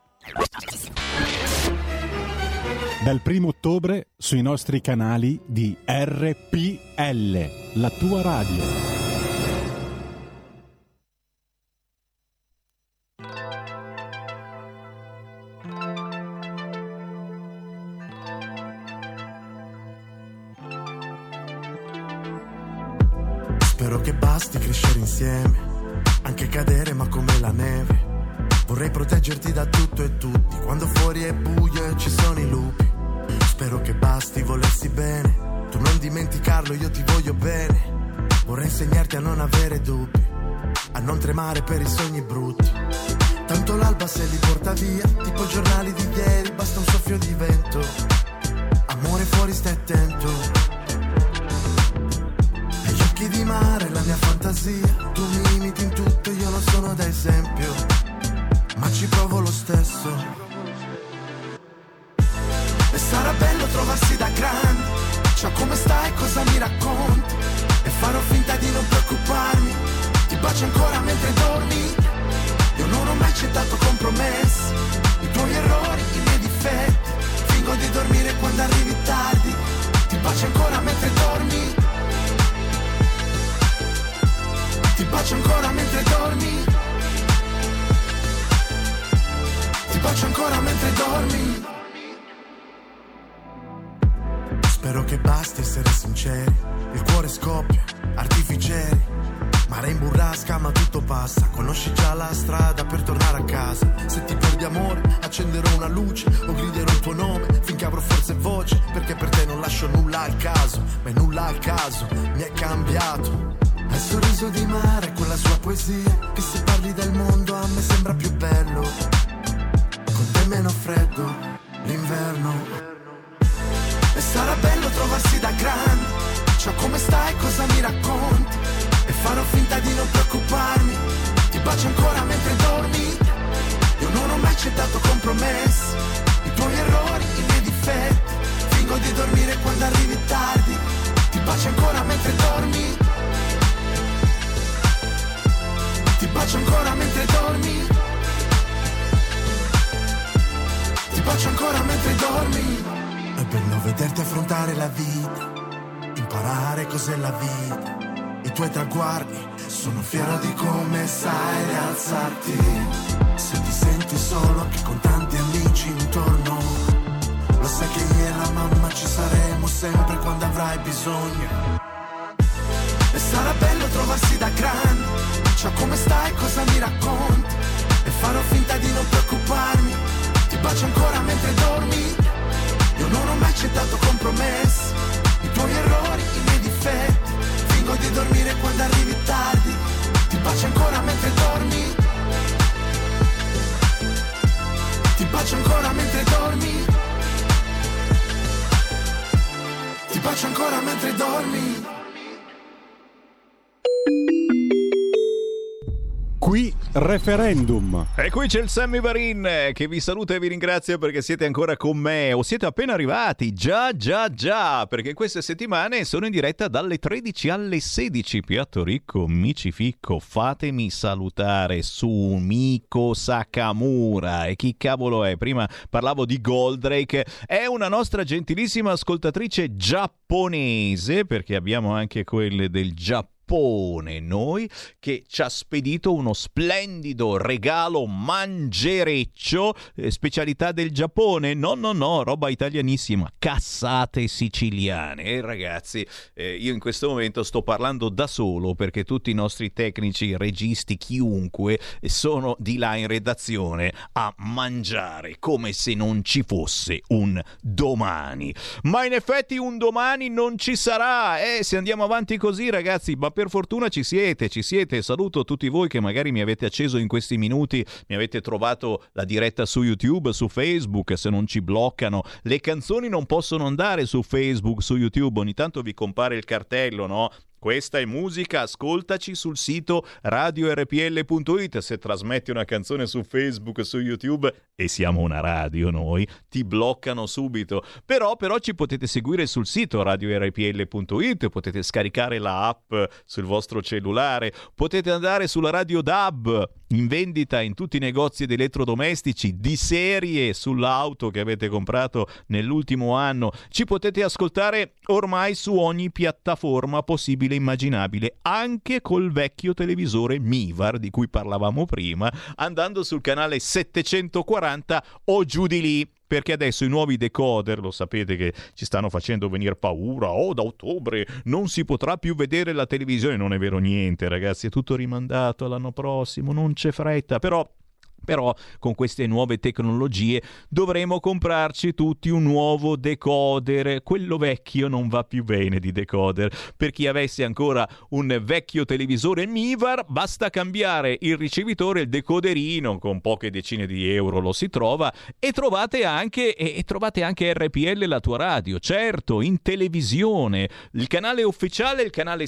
Dal 1° ottobre sui nostri canali di RPL, la tua radio. Spero che basti crescere insieme, anche cadere ma come la neve. Vorrei proteggerti da tutto e tutti, quando fuori è buio e ci sono i lupi. Spero che basti volersi bene, tu non dimenticarlo, io ti voglio bene. Vorrei insegnarti a non avere dubbi, a non tremare per i sogni brutti. Tanto l'alba se li porta via, tipo giornali di ieri, basta un soffio di vento. Amore fuori stai attento. E gli occhi di mare, la mia fantasia, tu mi imiti in tutto, io non sono da esempio, ma ci provo lo stesso. E sarà bello trovarsi da grandi, ciao come stai, cosa mi racconti? E farò finta di non preoccuparmi, ti bacio ancora mentre dormi. Io non ho mai accettato compromessi, i tuoi errori, i miei difetti. Fingo di dormire quando arrivi tardi, ti bacio ancora mentre dormi. Ti bacio ancora mentre dormi. Ti bacio ancora mentre dormi. Spero che basti essere sinceri, il cuore scoppia, artificieri. Mare in burrasca ma tutto passa, conosci già la strada per tornare a casa. Se ti perdi amore accenderò una luce o griderò il tuo nome finché avrò forza e voce, perché per te non lascio nulla al caso, ma nulla al caso mi è cambiato. È il sorriso di mare con la sua poesia, che se parli del mondo a me sembra più bello. Con te meno freddo, l'inverno. E sarà bello trovarsi da grandi, ciao come stai, cosa mi racconti? E farò finta di non preoccuparmi, ti bacio ancora mentre dormi. Io non ho mai accettato compromessi, i tuoi errori, i miei difetti. Fingo di dormire quando arrivi tardi, ti bacio ancora mentre dormi. Ti bacio ancora mentre dormi. Ti bacio ancora mentre dormi. È bello vederti affrontare la vita, imparare cos'è la vita, i tuoi traguardi. Sono fiero di come sai rialzarti. Se ti senti solo anche con tanti amici intorno, lo sai che io e la mamma ci saremo sempre quando avrai bisogno. E sarà bello trovarsi da grandi, ciao come stai, cosa mi racconti? E farò finta di non preoccuparmi, ti bacio ancora mentre dormi. Io non ho mai accettato compromessi, i tuoi errori, i miei difetti. Fingo di dormire quando arrivi tardi, ti bacio ancora mentre dormi. Ti bacio ancora mentre dormi. Ti bacio ancora mentre dormi. Qui referendum. E qui c'è il Sammy Varin che vi saluta e vi ringrazia perché siete ancora con me o siete appena arrivati. Già, perché queste settimane sono in diretta dalle 13 alle 16. Piatto ricco, micificco, fatemi salutare Sumiko Sakamura. E chi cavolo è? Prima parlavo di Goldrake. È una nostra gentilissima ascoltatrice giapponese, perché abbiamo anche quelle del Giappone noi, che ci ha spedito uno splendido regalo mangereccio, specialità del Giappone. No, roba italianissima, cassate siciliane. E ragazzi, io in questo momento sto parlando da solo perché tutti i nostri tecnici, registi, chiunque sono di là in redazione a mangiare come se non ci fosse un domani. Ma in effetti un domani non ci sarà, se andiamo avanti così, ragazzi. Ma per fortuna ci siete. Saluto tutti voi che magari mi avete acceso in questi minuti, mi avete trovato la diretta su YouTube, su Facebook, se non ci bloccano. Le canzoni non possono andare su Facebook, su YouTube, ogni tanto vi compare il cartello, no? Questa è musica, ascoltaci sul sito radiorpl.it. Se trasmetti una canzone su Facebook, su YouTube, e siamo una radio noi, ti bloccano subito. Però ci potete seguire sul sito radiorpl.it, potete scaricare la app sul vostro cellulare, potete andare sulla Radio DAB, in vendita in tutti i negozi di elettrodomestici, di serie sull'auto che avete comprato nell'ultimo anno. Ci potete ascoltare ormai su ogni piattaforma possibile e immaginabile, anche col vecchio televisore Mivar di cui parlavamo prima, andando sul canale 740 o giù di lì. Perché adesso i nuovi decoder, lo sapete che ci stanno facendo venire paura, da ottobre non si potrà più vedere la televisione. Non è vero niente, ragazzi, è tutto rimandato all'anno prossimo, non c'è fretta. Però con queste nuove tecnologie dovremo comprarci tutti un nuovo decoder. Quello vecchio non va più bene di decoder. Per chi avesse ancora un vecchio televisore Mivar, basta cambiare il ricevitore, il decoderino, con poche decine di euro lo si trova, e trovate anche RPL, la tua radio, certo, in televisione. Il canale ufficiale è il canale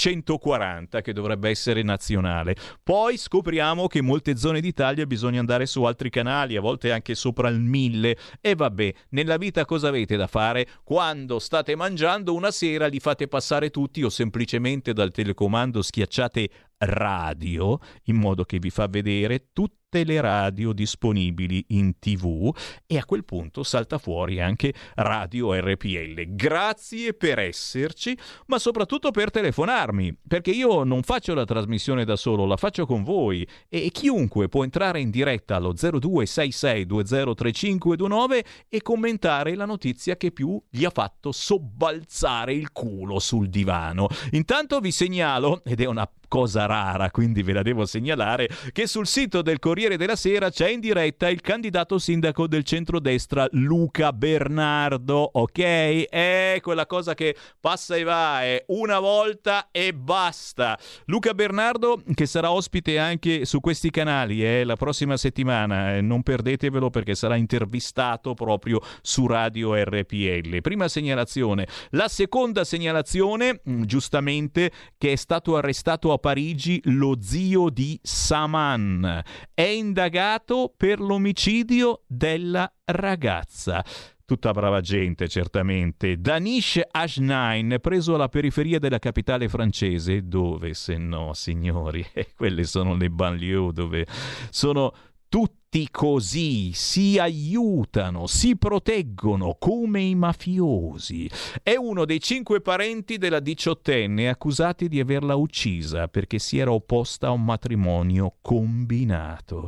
740, che dovrebbe essere nazionale. Poi scopriamo che in molte zone d'Italia bisogna andare su altri canali, a volte anche sopra il 1000. E vabbè, nella vita cosa avete da fare? Quando state mangiando una sera li fate passare tutti, o semplicemente dal telecomando schiacciate radio, in modo che vi fa vedere tutte le radio disponibili in TV, e a quel punto salta fuori anche Radio RPL. Grazie per esserci, ma soprattutto per telefonarmi, perché io non faccio la trasmissione da solo, la faccio con voi, e chiunque può entrare in diretta allo 0266203529 e commentare la notizia che più gli ha fatto sobbalzare il culo sul divano. Intanto vi segnalo, ed è una cosa rara, quindi ve la devo segnalare, che sul sito del Corriere della Sera c'è in diretta il candidato sindaco del centrodestra Luca Bernardo, ok? È quella cosa che passa e va, è una volta e basta. Luca Bernardo, che sarà ospite anche su questi canali la prossima settimana, non perdetevelo, perché sarà intervistato proprio su Radio RPL. Prima segnalazione. La seconda segnalazione, giustamente, che è stato arrestato a Parigi lo zio di Saman, è indagato per l'omicidio della ragazza. Tutta brava gente, certamente. Danish Ashnain, preso alla periferia della capitale francese, dove, se no, signori, quelle sono le banlieue, dove sono tutti così, si aiutano, si proteggono come i mafiosi. È uno dei 5 parenti della 18enne accusati di averla uccisa perché si era opposta a un matrimonio combinato.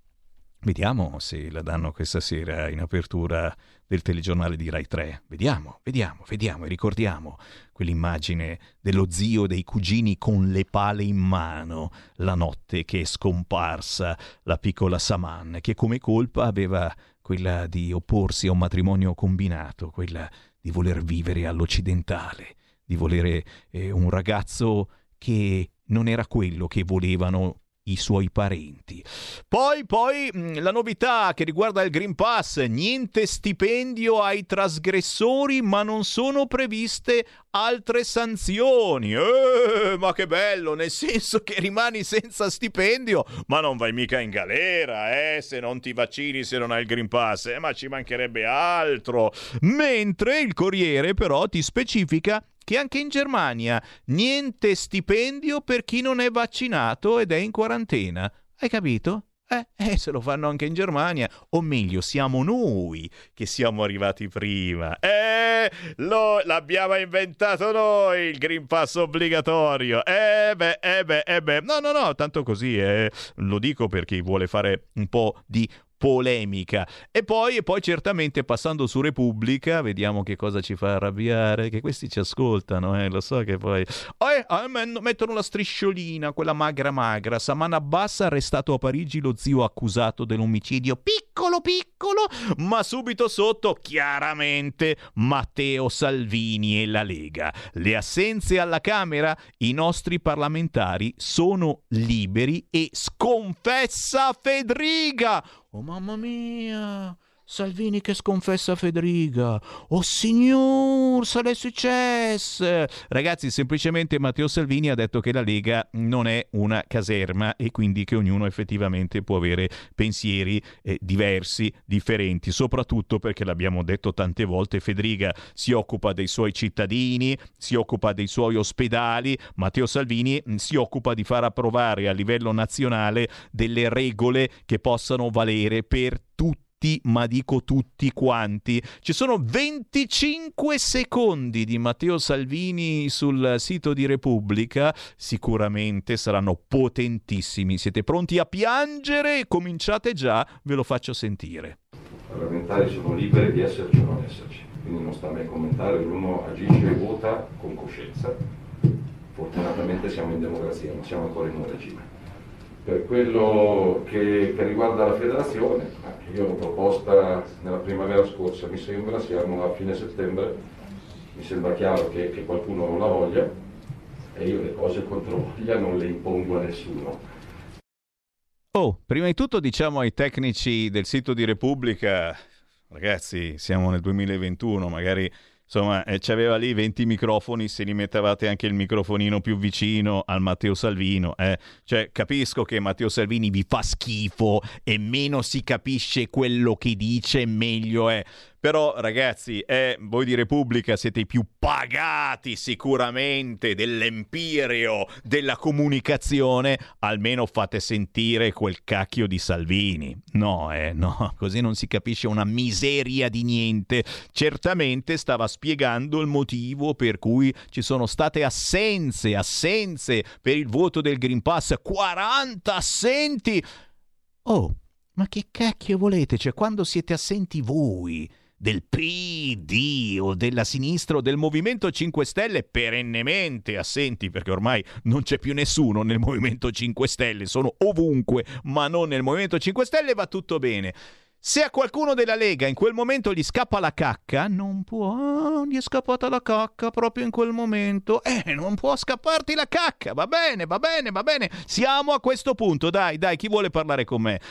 Vediamo se la danno questa sera in apertura del telegiornale di Rai 3. Vediamo e ricordiamo quell'immagine dello zio e dei cugini con le pale in mano la notte che è scomparsa la piccola Saman, che come colpa aveva quella di opporsi a un matrimonio combinato, quella di voler vivere all'occidentale, di volere un ragazzo che non era quello che volevano i suoi parenti. Poi la novità che riguarda il Green Pass: niente stipendio ai trasgressori, ma non sono previste altre sanzioni. Ma che bello, nel senso che rimani senza stipendio, ma non vai mica in galera, se non ti vaccini, se non hai il Green Pass, ma ci mancherebbe altro. Mentre il Corriere però ti specifica che anche in Germania niente stipendio per chi non è vaccinato ed è in quarantena. Hai capito? Se lo fanno anche in Germania, o meglio, siamo noi che siamo arrivati prima. L'abbiamo inventato noi il Green Pass obbligatorio. No, tanto così, lo dico per chi vuole fare un po' di polemica. E poi certamente, passando su Repubblica, vediamo che cosa ci fa arrabbiare, che questi ci ascoltano, lo so che poi mettono la strisciolina, quella magra. Saman Abbas arrestato a Parigi, lo zio accusato dell'omicidio. Piccolo piccolo, ma subito sotto chiaramente Matteo Salvini e la Lega. Le assenze alla Camera, i nostri parlamentari sono liberi e sconfessa Fedriga. Oh mamma mia, Salvini che sconfessa Fedriga. Oh signor, se l'è successo. Ragazzi, semplicemente Matteo Salvini ha detto che la Lega non è una caserma e quindi che ognuno effettivamente può avere pensieri diversi, differenti, soprattutto perché l'abbiamo detto tante volte, Fedriga si occupa dei suoi cittadini, si occupa dei suoi ospedali, Matteo Salvini si occupa di far approvare a livello nazionale delle regole che possano valere per tutti, ma dico tutti quanti. Ci sono 25 secondi di Matteo Salvini sul sito di Repubblica, sicuramente saranno potentissimi. Siete pronti a piangere? Cominciate già, ve lo faccio sentire. I parlamentari sono liberi di esserci o non esserci, quindi non sta a me commentare, ognuno agisce e vota con coscienza. Fortunatamente siamo in democrazia, non siamo ancora in un regime. Per quello che riguarda la federazione, io l'ho proposta nella primavera scorsa, mi sembra, siamo a fine settembre, mi sembra chiaro che qualcuno non la voglia e io le cose contro voglia non le impongo a nessuno. Oh, prima di tutto diciamo ai tecnici del sito di Repubblica, ragazzi, siamo nel 2021, magari... Insomma, c'aveva lì 20 microfoni, se li mettevate anche il microfonino più vicino al Matteo Salvini. Cioè, capisco che Matteo Salvini vi fa schifo e meno si capisce quello che dice, meglio è. Però, ragazzi, voi di Repubblica siete i più pagati sicuramente dell'empirio della comunicazione, almeno fate sentire quel cacchio di Salvini. No, così non si capisce una miseria di niente. Certamente stava spiegando il motivo per cui ci sono state assenze per il voto del Green Pass, 40 assenti. Oh, ma che cacchio volete? Cioè, quando siete assenti voi del PD o della sinistra o del Movimento 5 Stelle, perennemente assenti, perché ormai non c'è più nessuno nel Movimento 5 Stelle, sono ovunque, ma non nel Movimento 5 Stelle, va tutto bene. Se a qualcuno della Lega in quel momento gli scappa la cacca, non può, gli è scappata la cacca proprio in quel momento, non può scapparti la cacca, va bene, siamo a questo punto, dai, chi vuole parlare con me?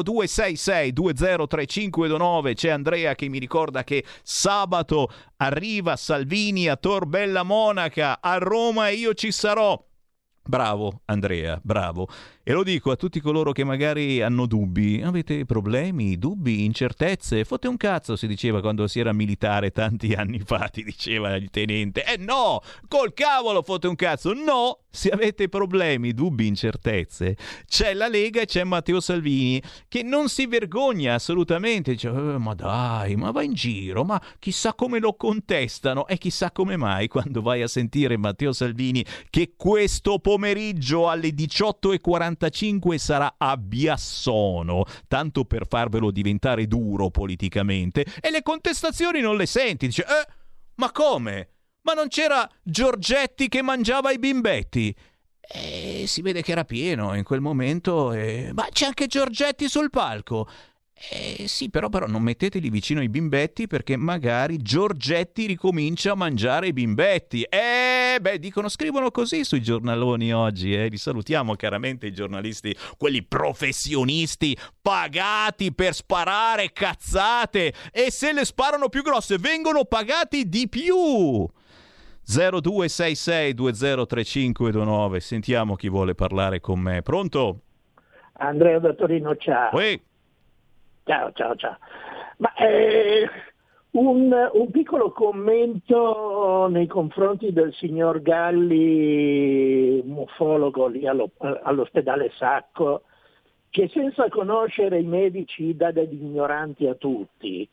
0266203529, c'è Andrea che mi ricorda che sabato arriva Salvini a Tor Bella Monaca, a Roma e io ci sarò. Bravo Andrea, bravo. E lo dico a tutti coloro che magari hanno dubbi. Avete problemi, dubbi, incertezze? Fotte un cazzo, si diceva quando si era militare tanti anni fa, ti diceva il tenente. No, col cavolo fotte un cazzo. No, se avete problemi, dubbi, incertezze, c'è la Lega e c'è Matteo Salvini che non si vergogna assolutamente. Dice, ma dai, ma va in giro, ma chissà come lo contestano e chissà come mai quando vai a sentire Matteo Salvini che questo pomeriggio alle 18:45 sarà a Biassono, tanto per farvelo diventare duro politicamente, e le contestazioni non le senti. Dice, ma come? Ma non c'era Giorgetti che mangiava i bimbetti? Si vede che era pieno in quel momento, ma c'è anche Giorgetti sul palco. Sì, però non metteteli vicino ai bimbetti perché magari Giorgetti ricomincia a mangiare i bimbetti. Scrivono così sui giornaloni oggi, li salutiamo chiaramente i giornalisti, quelli professionisti pagati per sparare cazzate, e se le sparano più grosse vengono pagati di più. 0266203529, sentiamo chi vuole parlare con me. Pronto? Andrea da Torino, ciao. Ciao. Ma un piccolo commento nei confronti del signor Galli, ufologo lì all'ospedale Sacco, che senza conoscere i medici dà degli ignoranti a tutti.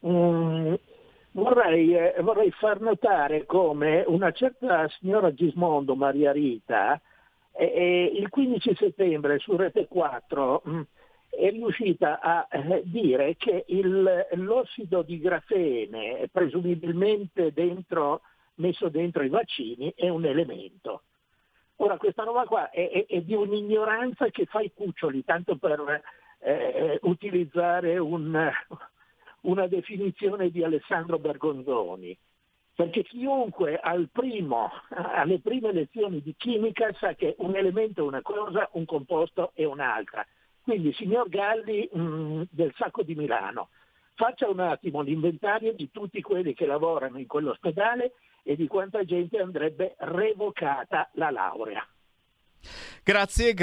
Vorrei far notare come una certa signora Gismondo Maria Rita il 15 settembre su Rete 4 è riuscita a dire che l'ossido di grafene, presumibilmente messo dentro i vaccini, è un elemento. Ora, questa roba qua è di un'ignoranza che fa i cuccioli, tanto per utilizzare una definizione di Alessandro Bergonzoni, perché chiunque alle prime lezioni di chimica sa che un elemento è una cosa, un composto è un'altra. Quindi, signor Galli del Sacco di Milano, faccia un attimo l'inventario di tutti quelli che lavorano in quell'ospedale e di quanta gente andrebbe revocata la laurea. Grazie.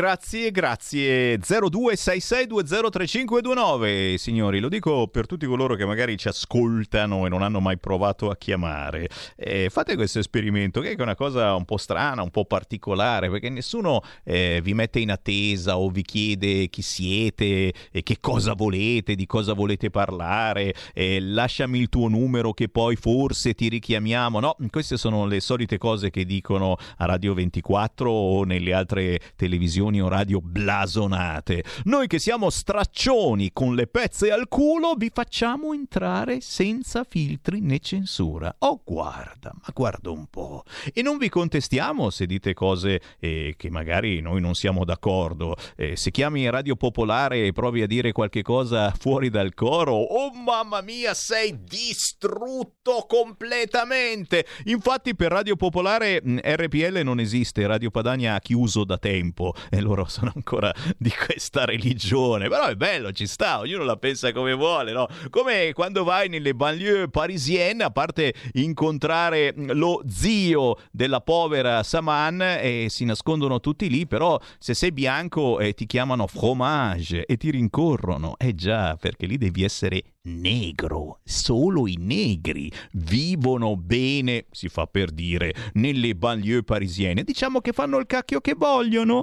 0266203529, signori, lo dico per tutti coloro che magari ci ascoltano e non hanno mai provato a chiamare. Fate questo esperimento, che è una cosa un po' strana, un po' particolare, perché nessuno vi mette in attesa o vi chiede chi siete e che cosa volete, di cosa volete parlare, lasciami il tuo numero che poi forse ti richiamiamo. No, queste sono le solite cose che dicono a Radio 24 o nelle altre televisioni o radio blasonate. Noi che siamo straccioni con le pezze al culo vi facciamo entrare senza filtri né censura. Oh, guarda un po'. E non vi contestiamo se dite cose che magari noi non siamo d'accordo. Se chiami Radio Popolare e provi a dire qualche cosa fuori dal coro, oh mamma mia, sei distrutto completamente. Infatti per Radio Popolare RPL non esiste, Radio Padania ha chiuso da tempo e loro sono ancora di questa religione, però è bello, ci sta, ognuno la pensa come vuole, no? Come quando vai nelle banlieue parisienne, a parte incontrare lo zio della povera Saman e si nascondono tutti lì, però se sei bianco ti chiamano fromage e ti rincorrono, già, perché lì devi essere negro. Solo i negri vivono bene, si fa per dire, nelle banlieue parisienne. Diciamo che fanno il cacchio che vogliono.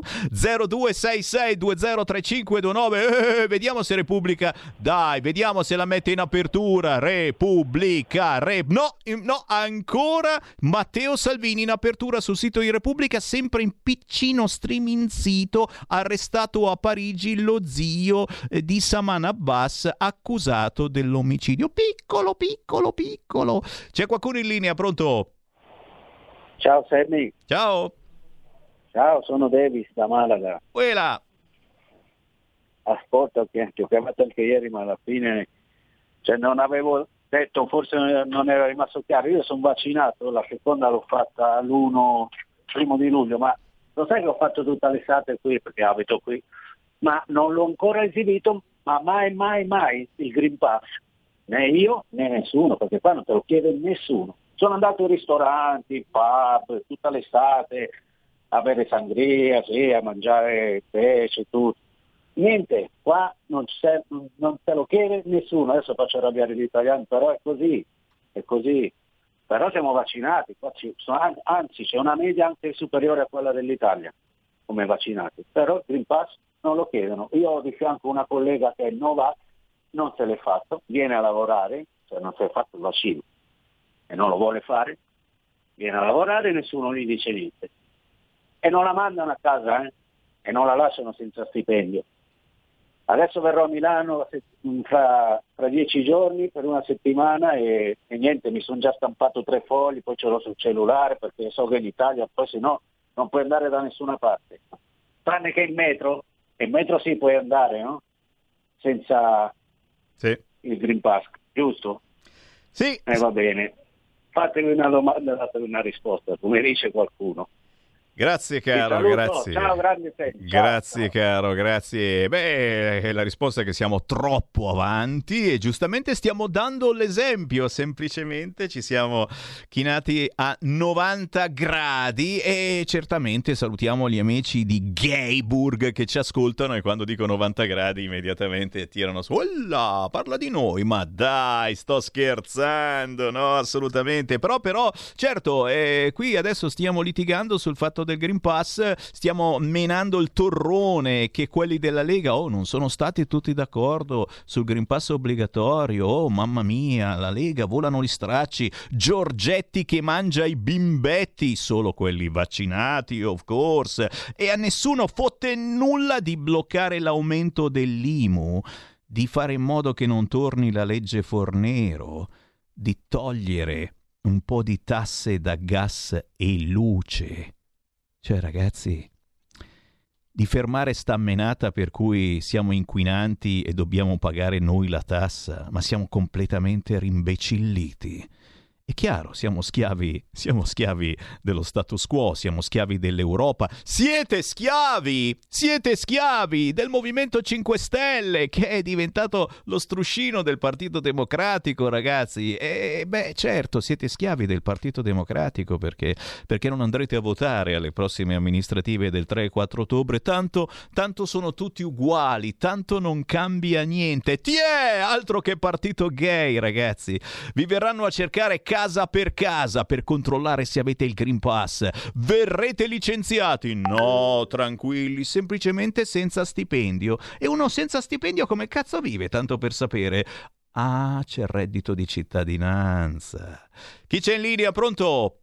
0266203529. Vediamo se Repubblica, dai, vediamo se la mette in apertura. Repubblica, no, ancora Matteo Salvini in apertura sul sito di Repubblica, sempre in piccino streaming sito. Arrestato a Parigi lo zio di Saman Abbas, accusato dell'omicidio. Piccolo. C'è qualcuno in linea, pronto? Ciao Sammy. Ciao, sono Davis da Malaga. Quella. Ascolta, ti ho chiamato anche ieri, ma alla fine non avevo detto, forse non era rimasto chiaro. Io sono vaccinato, la seconda l'ho fatta l'1 di luglio, ma lo sai che ho fatto tutta l'estate qui, perché abito qui, ma non l'ho ancora esibito, ma mai il Green Pass, né io né nessuno, perché qua non te lo chiede nessuno. Sono andato ai ristoranti, pub, tutta l'estate a bere sangria, sì, a mangiare pesce, tutto. Niente, qua non te lo chiede nessuno. Adesso faccio arrabbiare gli italiani, però è così. Però siamo vaccinati, qua anzi c'è una media anche superiore a quella dell'Italia come vaccinati, però il Green Pass non lo chiedono. Io ho di fianco una collega che è Novax, non se l'è fatto, viene a lavorare, cioè non si è fatto il vaccino e non lo vuole fare, viene a lavorare e nessuno gli dice niente. E non la mandano a casa, e non la lasciano senza stipendio. Adesso verrò a Milano fra 10 giorni per una settimana e niente, mi sono già stampato 3 fogli, poi ce l'ho sul cellulare perché so che in Italia poi se no non puoi andare da nessuna parte. Tranne che in metro sì puoi andare, no? Senza il Green Pass, giusto? Sì. Va bene. Fatevi una domanda e datevi una risposta, come dice qualcuno. Grazie caro, grazie. Ciao, grande te. Grazie caro, grazie. Beh, la risposta è che siamo troppo avanti e giustamente stiamo dando l'esempio, semplicemente ci siamo chinati a 90 gradi e certamente salutiamo gli amici di Gayburg che ci ascoltano e quando dico 90 gradi immediatamente tirano su, "Olla, parla di noi", ma dai, sto scherzando, no, assolutamente. Però, certo, qui adesso stiamo litigando sul fatto del Green Pass, stiamo menando il torrone che quelli della Lega non sono stati tutti d'accordo sul Green Pass obbligatorio. Oh mamma mia, la Lega, volano gli stracci. Giorgetti che mangia i bimbetti, solo quelli vaccinati of course, e a nessuno fotte nulla di bloccare l'aumento dell'IMU, di fare in modo che non torni la legge Fornero, di togliere un po' di tasse da gas e luce. Cioè ragazzi, di fermare sta menata per cui siamo inquinanti e dobbiamo pagare noi la tassa, ma siamo completamente rimbecilliti. È chiaro, siamo schiavi dello status quo, siamo schiavi dell'Europa. Siete schiavi del Movimento 5 Stelle, che è diventato lo struscino del Partito Democratico, ragazzi. E beh, certo, siete schiavi del Partito Democratico perché non andrete a votare alle prossime amministrative del 3 e 4 ottobre, tanto sono tutti uguali, tanto non cambia niente. Tiè, altro che partito gay, ragazzi. Vi verranno a cercare casa per controllare se avete il Green Pass. Verrete licenziati? No, tranquilli, semplicemente senza stipendio. E uno senza stipendio come cazzo vive, tanto per sapere? Ah, c'è il reddito di cittadinanza. Chi c'è in linea? Pronto?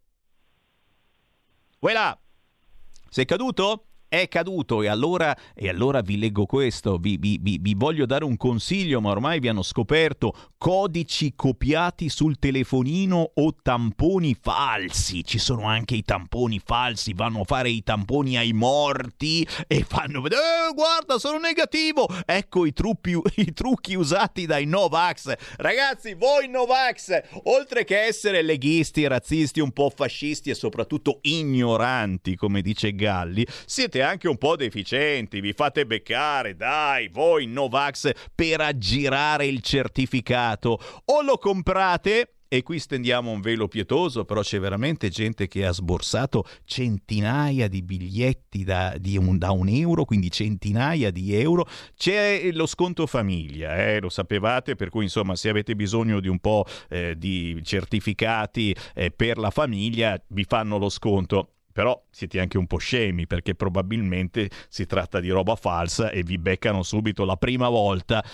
Uela, sei caduto? È caduto, e allora vi leggo questo, vi voglio dare un consiglio, ma ormai vi hanno scoperto: codici copiati sul telefonino o tamponi falsi. Ci sono anche i tamponi falsi, vanno a fare i tamponi ai morti e fanno guarda, sono negativo. Ecco i trucchi usati dai Novax. Ragazzi, voi Novax, oltre che essere leghisti, razzisti, un po' fascisti e soprattutto ignoranti, come dice Galli, siete anche un po' deficienti, vi fate beccare, dai, voi Novax, per aggirare il certificato. O lo comprate, e qui stendiamo un velo pietoso, però c'è veramente gente che ha sborsato centinaia di biglietti da €1, quindi centinaia di euro. C'è lo sconto famiglia, lo sapevate, per cui insomma se avete bisogno di un po' di certificati per la famiglia vi fanno lo sconto. Però siete anche un po' scemi, perché probabilmente si tratta di roba falsa e vi beccano subito la prima volta,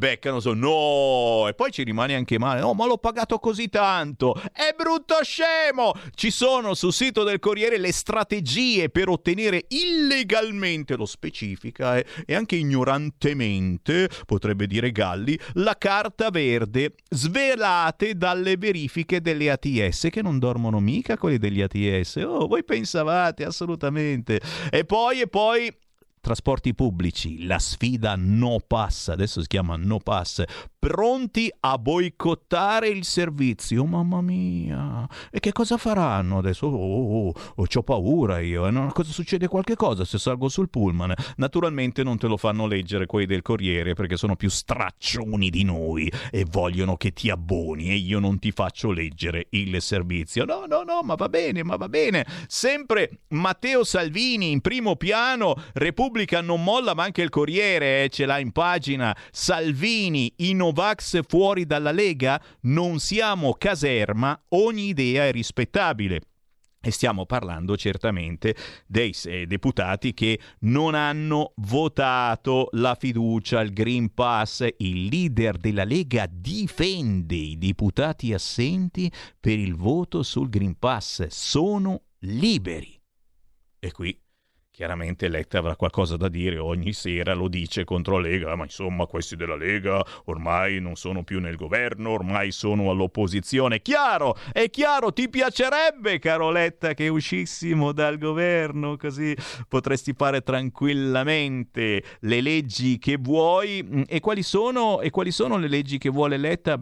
no, e poi ci rimane anche male. No, ma l'ho pagato così tanto, è brutto scemo. Ci sono sul sito del Corriere le strategie per ottenere illegalmente, lo specifica e anche ignorantemente, potrebbe dire Galli, la carta verde, svelate dalle verifiche delle ATS, che non dormono mica quelli degli ATS. Oh, voi pensavate? Assolutamente. E poi trasporti pubblici, la sfida No Pass, adesso si chiama No Pass, pronti a boicottare il servizio. Mamma mia, e che cosa faranno adesso? C'ho paura io, cosa succede? Qualche cosa se salgo sul pullman? Naturalmente non te lo fanno leggere quelli del Corriere, perché sono più straccioni di noi e vogliono che ti abboni, e io non ti faccio leggere il servizio. No, ma va bene. Sempre Matteo Salvini in primo piano, Repubblica non molla, ma anche il Corriere ce l'ha in pagina. Salvini, i Novax fuori dalla Lega, non siamo caserma, ogni idea è rispettabile. E stiamo parlando certamente dei deputati che non hanno votato la fiducia al Green Pass. Il leader della Lega difende i deputati assenti per il voto sul Green Pass. Sono liberi. E qui chiaramente Letta avrà qualcosa da dire, ogni sera lo dice contro la Lega, ma insomma questi della Lega ormai non sono più nel governo, ormai sono all'opposizione. È chiaro, ti piacerebbe, caro Letta, che uscissimo dal governo, così potresti fare tranquillamente le leggi che vuoi. E quali sono le leggi che vuole Letta?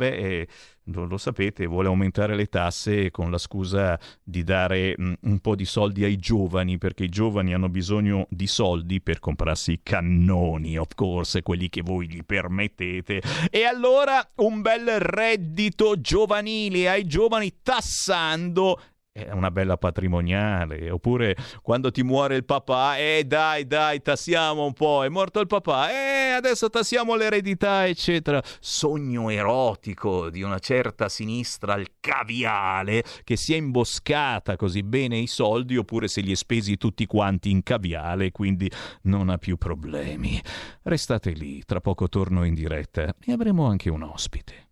Lo sapete, vuole aumentare le tasse con la scusa di dare un po' di soldi ai giovani, perché i giovani hanno bisogno di soldi per comprarsi i cannoni, of course, quelli che voi gli permettete. E allora un bel reddito giovanile ai giovani, tassando è una bella patrimoniale. Oppure quando ti muore il papà, dai, tassiamo un po', è morto il papà, adesso tassiamo l'eredità, eccetera. Sogno erotico di una certa sinistra alcaviale che si è imboscata così bene i soldi, oppure se li è spesi tutti quanti in caviale, quindi non ha più problemi. Restate lì, tra poco torno in diretta e avremo anche un ospite.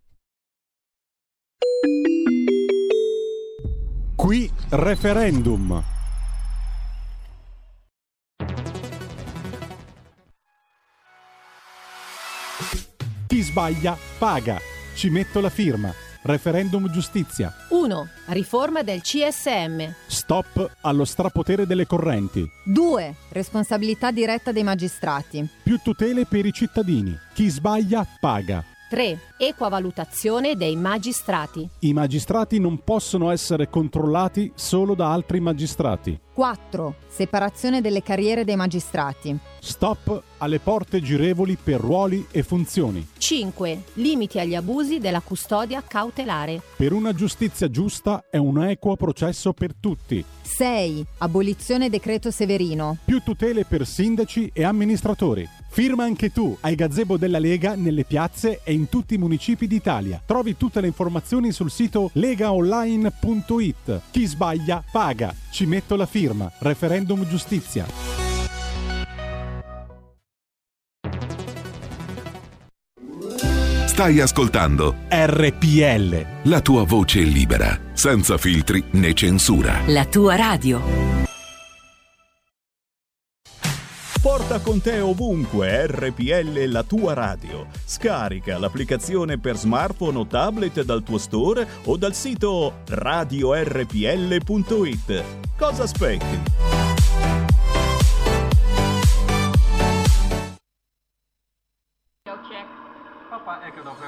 Qui referendum. Chi sbaglia paga. Ci metto la firma. referendum giustizia. 1. Riforma del CSM. Stop allo strapotere delle correnti. 2. Responsabilità diretta dei magistrati. Più tutele per i cittadini. Chi sbaglia paga. 3. Equa valutazione dei magistrati. I magistrati non possono essere controllati solo da altri magistrati. 4. Separazione delle carriere dei magistrati. Stop alle porte girevoli per ruoli e funzioni. 5. Limiti agli abusi della custodia cautelare. Per una giustizia giusta e un equo processo per tutti. 6. Abolizione decreto Severino. Più tutele per sindaci e amministratori. Firma anche tu ai gazebo della Lega nelle piazze e in tutti i municipi d'Italia. Trovi tutte le informazioni sul sito legaonline.it. Chi sbaglia paga. Ci metto la firma. Referendum giustizia. Stai ascoltando RPL. La tua voce libera, senza filtri né censura. La tua radio. Porta con te ovunque RPL, la tua radio. Scarica l'applicazione per smartphone o tablet dal tuo store o dal sito radiorpl.it. Cosa aspetti? Papa, ecco dopo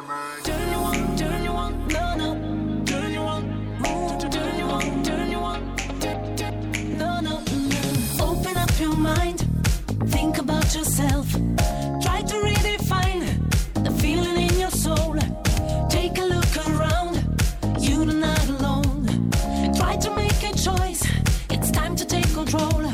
Open up your mind. Think about yourself. Try to redefine the feeling in your soul. Take a look around. You're not alone. Try to make a choice. It's time to take control.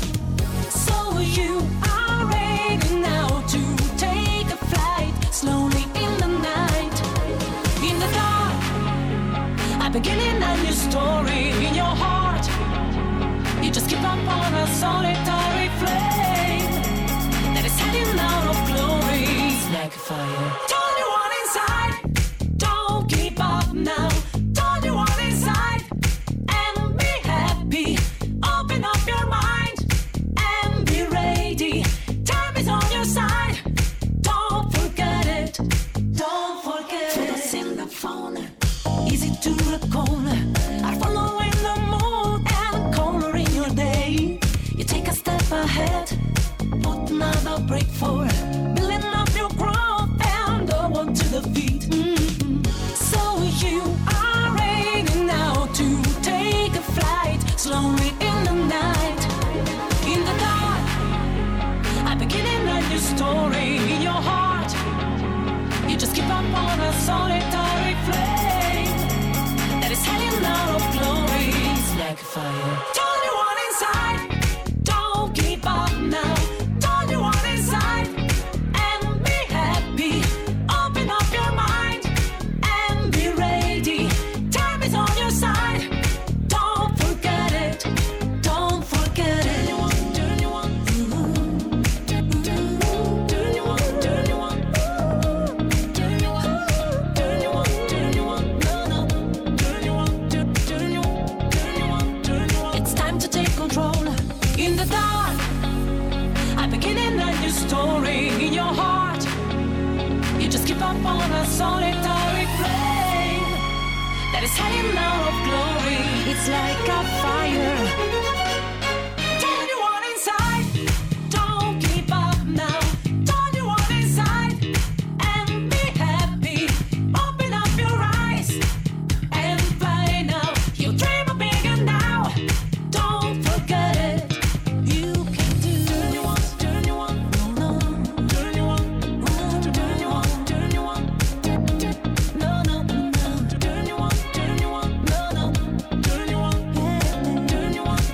So you are ready now to take a flight. Slowly in the night. In the dark. I'm beginning a new story in your heart. You just keep up on a solitary flame that is heading out of glory. It's like a fire. Turn you on inside. Don't keep up now. Turn you on inside and be happy. Open up your mind and be ready. Time is on your side. Don't forget it. Don't forget it. Photos in the phone, easy to recall, are following the mood and coloring your day. You take a step ahead, put another break forward, building up your growth and go on to the feet. So you are ready now to take a flight, slowly in the night. In the dark, I'm beginning a new story in your heart. You just keep up on a solitary flame that is heading out of glory. It's like a fire. Turn you on inside. Don't keep up now. Turn you on inside and be happy. Open up your mind and be ready. Time is on your side. Don't forget it. Don't forget it. Turn you on. Turn you on. Turn you on. Turn you on. Turn you on. Turn you on. Turn you on. No, no. Turn you on. Turn you on. Turn you on. Turn you on. It's time to take control. In the dark, I'm beginning a new story in your heart. You just keep up on a solitary flame that is heading out of glory. It's like a fire. Turn you on inside. Don't keep up now. Turn you on inside and be happy. Open up your eyes and fly now. You dream of bigger now. Don't forget it. You can do. Turn you on. Turn you on. No, no. Turn you on. Turn you on. Turn you on. No, no, no. Turn you on. Turn you on. No, no. Turn you on. Turn you on.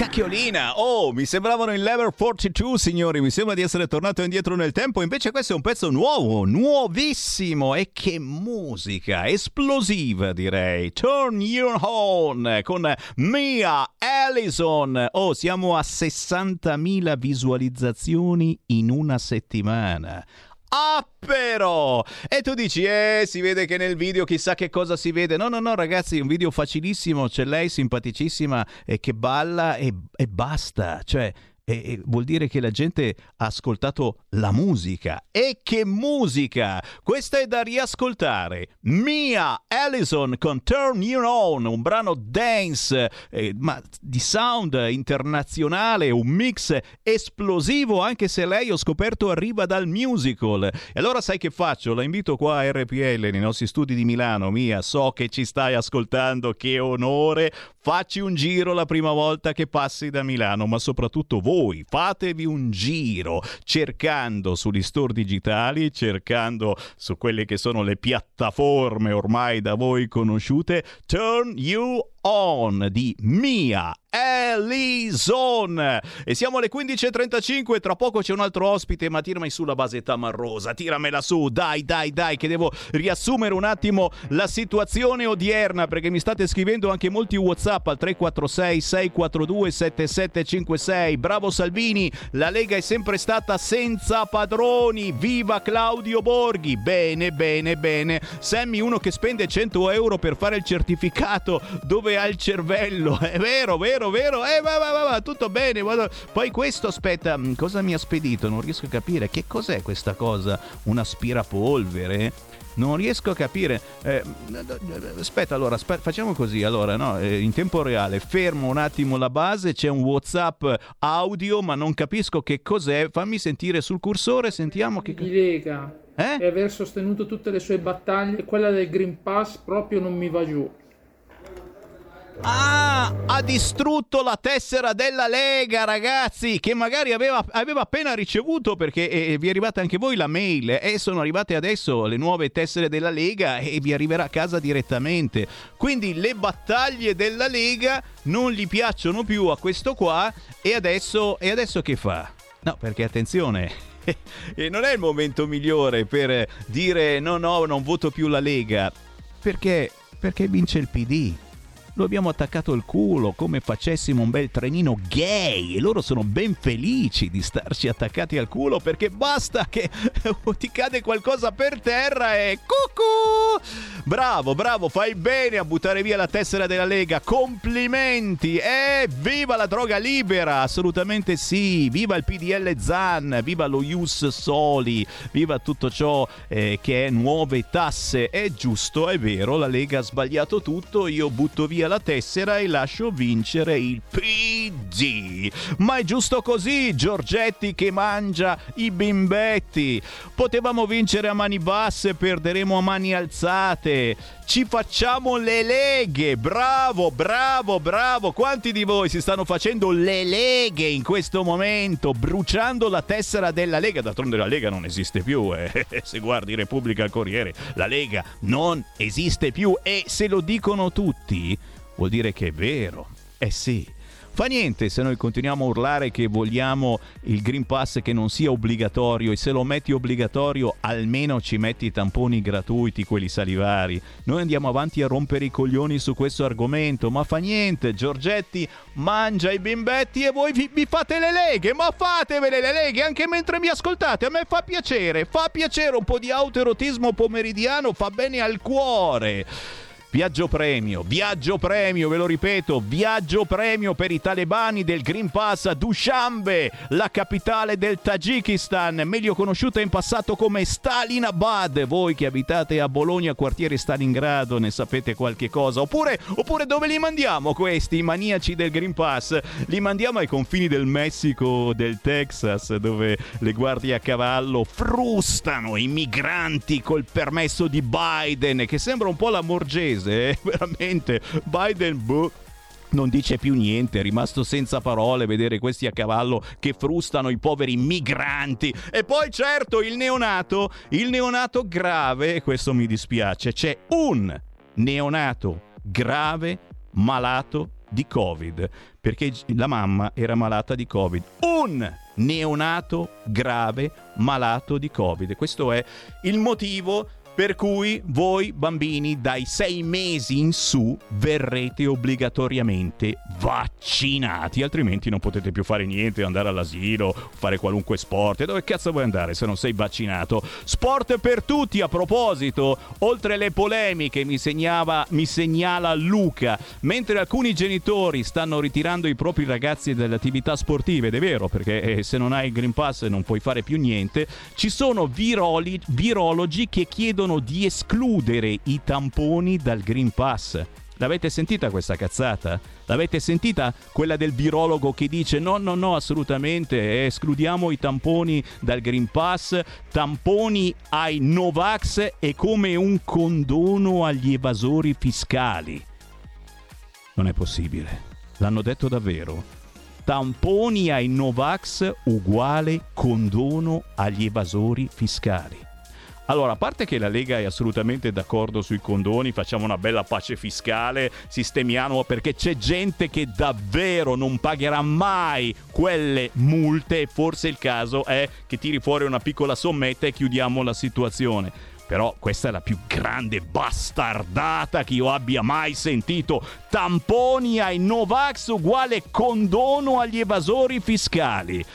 Cacchiolina, mi sembravano in Level 42, signori, mi sembra di essere tornato indietro nel tempo, invece questo è un pezzo nuovo, nuovissimo, e che musica, esplosiva direi. Turn You On con Mia Allison. Siamo a 60.000 visualizzazioni in una settimana. Ah, però! E tu dici, si vede che nel video chissà che cosa si vede. No, ragazzi, è un video facilissimo. C'è lei simpaticissima che balla e basta. Cioè, vuol dire che la gente ha ascoltato la musica. E che musica! Questa è da riascoltare. Mia Allison con Turn You On, un brano dance, ma di sound internazionale, un mix esplosivo, anche se lei, ho scoperto, arriva dal musical. E allora sai che faccio? La invito qua a RPL, nei nostri studi di Milano. Mia, so che ci stai ascoltando, che onore. Facci un giro la prima volta che passi da Milano, ma soprattutto voi, fatevi un giro cercando sugli store digitali, cercando su quelle che sono le piattaforme ormai da voi conosciute, Turn You On di Mia Allison. E siamo alle 15.35, tra poco c'è un altro ospite, ma tirami su la base tamarrosa, tiramela su, dai, che devo riassumere un attimo la situazione odierna, perché mi state scrivendo anche molti WhatsApp al 346 642 7756. Bravo Salvini, la Lega è sempre stata senza padroni, viva Claudio Borghi. Bene. Sammy, uno che spende 100 euro per fare il certificato, dove ha il cervello? È vero, va, tutto bene. Poi questo, aspetta, cosa mi ha spedito? Non riesco a capire che cos'è questa cosa, un aspirapolvere? Non riesco a capire. Aspetta, facciamo così. Allora, no, in tempo reale, fermo un attimo la base, c'è un WhatsApp audio, ma non capisco che cos'è. Fammi sentire sul cursore, sentiamo che di Lega e aver sostenuto tutte le sue battaglie, quella del Green Pass proprio non mi va giù. Ha distrutto la tessera della Lega, ragazzi, che magari aveva appena ricevuto, perché vi è arrivata anche voi la mail, e sono arrivate adesso le nuove tessere della Lega e vi arriverà a casa direttamente. Quindi le battaglie della Lega non gli piacciono più a questo qua, e adesso che fa? No, perché attenzione, e non è il momento migliore per dire no, non voto più la Lega, perché vince il PD. Lo abbiamo attaccato al culo come facessimo un bel trenino gay, e loro sono ben felici di starci attaccati al culo, perché basta che ti cade qualcosa per terra e cucù! Bravo, fai bene a buttare via la tessera della Lega, complimenti, viva la droga libera, assolutamente sì, viva il PDL Zan, viva lo Ius Soli, viva tutto ciò che è nuove tasse. È giusto, è vero, la Lega ha sbagliato tutto, io butto via la tessera e lascio vincere il PD. Ma è giusto così, Giorgetti che mangia i bimbetti. Potevamo vincere a mani basse, perderemo a mani alzate. Ci facciamo le leghe. Bravo. Quanti di voi si stanno facendo le leghe in questo momento, bruciando la tessera della Lega? D'altronde la Lega non esiste più, se guardi Repubblica al Corriere, la Lega non esiste più, e se lo dicono tutti vuol dire che è vero. Sì. Fa niente se noi continuiamo a urlare che vogliamo il Green Pass che non sia obbligatorio, e se lo metti obbligatorio almeno ci metti i tamponi gratuiti, quelli salivari. Noi andiamo avanti a rompere i coglioni su questo argomento, ma fa niente, Giorgetti mangia i bimbetti e voi vi fate le leghe, ma fatevele le leghe anche mentre mi ascoltate, a me fa piacere un po' di autoerotismo pomeridiano, fa bene al cuore. Viaggio premio, ve lo ripeto, viaggio premio per i talebani del Green Pass a Dushanbe, la capitale del Tagikistan, meglio conosciuta in passato come Stalinabad. Voi che abitate a Bologna, quartiere Stalingrado, ne sapete qualche cosa? Oppure dove li mandiamo questi, i maniaci del Green Pass? Li mandiamo ai confini del Messico, del Texas, dove le guardie a cavallo frustano i migranti col permesso di Biden, che sembra un po' la Morgese. Veramente Biden non dice più niente, è rimasto senza parole vedere questi a cavallo che frustano i poveri migranti. E poi certo il neonato grave, questo mi dispiace, c'è un neonato grave malato di Covid, perché la mamma era malata di Covid. Un neonato grave malato di Covid. Questo è il motivo per cui voi bambini dai 6 mesi in su verrete obbligatoriamente vaccinati, altrimenti non potete più fare niente, andare all'asilo, fare qualunque sport. E dove cazzo vuoi andare se non sei vaccinato? Sport per tutti, a proposito, oltre le polemiche, mi segnala Luca, mentre alcuni genitori stanno ritirando i propri ragazzi dalle attività sportive, ed è vero, perché se non hai il Green Pass non puoi fare più niente, ci sono virologi che chiedono di escludere i tamponi dal Green Pass. L'avete sentita questa cazzata? L'avete sentita quella del virologo che dice no, assolutamente, escludiamo i tamponi dal Green Pass, tamponi ai Novax è come un condono agli evasori fiscali. Non è possibile, l'hanno detto davvero. Tamponi ai Novax uguale condono agli evasori fiscali. Allora, a parte che la Lega è assolutamente d'accordo sui condoni, facciamo una bella pace fiscale, sistemiamo, perché c'è gente che davvero non pagherà mai quelle multe e forse il caso è che tiri fuori una piccola sommetta e chiudiamo la situazione. Però questa è la più grande bastardata che io abbia mai sentito. Tamponi ai Novax uguale condono agli evasori fiscali.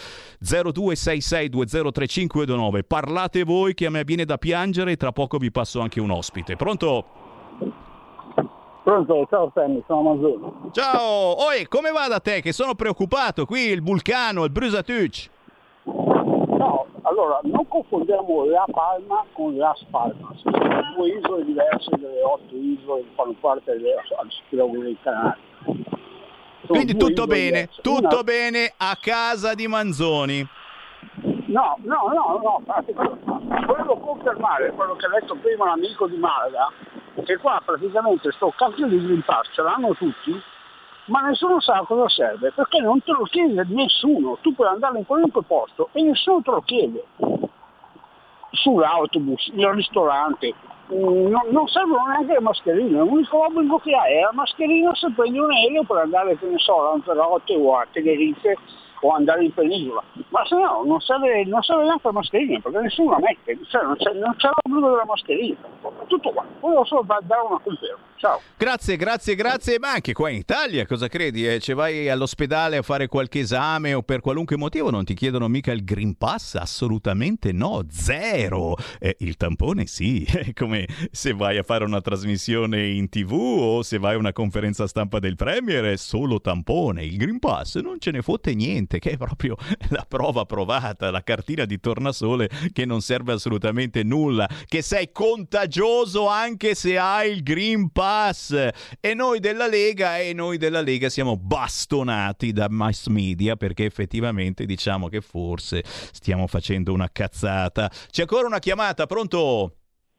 0266203529. Parlate voi che a me viene da piangere e tra poco vi passo anche un ospite. Pronto? Pronto, ciao Sammy, sono Manzoni. Ciao, oi, come va da te? Che sono preoccupato, qui il vulcano, il Brusatuc. No, allora, non confondiamo La Palma con Las Palmas. Sono 2 isole diverse delle 8 isole che fanno parte dell'arcipelago dei Canari. Quindi tutto bene, tutto bene a casa di Manzoni. No, volevo confermare quello che ha detto prima l'amico di Malaga, che qua praticamente sto cacchio di Green Pass ce l'hanno tutti, ma nessuno sa cosa serve, perché non te lo chiede nessuno. Tu puoi andare in qualunque posto e nessuno te lo chiede. Sull'autobus, nel ristorante, non servono neanche le mascherine, l'unico obbligo che hai è la mascherina se prendi un aereo per andare, che ne so, a Lanzarote o a Tenerife o andare in penisola, ma se no non serve neanche la mascherina, perché nessuno la mette, cioè non c'è l'obbligo della mascherina. Tutto qua, volevo solo dare una conferma. Ciao. Grazie, ma anche qua in Italia cosa credi? Ci vai all'ospedale a fare qualche esame o per qualunque motivo non ti chiedono mica il Green Pass? Assolutamente no, zero. Il tampone sì, è come se vai a fare una trasmissione in TV o se vai a una conferenza stampa del Premier, è solo tampone. Il Green Pass non ce ne fotte niente, che è proprio la prova provata, la cartina di tornasole che non serve assolutamente nulla, che sei contagioso anche se hai il Green Pass. E noi della Lega siamo bastonati da mass media perché effettivamente diciamo che forse stiamo facendo una cazzata. C'è ancora una chiamata, pronto?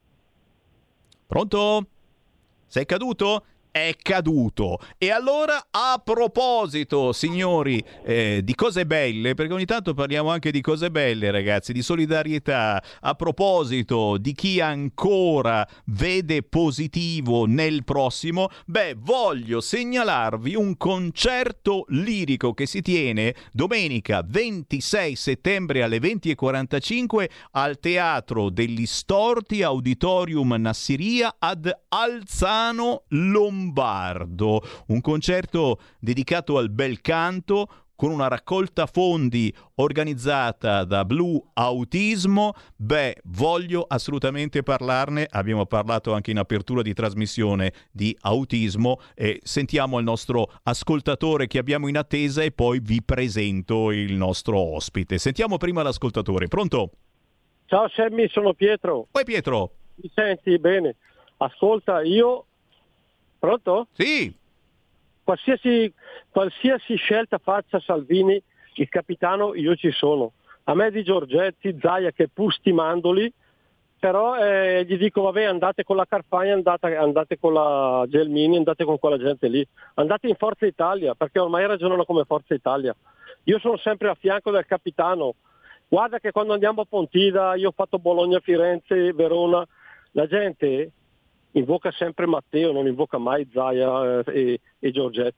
Sei caduto? È caduto. E allora, a proposito, signori, di cose belle, perché ogni tanto parliamo anche di cose belle, ragazzi, di solidarietà, a proposito di chi ancora vede positivo nel prossimo, voglio segnalarvi un concerto lirico che si tiene domenica 26 settembre alle 20:45 al Teatro degli Storti Auditorium Nassiria ad Alzano Lombardo. Un concerto dedicato al bel canto con una raccolta fondi organizzata da Blu Autismo. Voglio assolutamente parlarne. Abbiamo parlato anche in apertura di trasmissione di autismo e sentiamo il nostro ascoltatore che abbiamo in attesa e poi vi presento il nostro ospite. Sentiamo prima l'ascoltatore. Pronto? Ciao Sammy, sono Pietro. Poi Pietro. Mi senti bene? Ascolta, io... Pronto? Sì. Qualsiasi scelta faccia Salvini, il capitano, io ci sono. A me di Giorgetti, Zaia, che pur stimandoli, però gli dico vabbè, andate con la Carfagna, andate con la Gelmini, andate con quella gente lì, andate in Forza Italia, perché ormai ragionano come Forza Italia. Io sono sempre a fianco del capitano. Guarda che quando andiamo a Pontida, io ho fatto Bologna, Firenze, Verona, la gente invoca sempre Matteo, non invoca mai Zaia e Giorgetti.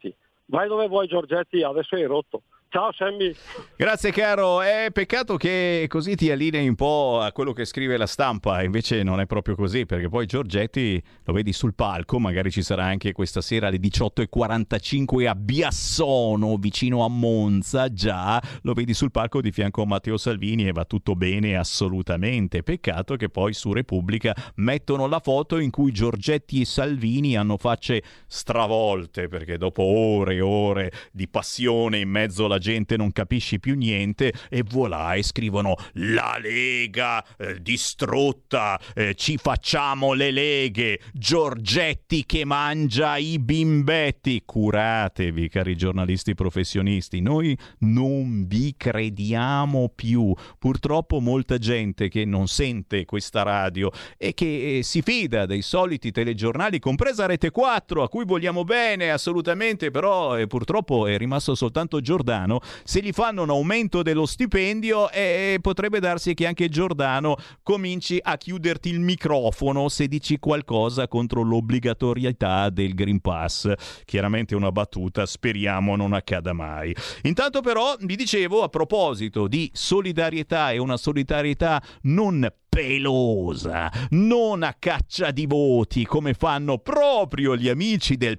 vai dove vuoi Giorgetti, adesso hai rotto. Ciao Sammy. Grazie caro, è peccato che così ti allinei un po' a quello che scrive la stampa, invece non è proprio così, perché poi Giorgetti lo vedi sul palco, magari ci sarà anche questa sera alle 18:45 a Biassono, vicino a Monza, già, lo vedi sul palco di fianco a Matteo Salvini e va tutto bene assolutamente, peccato che poi su Repubblica mettono la foto in cui Giorgetti e Salvini hanno facce stravolte, perché dopo ore e ore di passione in mezzo alla gente non capisci più niente e voilà e scrivono la Lega distrutta, ci facciamo le leghe, Giorgetti che mangia i bimbetti. Curatevi cari giornalisti professionisti, noi non vi crediamo più. Purtroppo molta gente che non sente questa radio e che si fida dei soliti telegiornali, compresa Rete 4 a cui vogliamo bene assolutamente, però purtroppo è rimasto soltanto Giordano. Se gli fanno un aumento dello stipendio potrebbe darsi che anche Giordano cominci a chiuderti il microfono se dici qualcosa contro l'obbligatorietà del Green Pass. Chiaramente una battuta, speriamo non accada mai. Intanto però vi dicevo, a proposito di solidarietà, e una solidarietà non pelosa, non a caccia di voti come fanno proprio gli amici del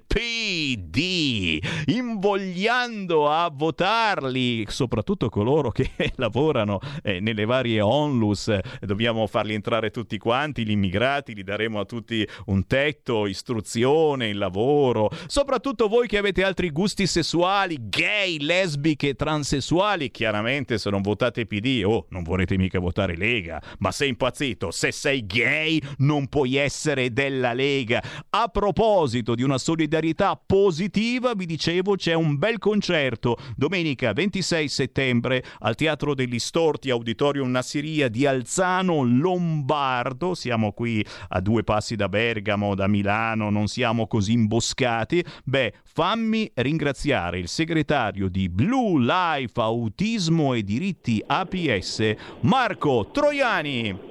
PD, invogliando a votarli, soprattutto coloro che lavorano nelle varie onlus. Dobbiamo farli entrare tutti quanti, gli immigrati, gli daremo a tutti un tetto, istruzione, il lavoro, soprattutto voi che avete altri gusti sessuali, gay, lesbiche, transessuali. Chiaramente se non votate PD, non volete mica votare Lega, ma sei impazzito, se sei gay non puoi essere della Lega. A proposito di una solidarietà positiva, vi dicevo, c'è un bel concerto domenica 26 settembre al Teatro degli Storti, Auditorium Nassiria di Alzano Lombardo. Siamo qui a 2 passi da Bergamo, da Milano, non siamo così imboscati. Fammi ringraziare il segretario di Blue Life Autismo e Diritti APS, Marco Troiani.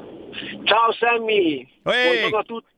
Ciao Sammy, buongiorno a tutti.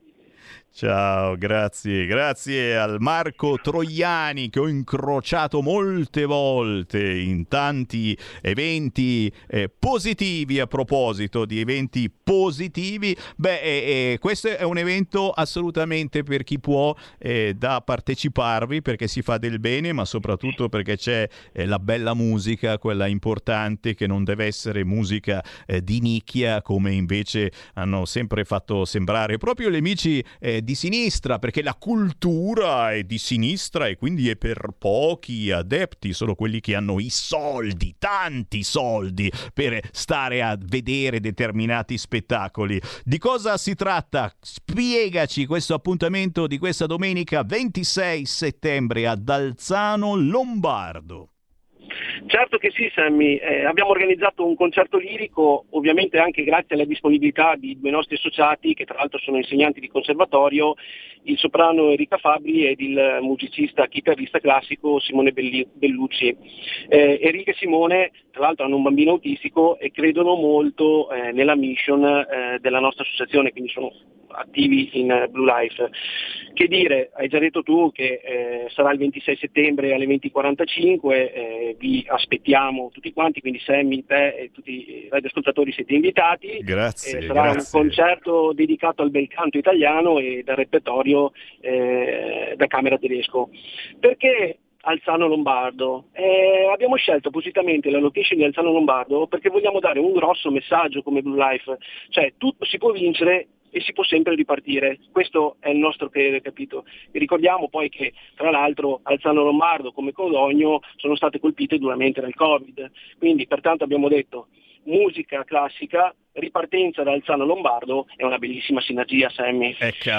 Ciao, grazie al Marco Troiani che ho incrociato molte volte in tanti eventi positivi. A proposito di eventi positivi, questo è un evento assolutamente per chi può da parteciparvi, perché si fa del bene, ma soprattutto perché c'è la bella musica, quella importante, che non deve essere musica di nicchia come invece hanno sempre fatto sembrare proprio gli amici di sinistra, perché la cultura è di sinistra e quindi è per pochi adepti, solo quelli che hanno i soldi, tanti soldi, per stare a vedere determinati spettacoli. Di cosa si tratta? Spiegaci questo appuntamento di questa domenica 26 settembre ad Alzano Lombardo. Certo che sì Sammy, abbiamo organizzato un concerto lirico, ovviamente anche grazie alla disponibilità di 2 nostri associati che tra l'altro sono insegnanti di conservatorio, il soprano Enrica Fabbri ed il musicista chitarrista classico Simone Bellucci. Enrica e Simone tra l'altro hanno un bambino autistico e credono molto nella mission della nostra associazione, quindi sono attivi in Blue Life. Che dire, hai già detto tu che sarà il 26 settembre alle 20:45, vi aspettiamo tutti quanti, quindi Sammy, te e tutti i radioascoltatori siete invitati. Grazie. Sarà un concerto dedicato al bel canto italiano e dal repertorio da camera tedesco. Perché Alzano Lombardo? Abbiamo scelto appositamente la location di Alzano Lombardo perché vogliamo dare un grosso messaggio come Blue Life, cioè tutto si può vincere e si può sempre ripartire. Questo è il nostro credo, capito? E ricordiamo poi che tra l'altro Alzano Lombardo come Codogno sono state colpite duramente dal Covid, quindi pertanto abbiamo detto musica classica, ripartenza da Alzano Lombardo, è una bellissima sinergia, Sammy.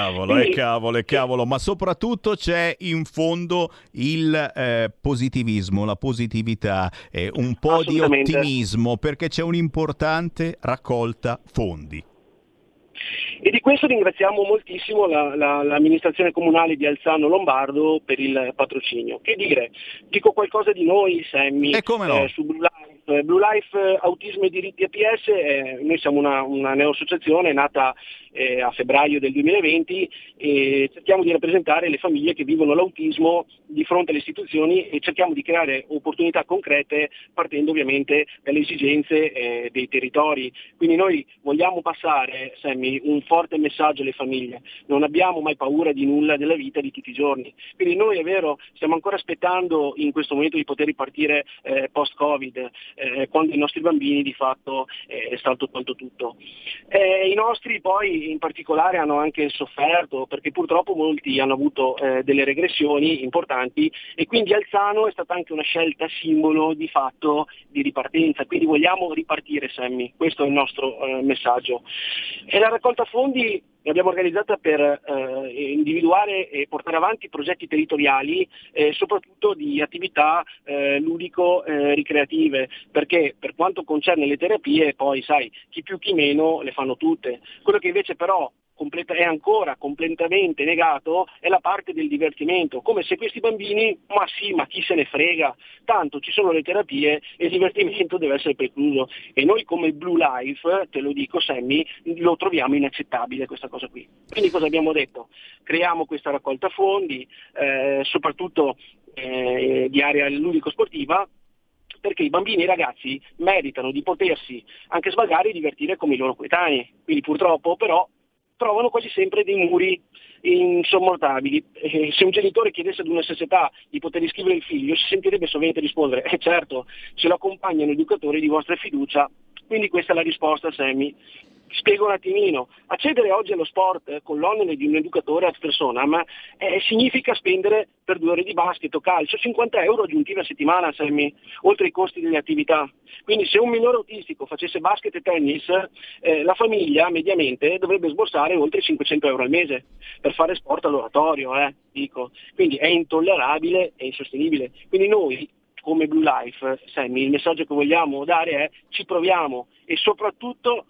Cavolo, ma soprattutto c'è in fondo il positivismo, la positività, un po' di ottimismo, perché c'è un'importante raccolta fondi. E di questo ringraziamo moltissimo l'amministrazione comunale di Alzano Lombardo per il patrocinio. Che dire, dico qualcosa di noi, Sammy, su Blue Life Autismo e Diritti APS. Noi siamo una neoassociazione nata a febbraio del 2020 e cerchiamo di rappresentare le famiglie che vivono l'autismo di fronte alle istituzioni e cerchiamo di creare opportunità concrete partendo ovviamente dalle esigenze dei territori. Quindi noi vogliamo passare, Sammy, un forte messaggio alle famiglie: non abbiamo mai paura di nulla della vita di tutti i giorni. Quindi noi, è vero, stiamo ancora aspettando in questo momento di poter ripartire post-Covid, quando i nostri bambini di fatto è stato tolto tutto. I nostri poi in particolare hanno anche sofferto perché purtroppo molti hanno avuto delle regressioni importanti e quindi Alzano è stata anche una scelta simbolo di fatto di ripartenza, quindi vogliamo ripartire, Sammy, questo è il nostro messaggio. E la raccolta fondi l'abbiamo organizzata per individuare e portare avanti progetti territoriali, soprattutto di attività ludico-ricreative, perché per quanto concerne le terapie, poi sai, chi più chi meno le fanno tutte. Quello che invece però è ancora completamente negato è la parte del divertimento, come se questi bambini, ma chi se ne frega, tanto ci sono le terapie e il divertimento deve essere precluso, e noi come Blue Life, te lo dico Sammy, lo troviamo inaccettabile questa cosa qui. Quindi cosa abbiamo detto? Creiamo questa raccolta fondi, soprattutto di area ludico-sportiva, perché i bambini e i ragazzi meritano di potersi anche svagare e divertire come i loro coetanei, quindi purtroppo però trovano quasi sempre dei muri insormontabili. Se un genitore chiedesse ad una società di poter iscrivere il figlio, si sentirebbe sovente rispondere: certo, se lo accompagnano educatori di vostra fiducia. Quindi questa è la risposta, Sammy. Spiego un attimino. Accedere oggi allo sport con l'onere di un educatore ad personam significa spendere per 2 ore di basket o calcio 50 euro aggiuntivi a settimana, Sammy, oltre ai costi delle attività. Quindi se un minore autistico facesse basket e tennis, la famiglia mediamente dovrebbe sborsare oltre 500 euro al mese per fare sport all'oratorio, dico. Quindi è intollerabile e insostenibile. Quindi noi, come Blue Life, Sammy, il messaggio che vogliamo dare è: ci proviamo, e soprattutto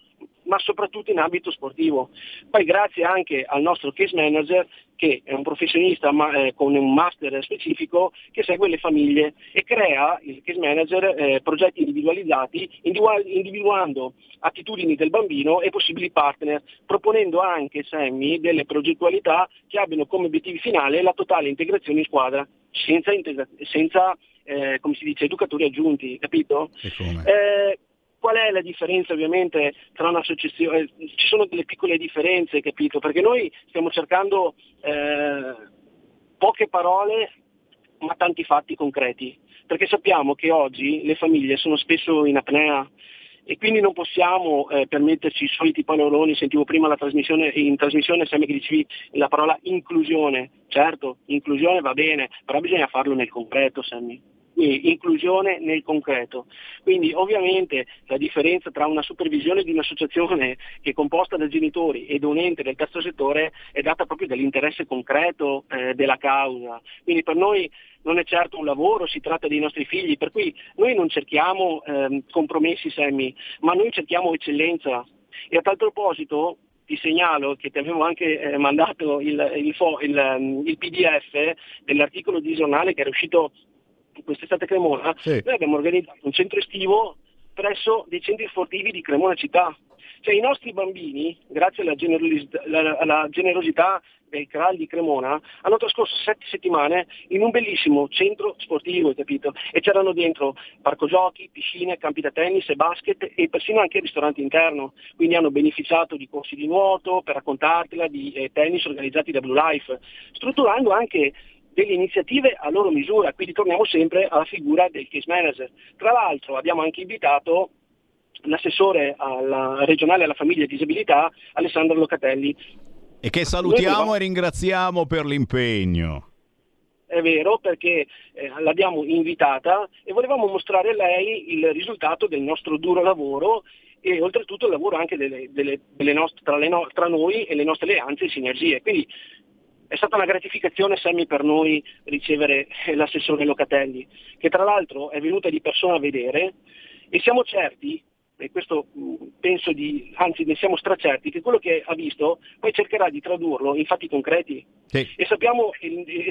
in ambito sportivo. Poi grazie anche al nostro case manager, che è un professionista con un master specifico che segue le famiglie e crea, il case manager, progetti individualizzati, individuando attitudini del bambino e possibili partner, proponendo anche, Sammy, delle progettualità che abbiano come obiettivo finale la totale integrazione in squadra, senza come si dice, educatori aggiunti, capito? Qual è la differenza ovviamente tra un'associazione? Ci sono delle piccole differenze, capito? Perché noi stiamo cercando poche parole ma tanti fatti concreti, perché sappiamo che oggi le famiglie sono spesso in apnea e quindi non possiamo permetterci i soliti panoroni. Sentivo prima in trasmissione Sammy che dicevi la parola inclusione. Certo, inclusione va bene, però bisogna farlo nel concreto, Sammy. Inclusione nel concreto. Quindi ovviamente la differenza tra una supervisione di un'associazione che è composta da genitori ed un ente del terzo settore è data proprio dall'interesse concreto della causa. Quindi per noi non è certo un lavoro, si tratta dei nostri figli, per cui noi non cerchiamo compromessi, Sammy, ma noi cerchiamo eccellenza. E a tal proposito ti segnalo che ti avevo anche mandato il PDF dell'articolo di giornale che era uscito quest'estate a Cremona. Sì. Noi abbiamo organizzato un centro estivo presso dei centri sportivi di Cremona città. Cioè i nostri bambini, grazie alla generosità del CRAL di Cremona, hanno trascorso 7 settimane in un bellissimo centro sportivo, capito? E c'erano dentro parco giochi, piscine, campi da tennis e basket e persino anche il ristorante interno. Quindi hanno beneficiato di corsi di nuoto, per raccontartela, di tennis organizzati da Blue Life, strutturando anche delle iniziative a loro misura. Quindi torniamo sempre alla figura del case manager. Tra l'altro abbiamo anche invitato l'assessore regionale alla famiglia e disabilità, Alessandro Locatelli. E che salutiamo e ringraziamo per l'impegno. È vero, perché l'abbiamo invitata e volevamo mostrare a lei il risultato del nostro duro lavoro e oltretutto il lavoro anche tra noi e le nostre alleanze e sinergie. Quindi è stata una gratificazione, Sammy, per noi ricevere l'assessore Locatelli, che tra l'altro è venuta di persona a vedere, e siamo certi, e questo penso ne siamo stracerti, che quello che ha visto poi cercherà di tradurlo in fatti concreti. Sì. E sappiamo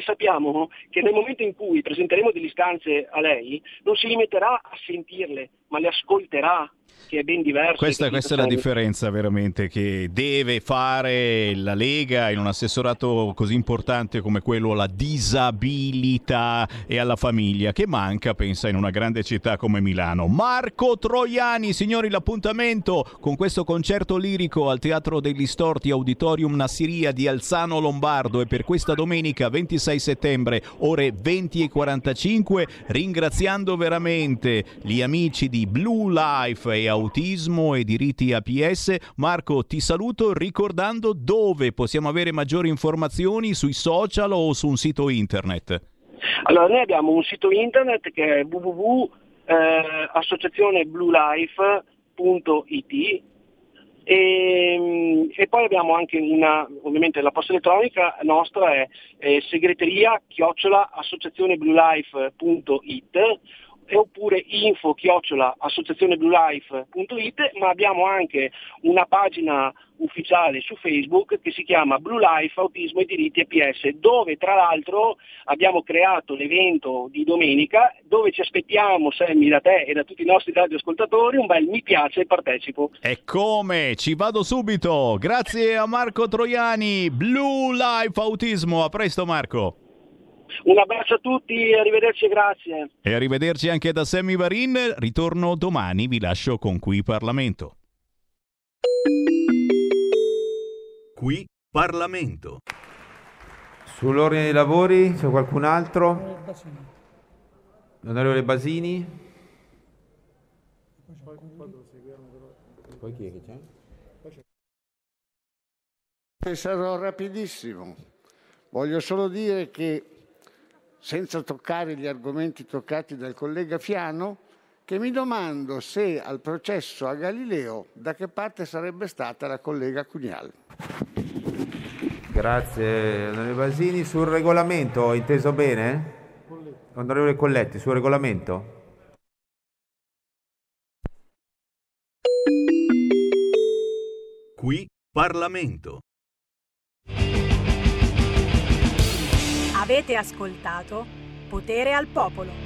che nel momento in cui presenteremo delle istanze a lei non si limiterà a sentirle, ma le ascolterà, che è ben diverso. Questa è la differenza veramente che deve fare la Lega in un assessorato così importante come quello alla disabilità e alla famiglia, che manca, pensa, in una grande città come Milano. Marco Troiani, signori, l'appuntamento con questo concerto lirico al Teatro degli Storti, Auditorium Nassiria di Alzano Lombardo, e per questa domenica 26 settembre ore 20:45, ringraziando veramente gli amici di Blue Life e Autismo e Diritti APS. Marco, ti saluto ricordando dove possiamo avere maggiori informazioni, sui social o su un sito internet. Allora, noi abbiamo un sito internet che è www.associazionebluelife.it e poi abbiamo anche ovviamente la posta elettronica nostra è segreteria@associazionebluelife.it oppure info@associazionebluelife.it, ma abbiamo anche una pagina ufficiale su Facebook che si chiama Blue Life Autismo e Diritti APS, dove tra l'altro abbiamo creato l'evento di domenica, dove ci aspettiamo, Sammy, da te e da tutti i nostri radioascoltatori un bel mi piace e partecipo. E come? Ci vado subito! Grazie a Marco Troiani, Blue Life Autismo. A presto, Marco! Un abbraccio a tutti, arrivederci e grazie. E arrivederci anche da Sammy Varin. Ritorno domani, vi lascio con Qui Parlamento. Qui Parlamento. Sull'ordine dei lavori c'è qualcun altro? L'onorevole Basini. Poi chi è che c'è? Sarò rapidissimo. Voglio solo dire che, senza toccare gli argomenti toccati dal collega Fiano, che mi domando se al processo a Galileo da che parte sarebbe stata la collega Cunial. Grazie, onorevole Basini. Sul regolamento, ho inteso bene? Onorevole Colletti, sul regolamento? Qui Parlamento. Avete ascoltato Potere al Popolo.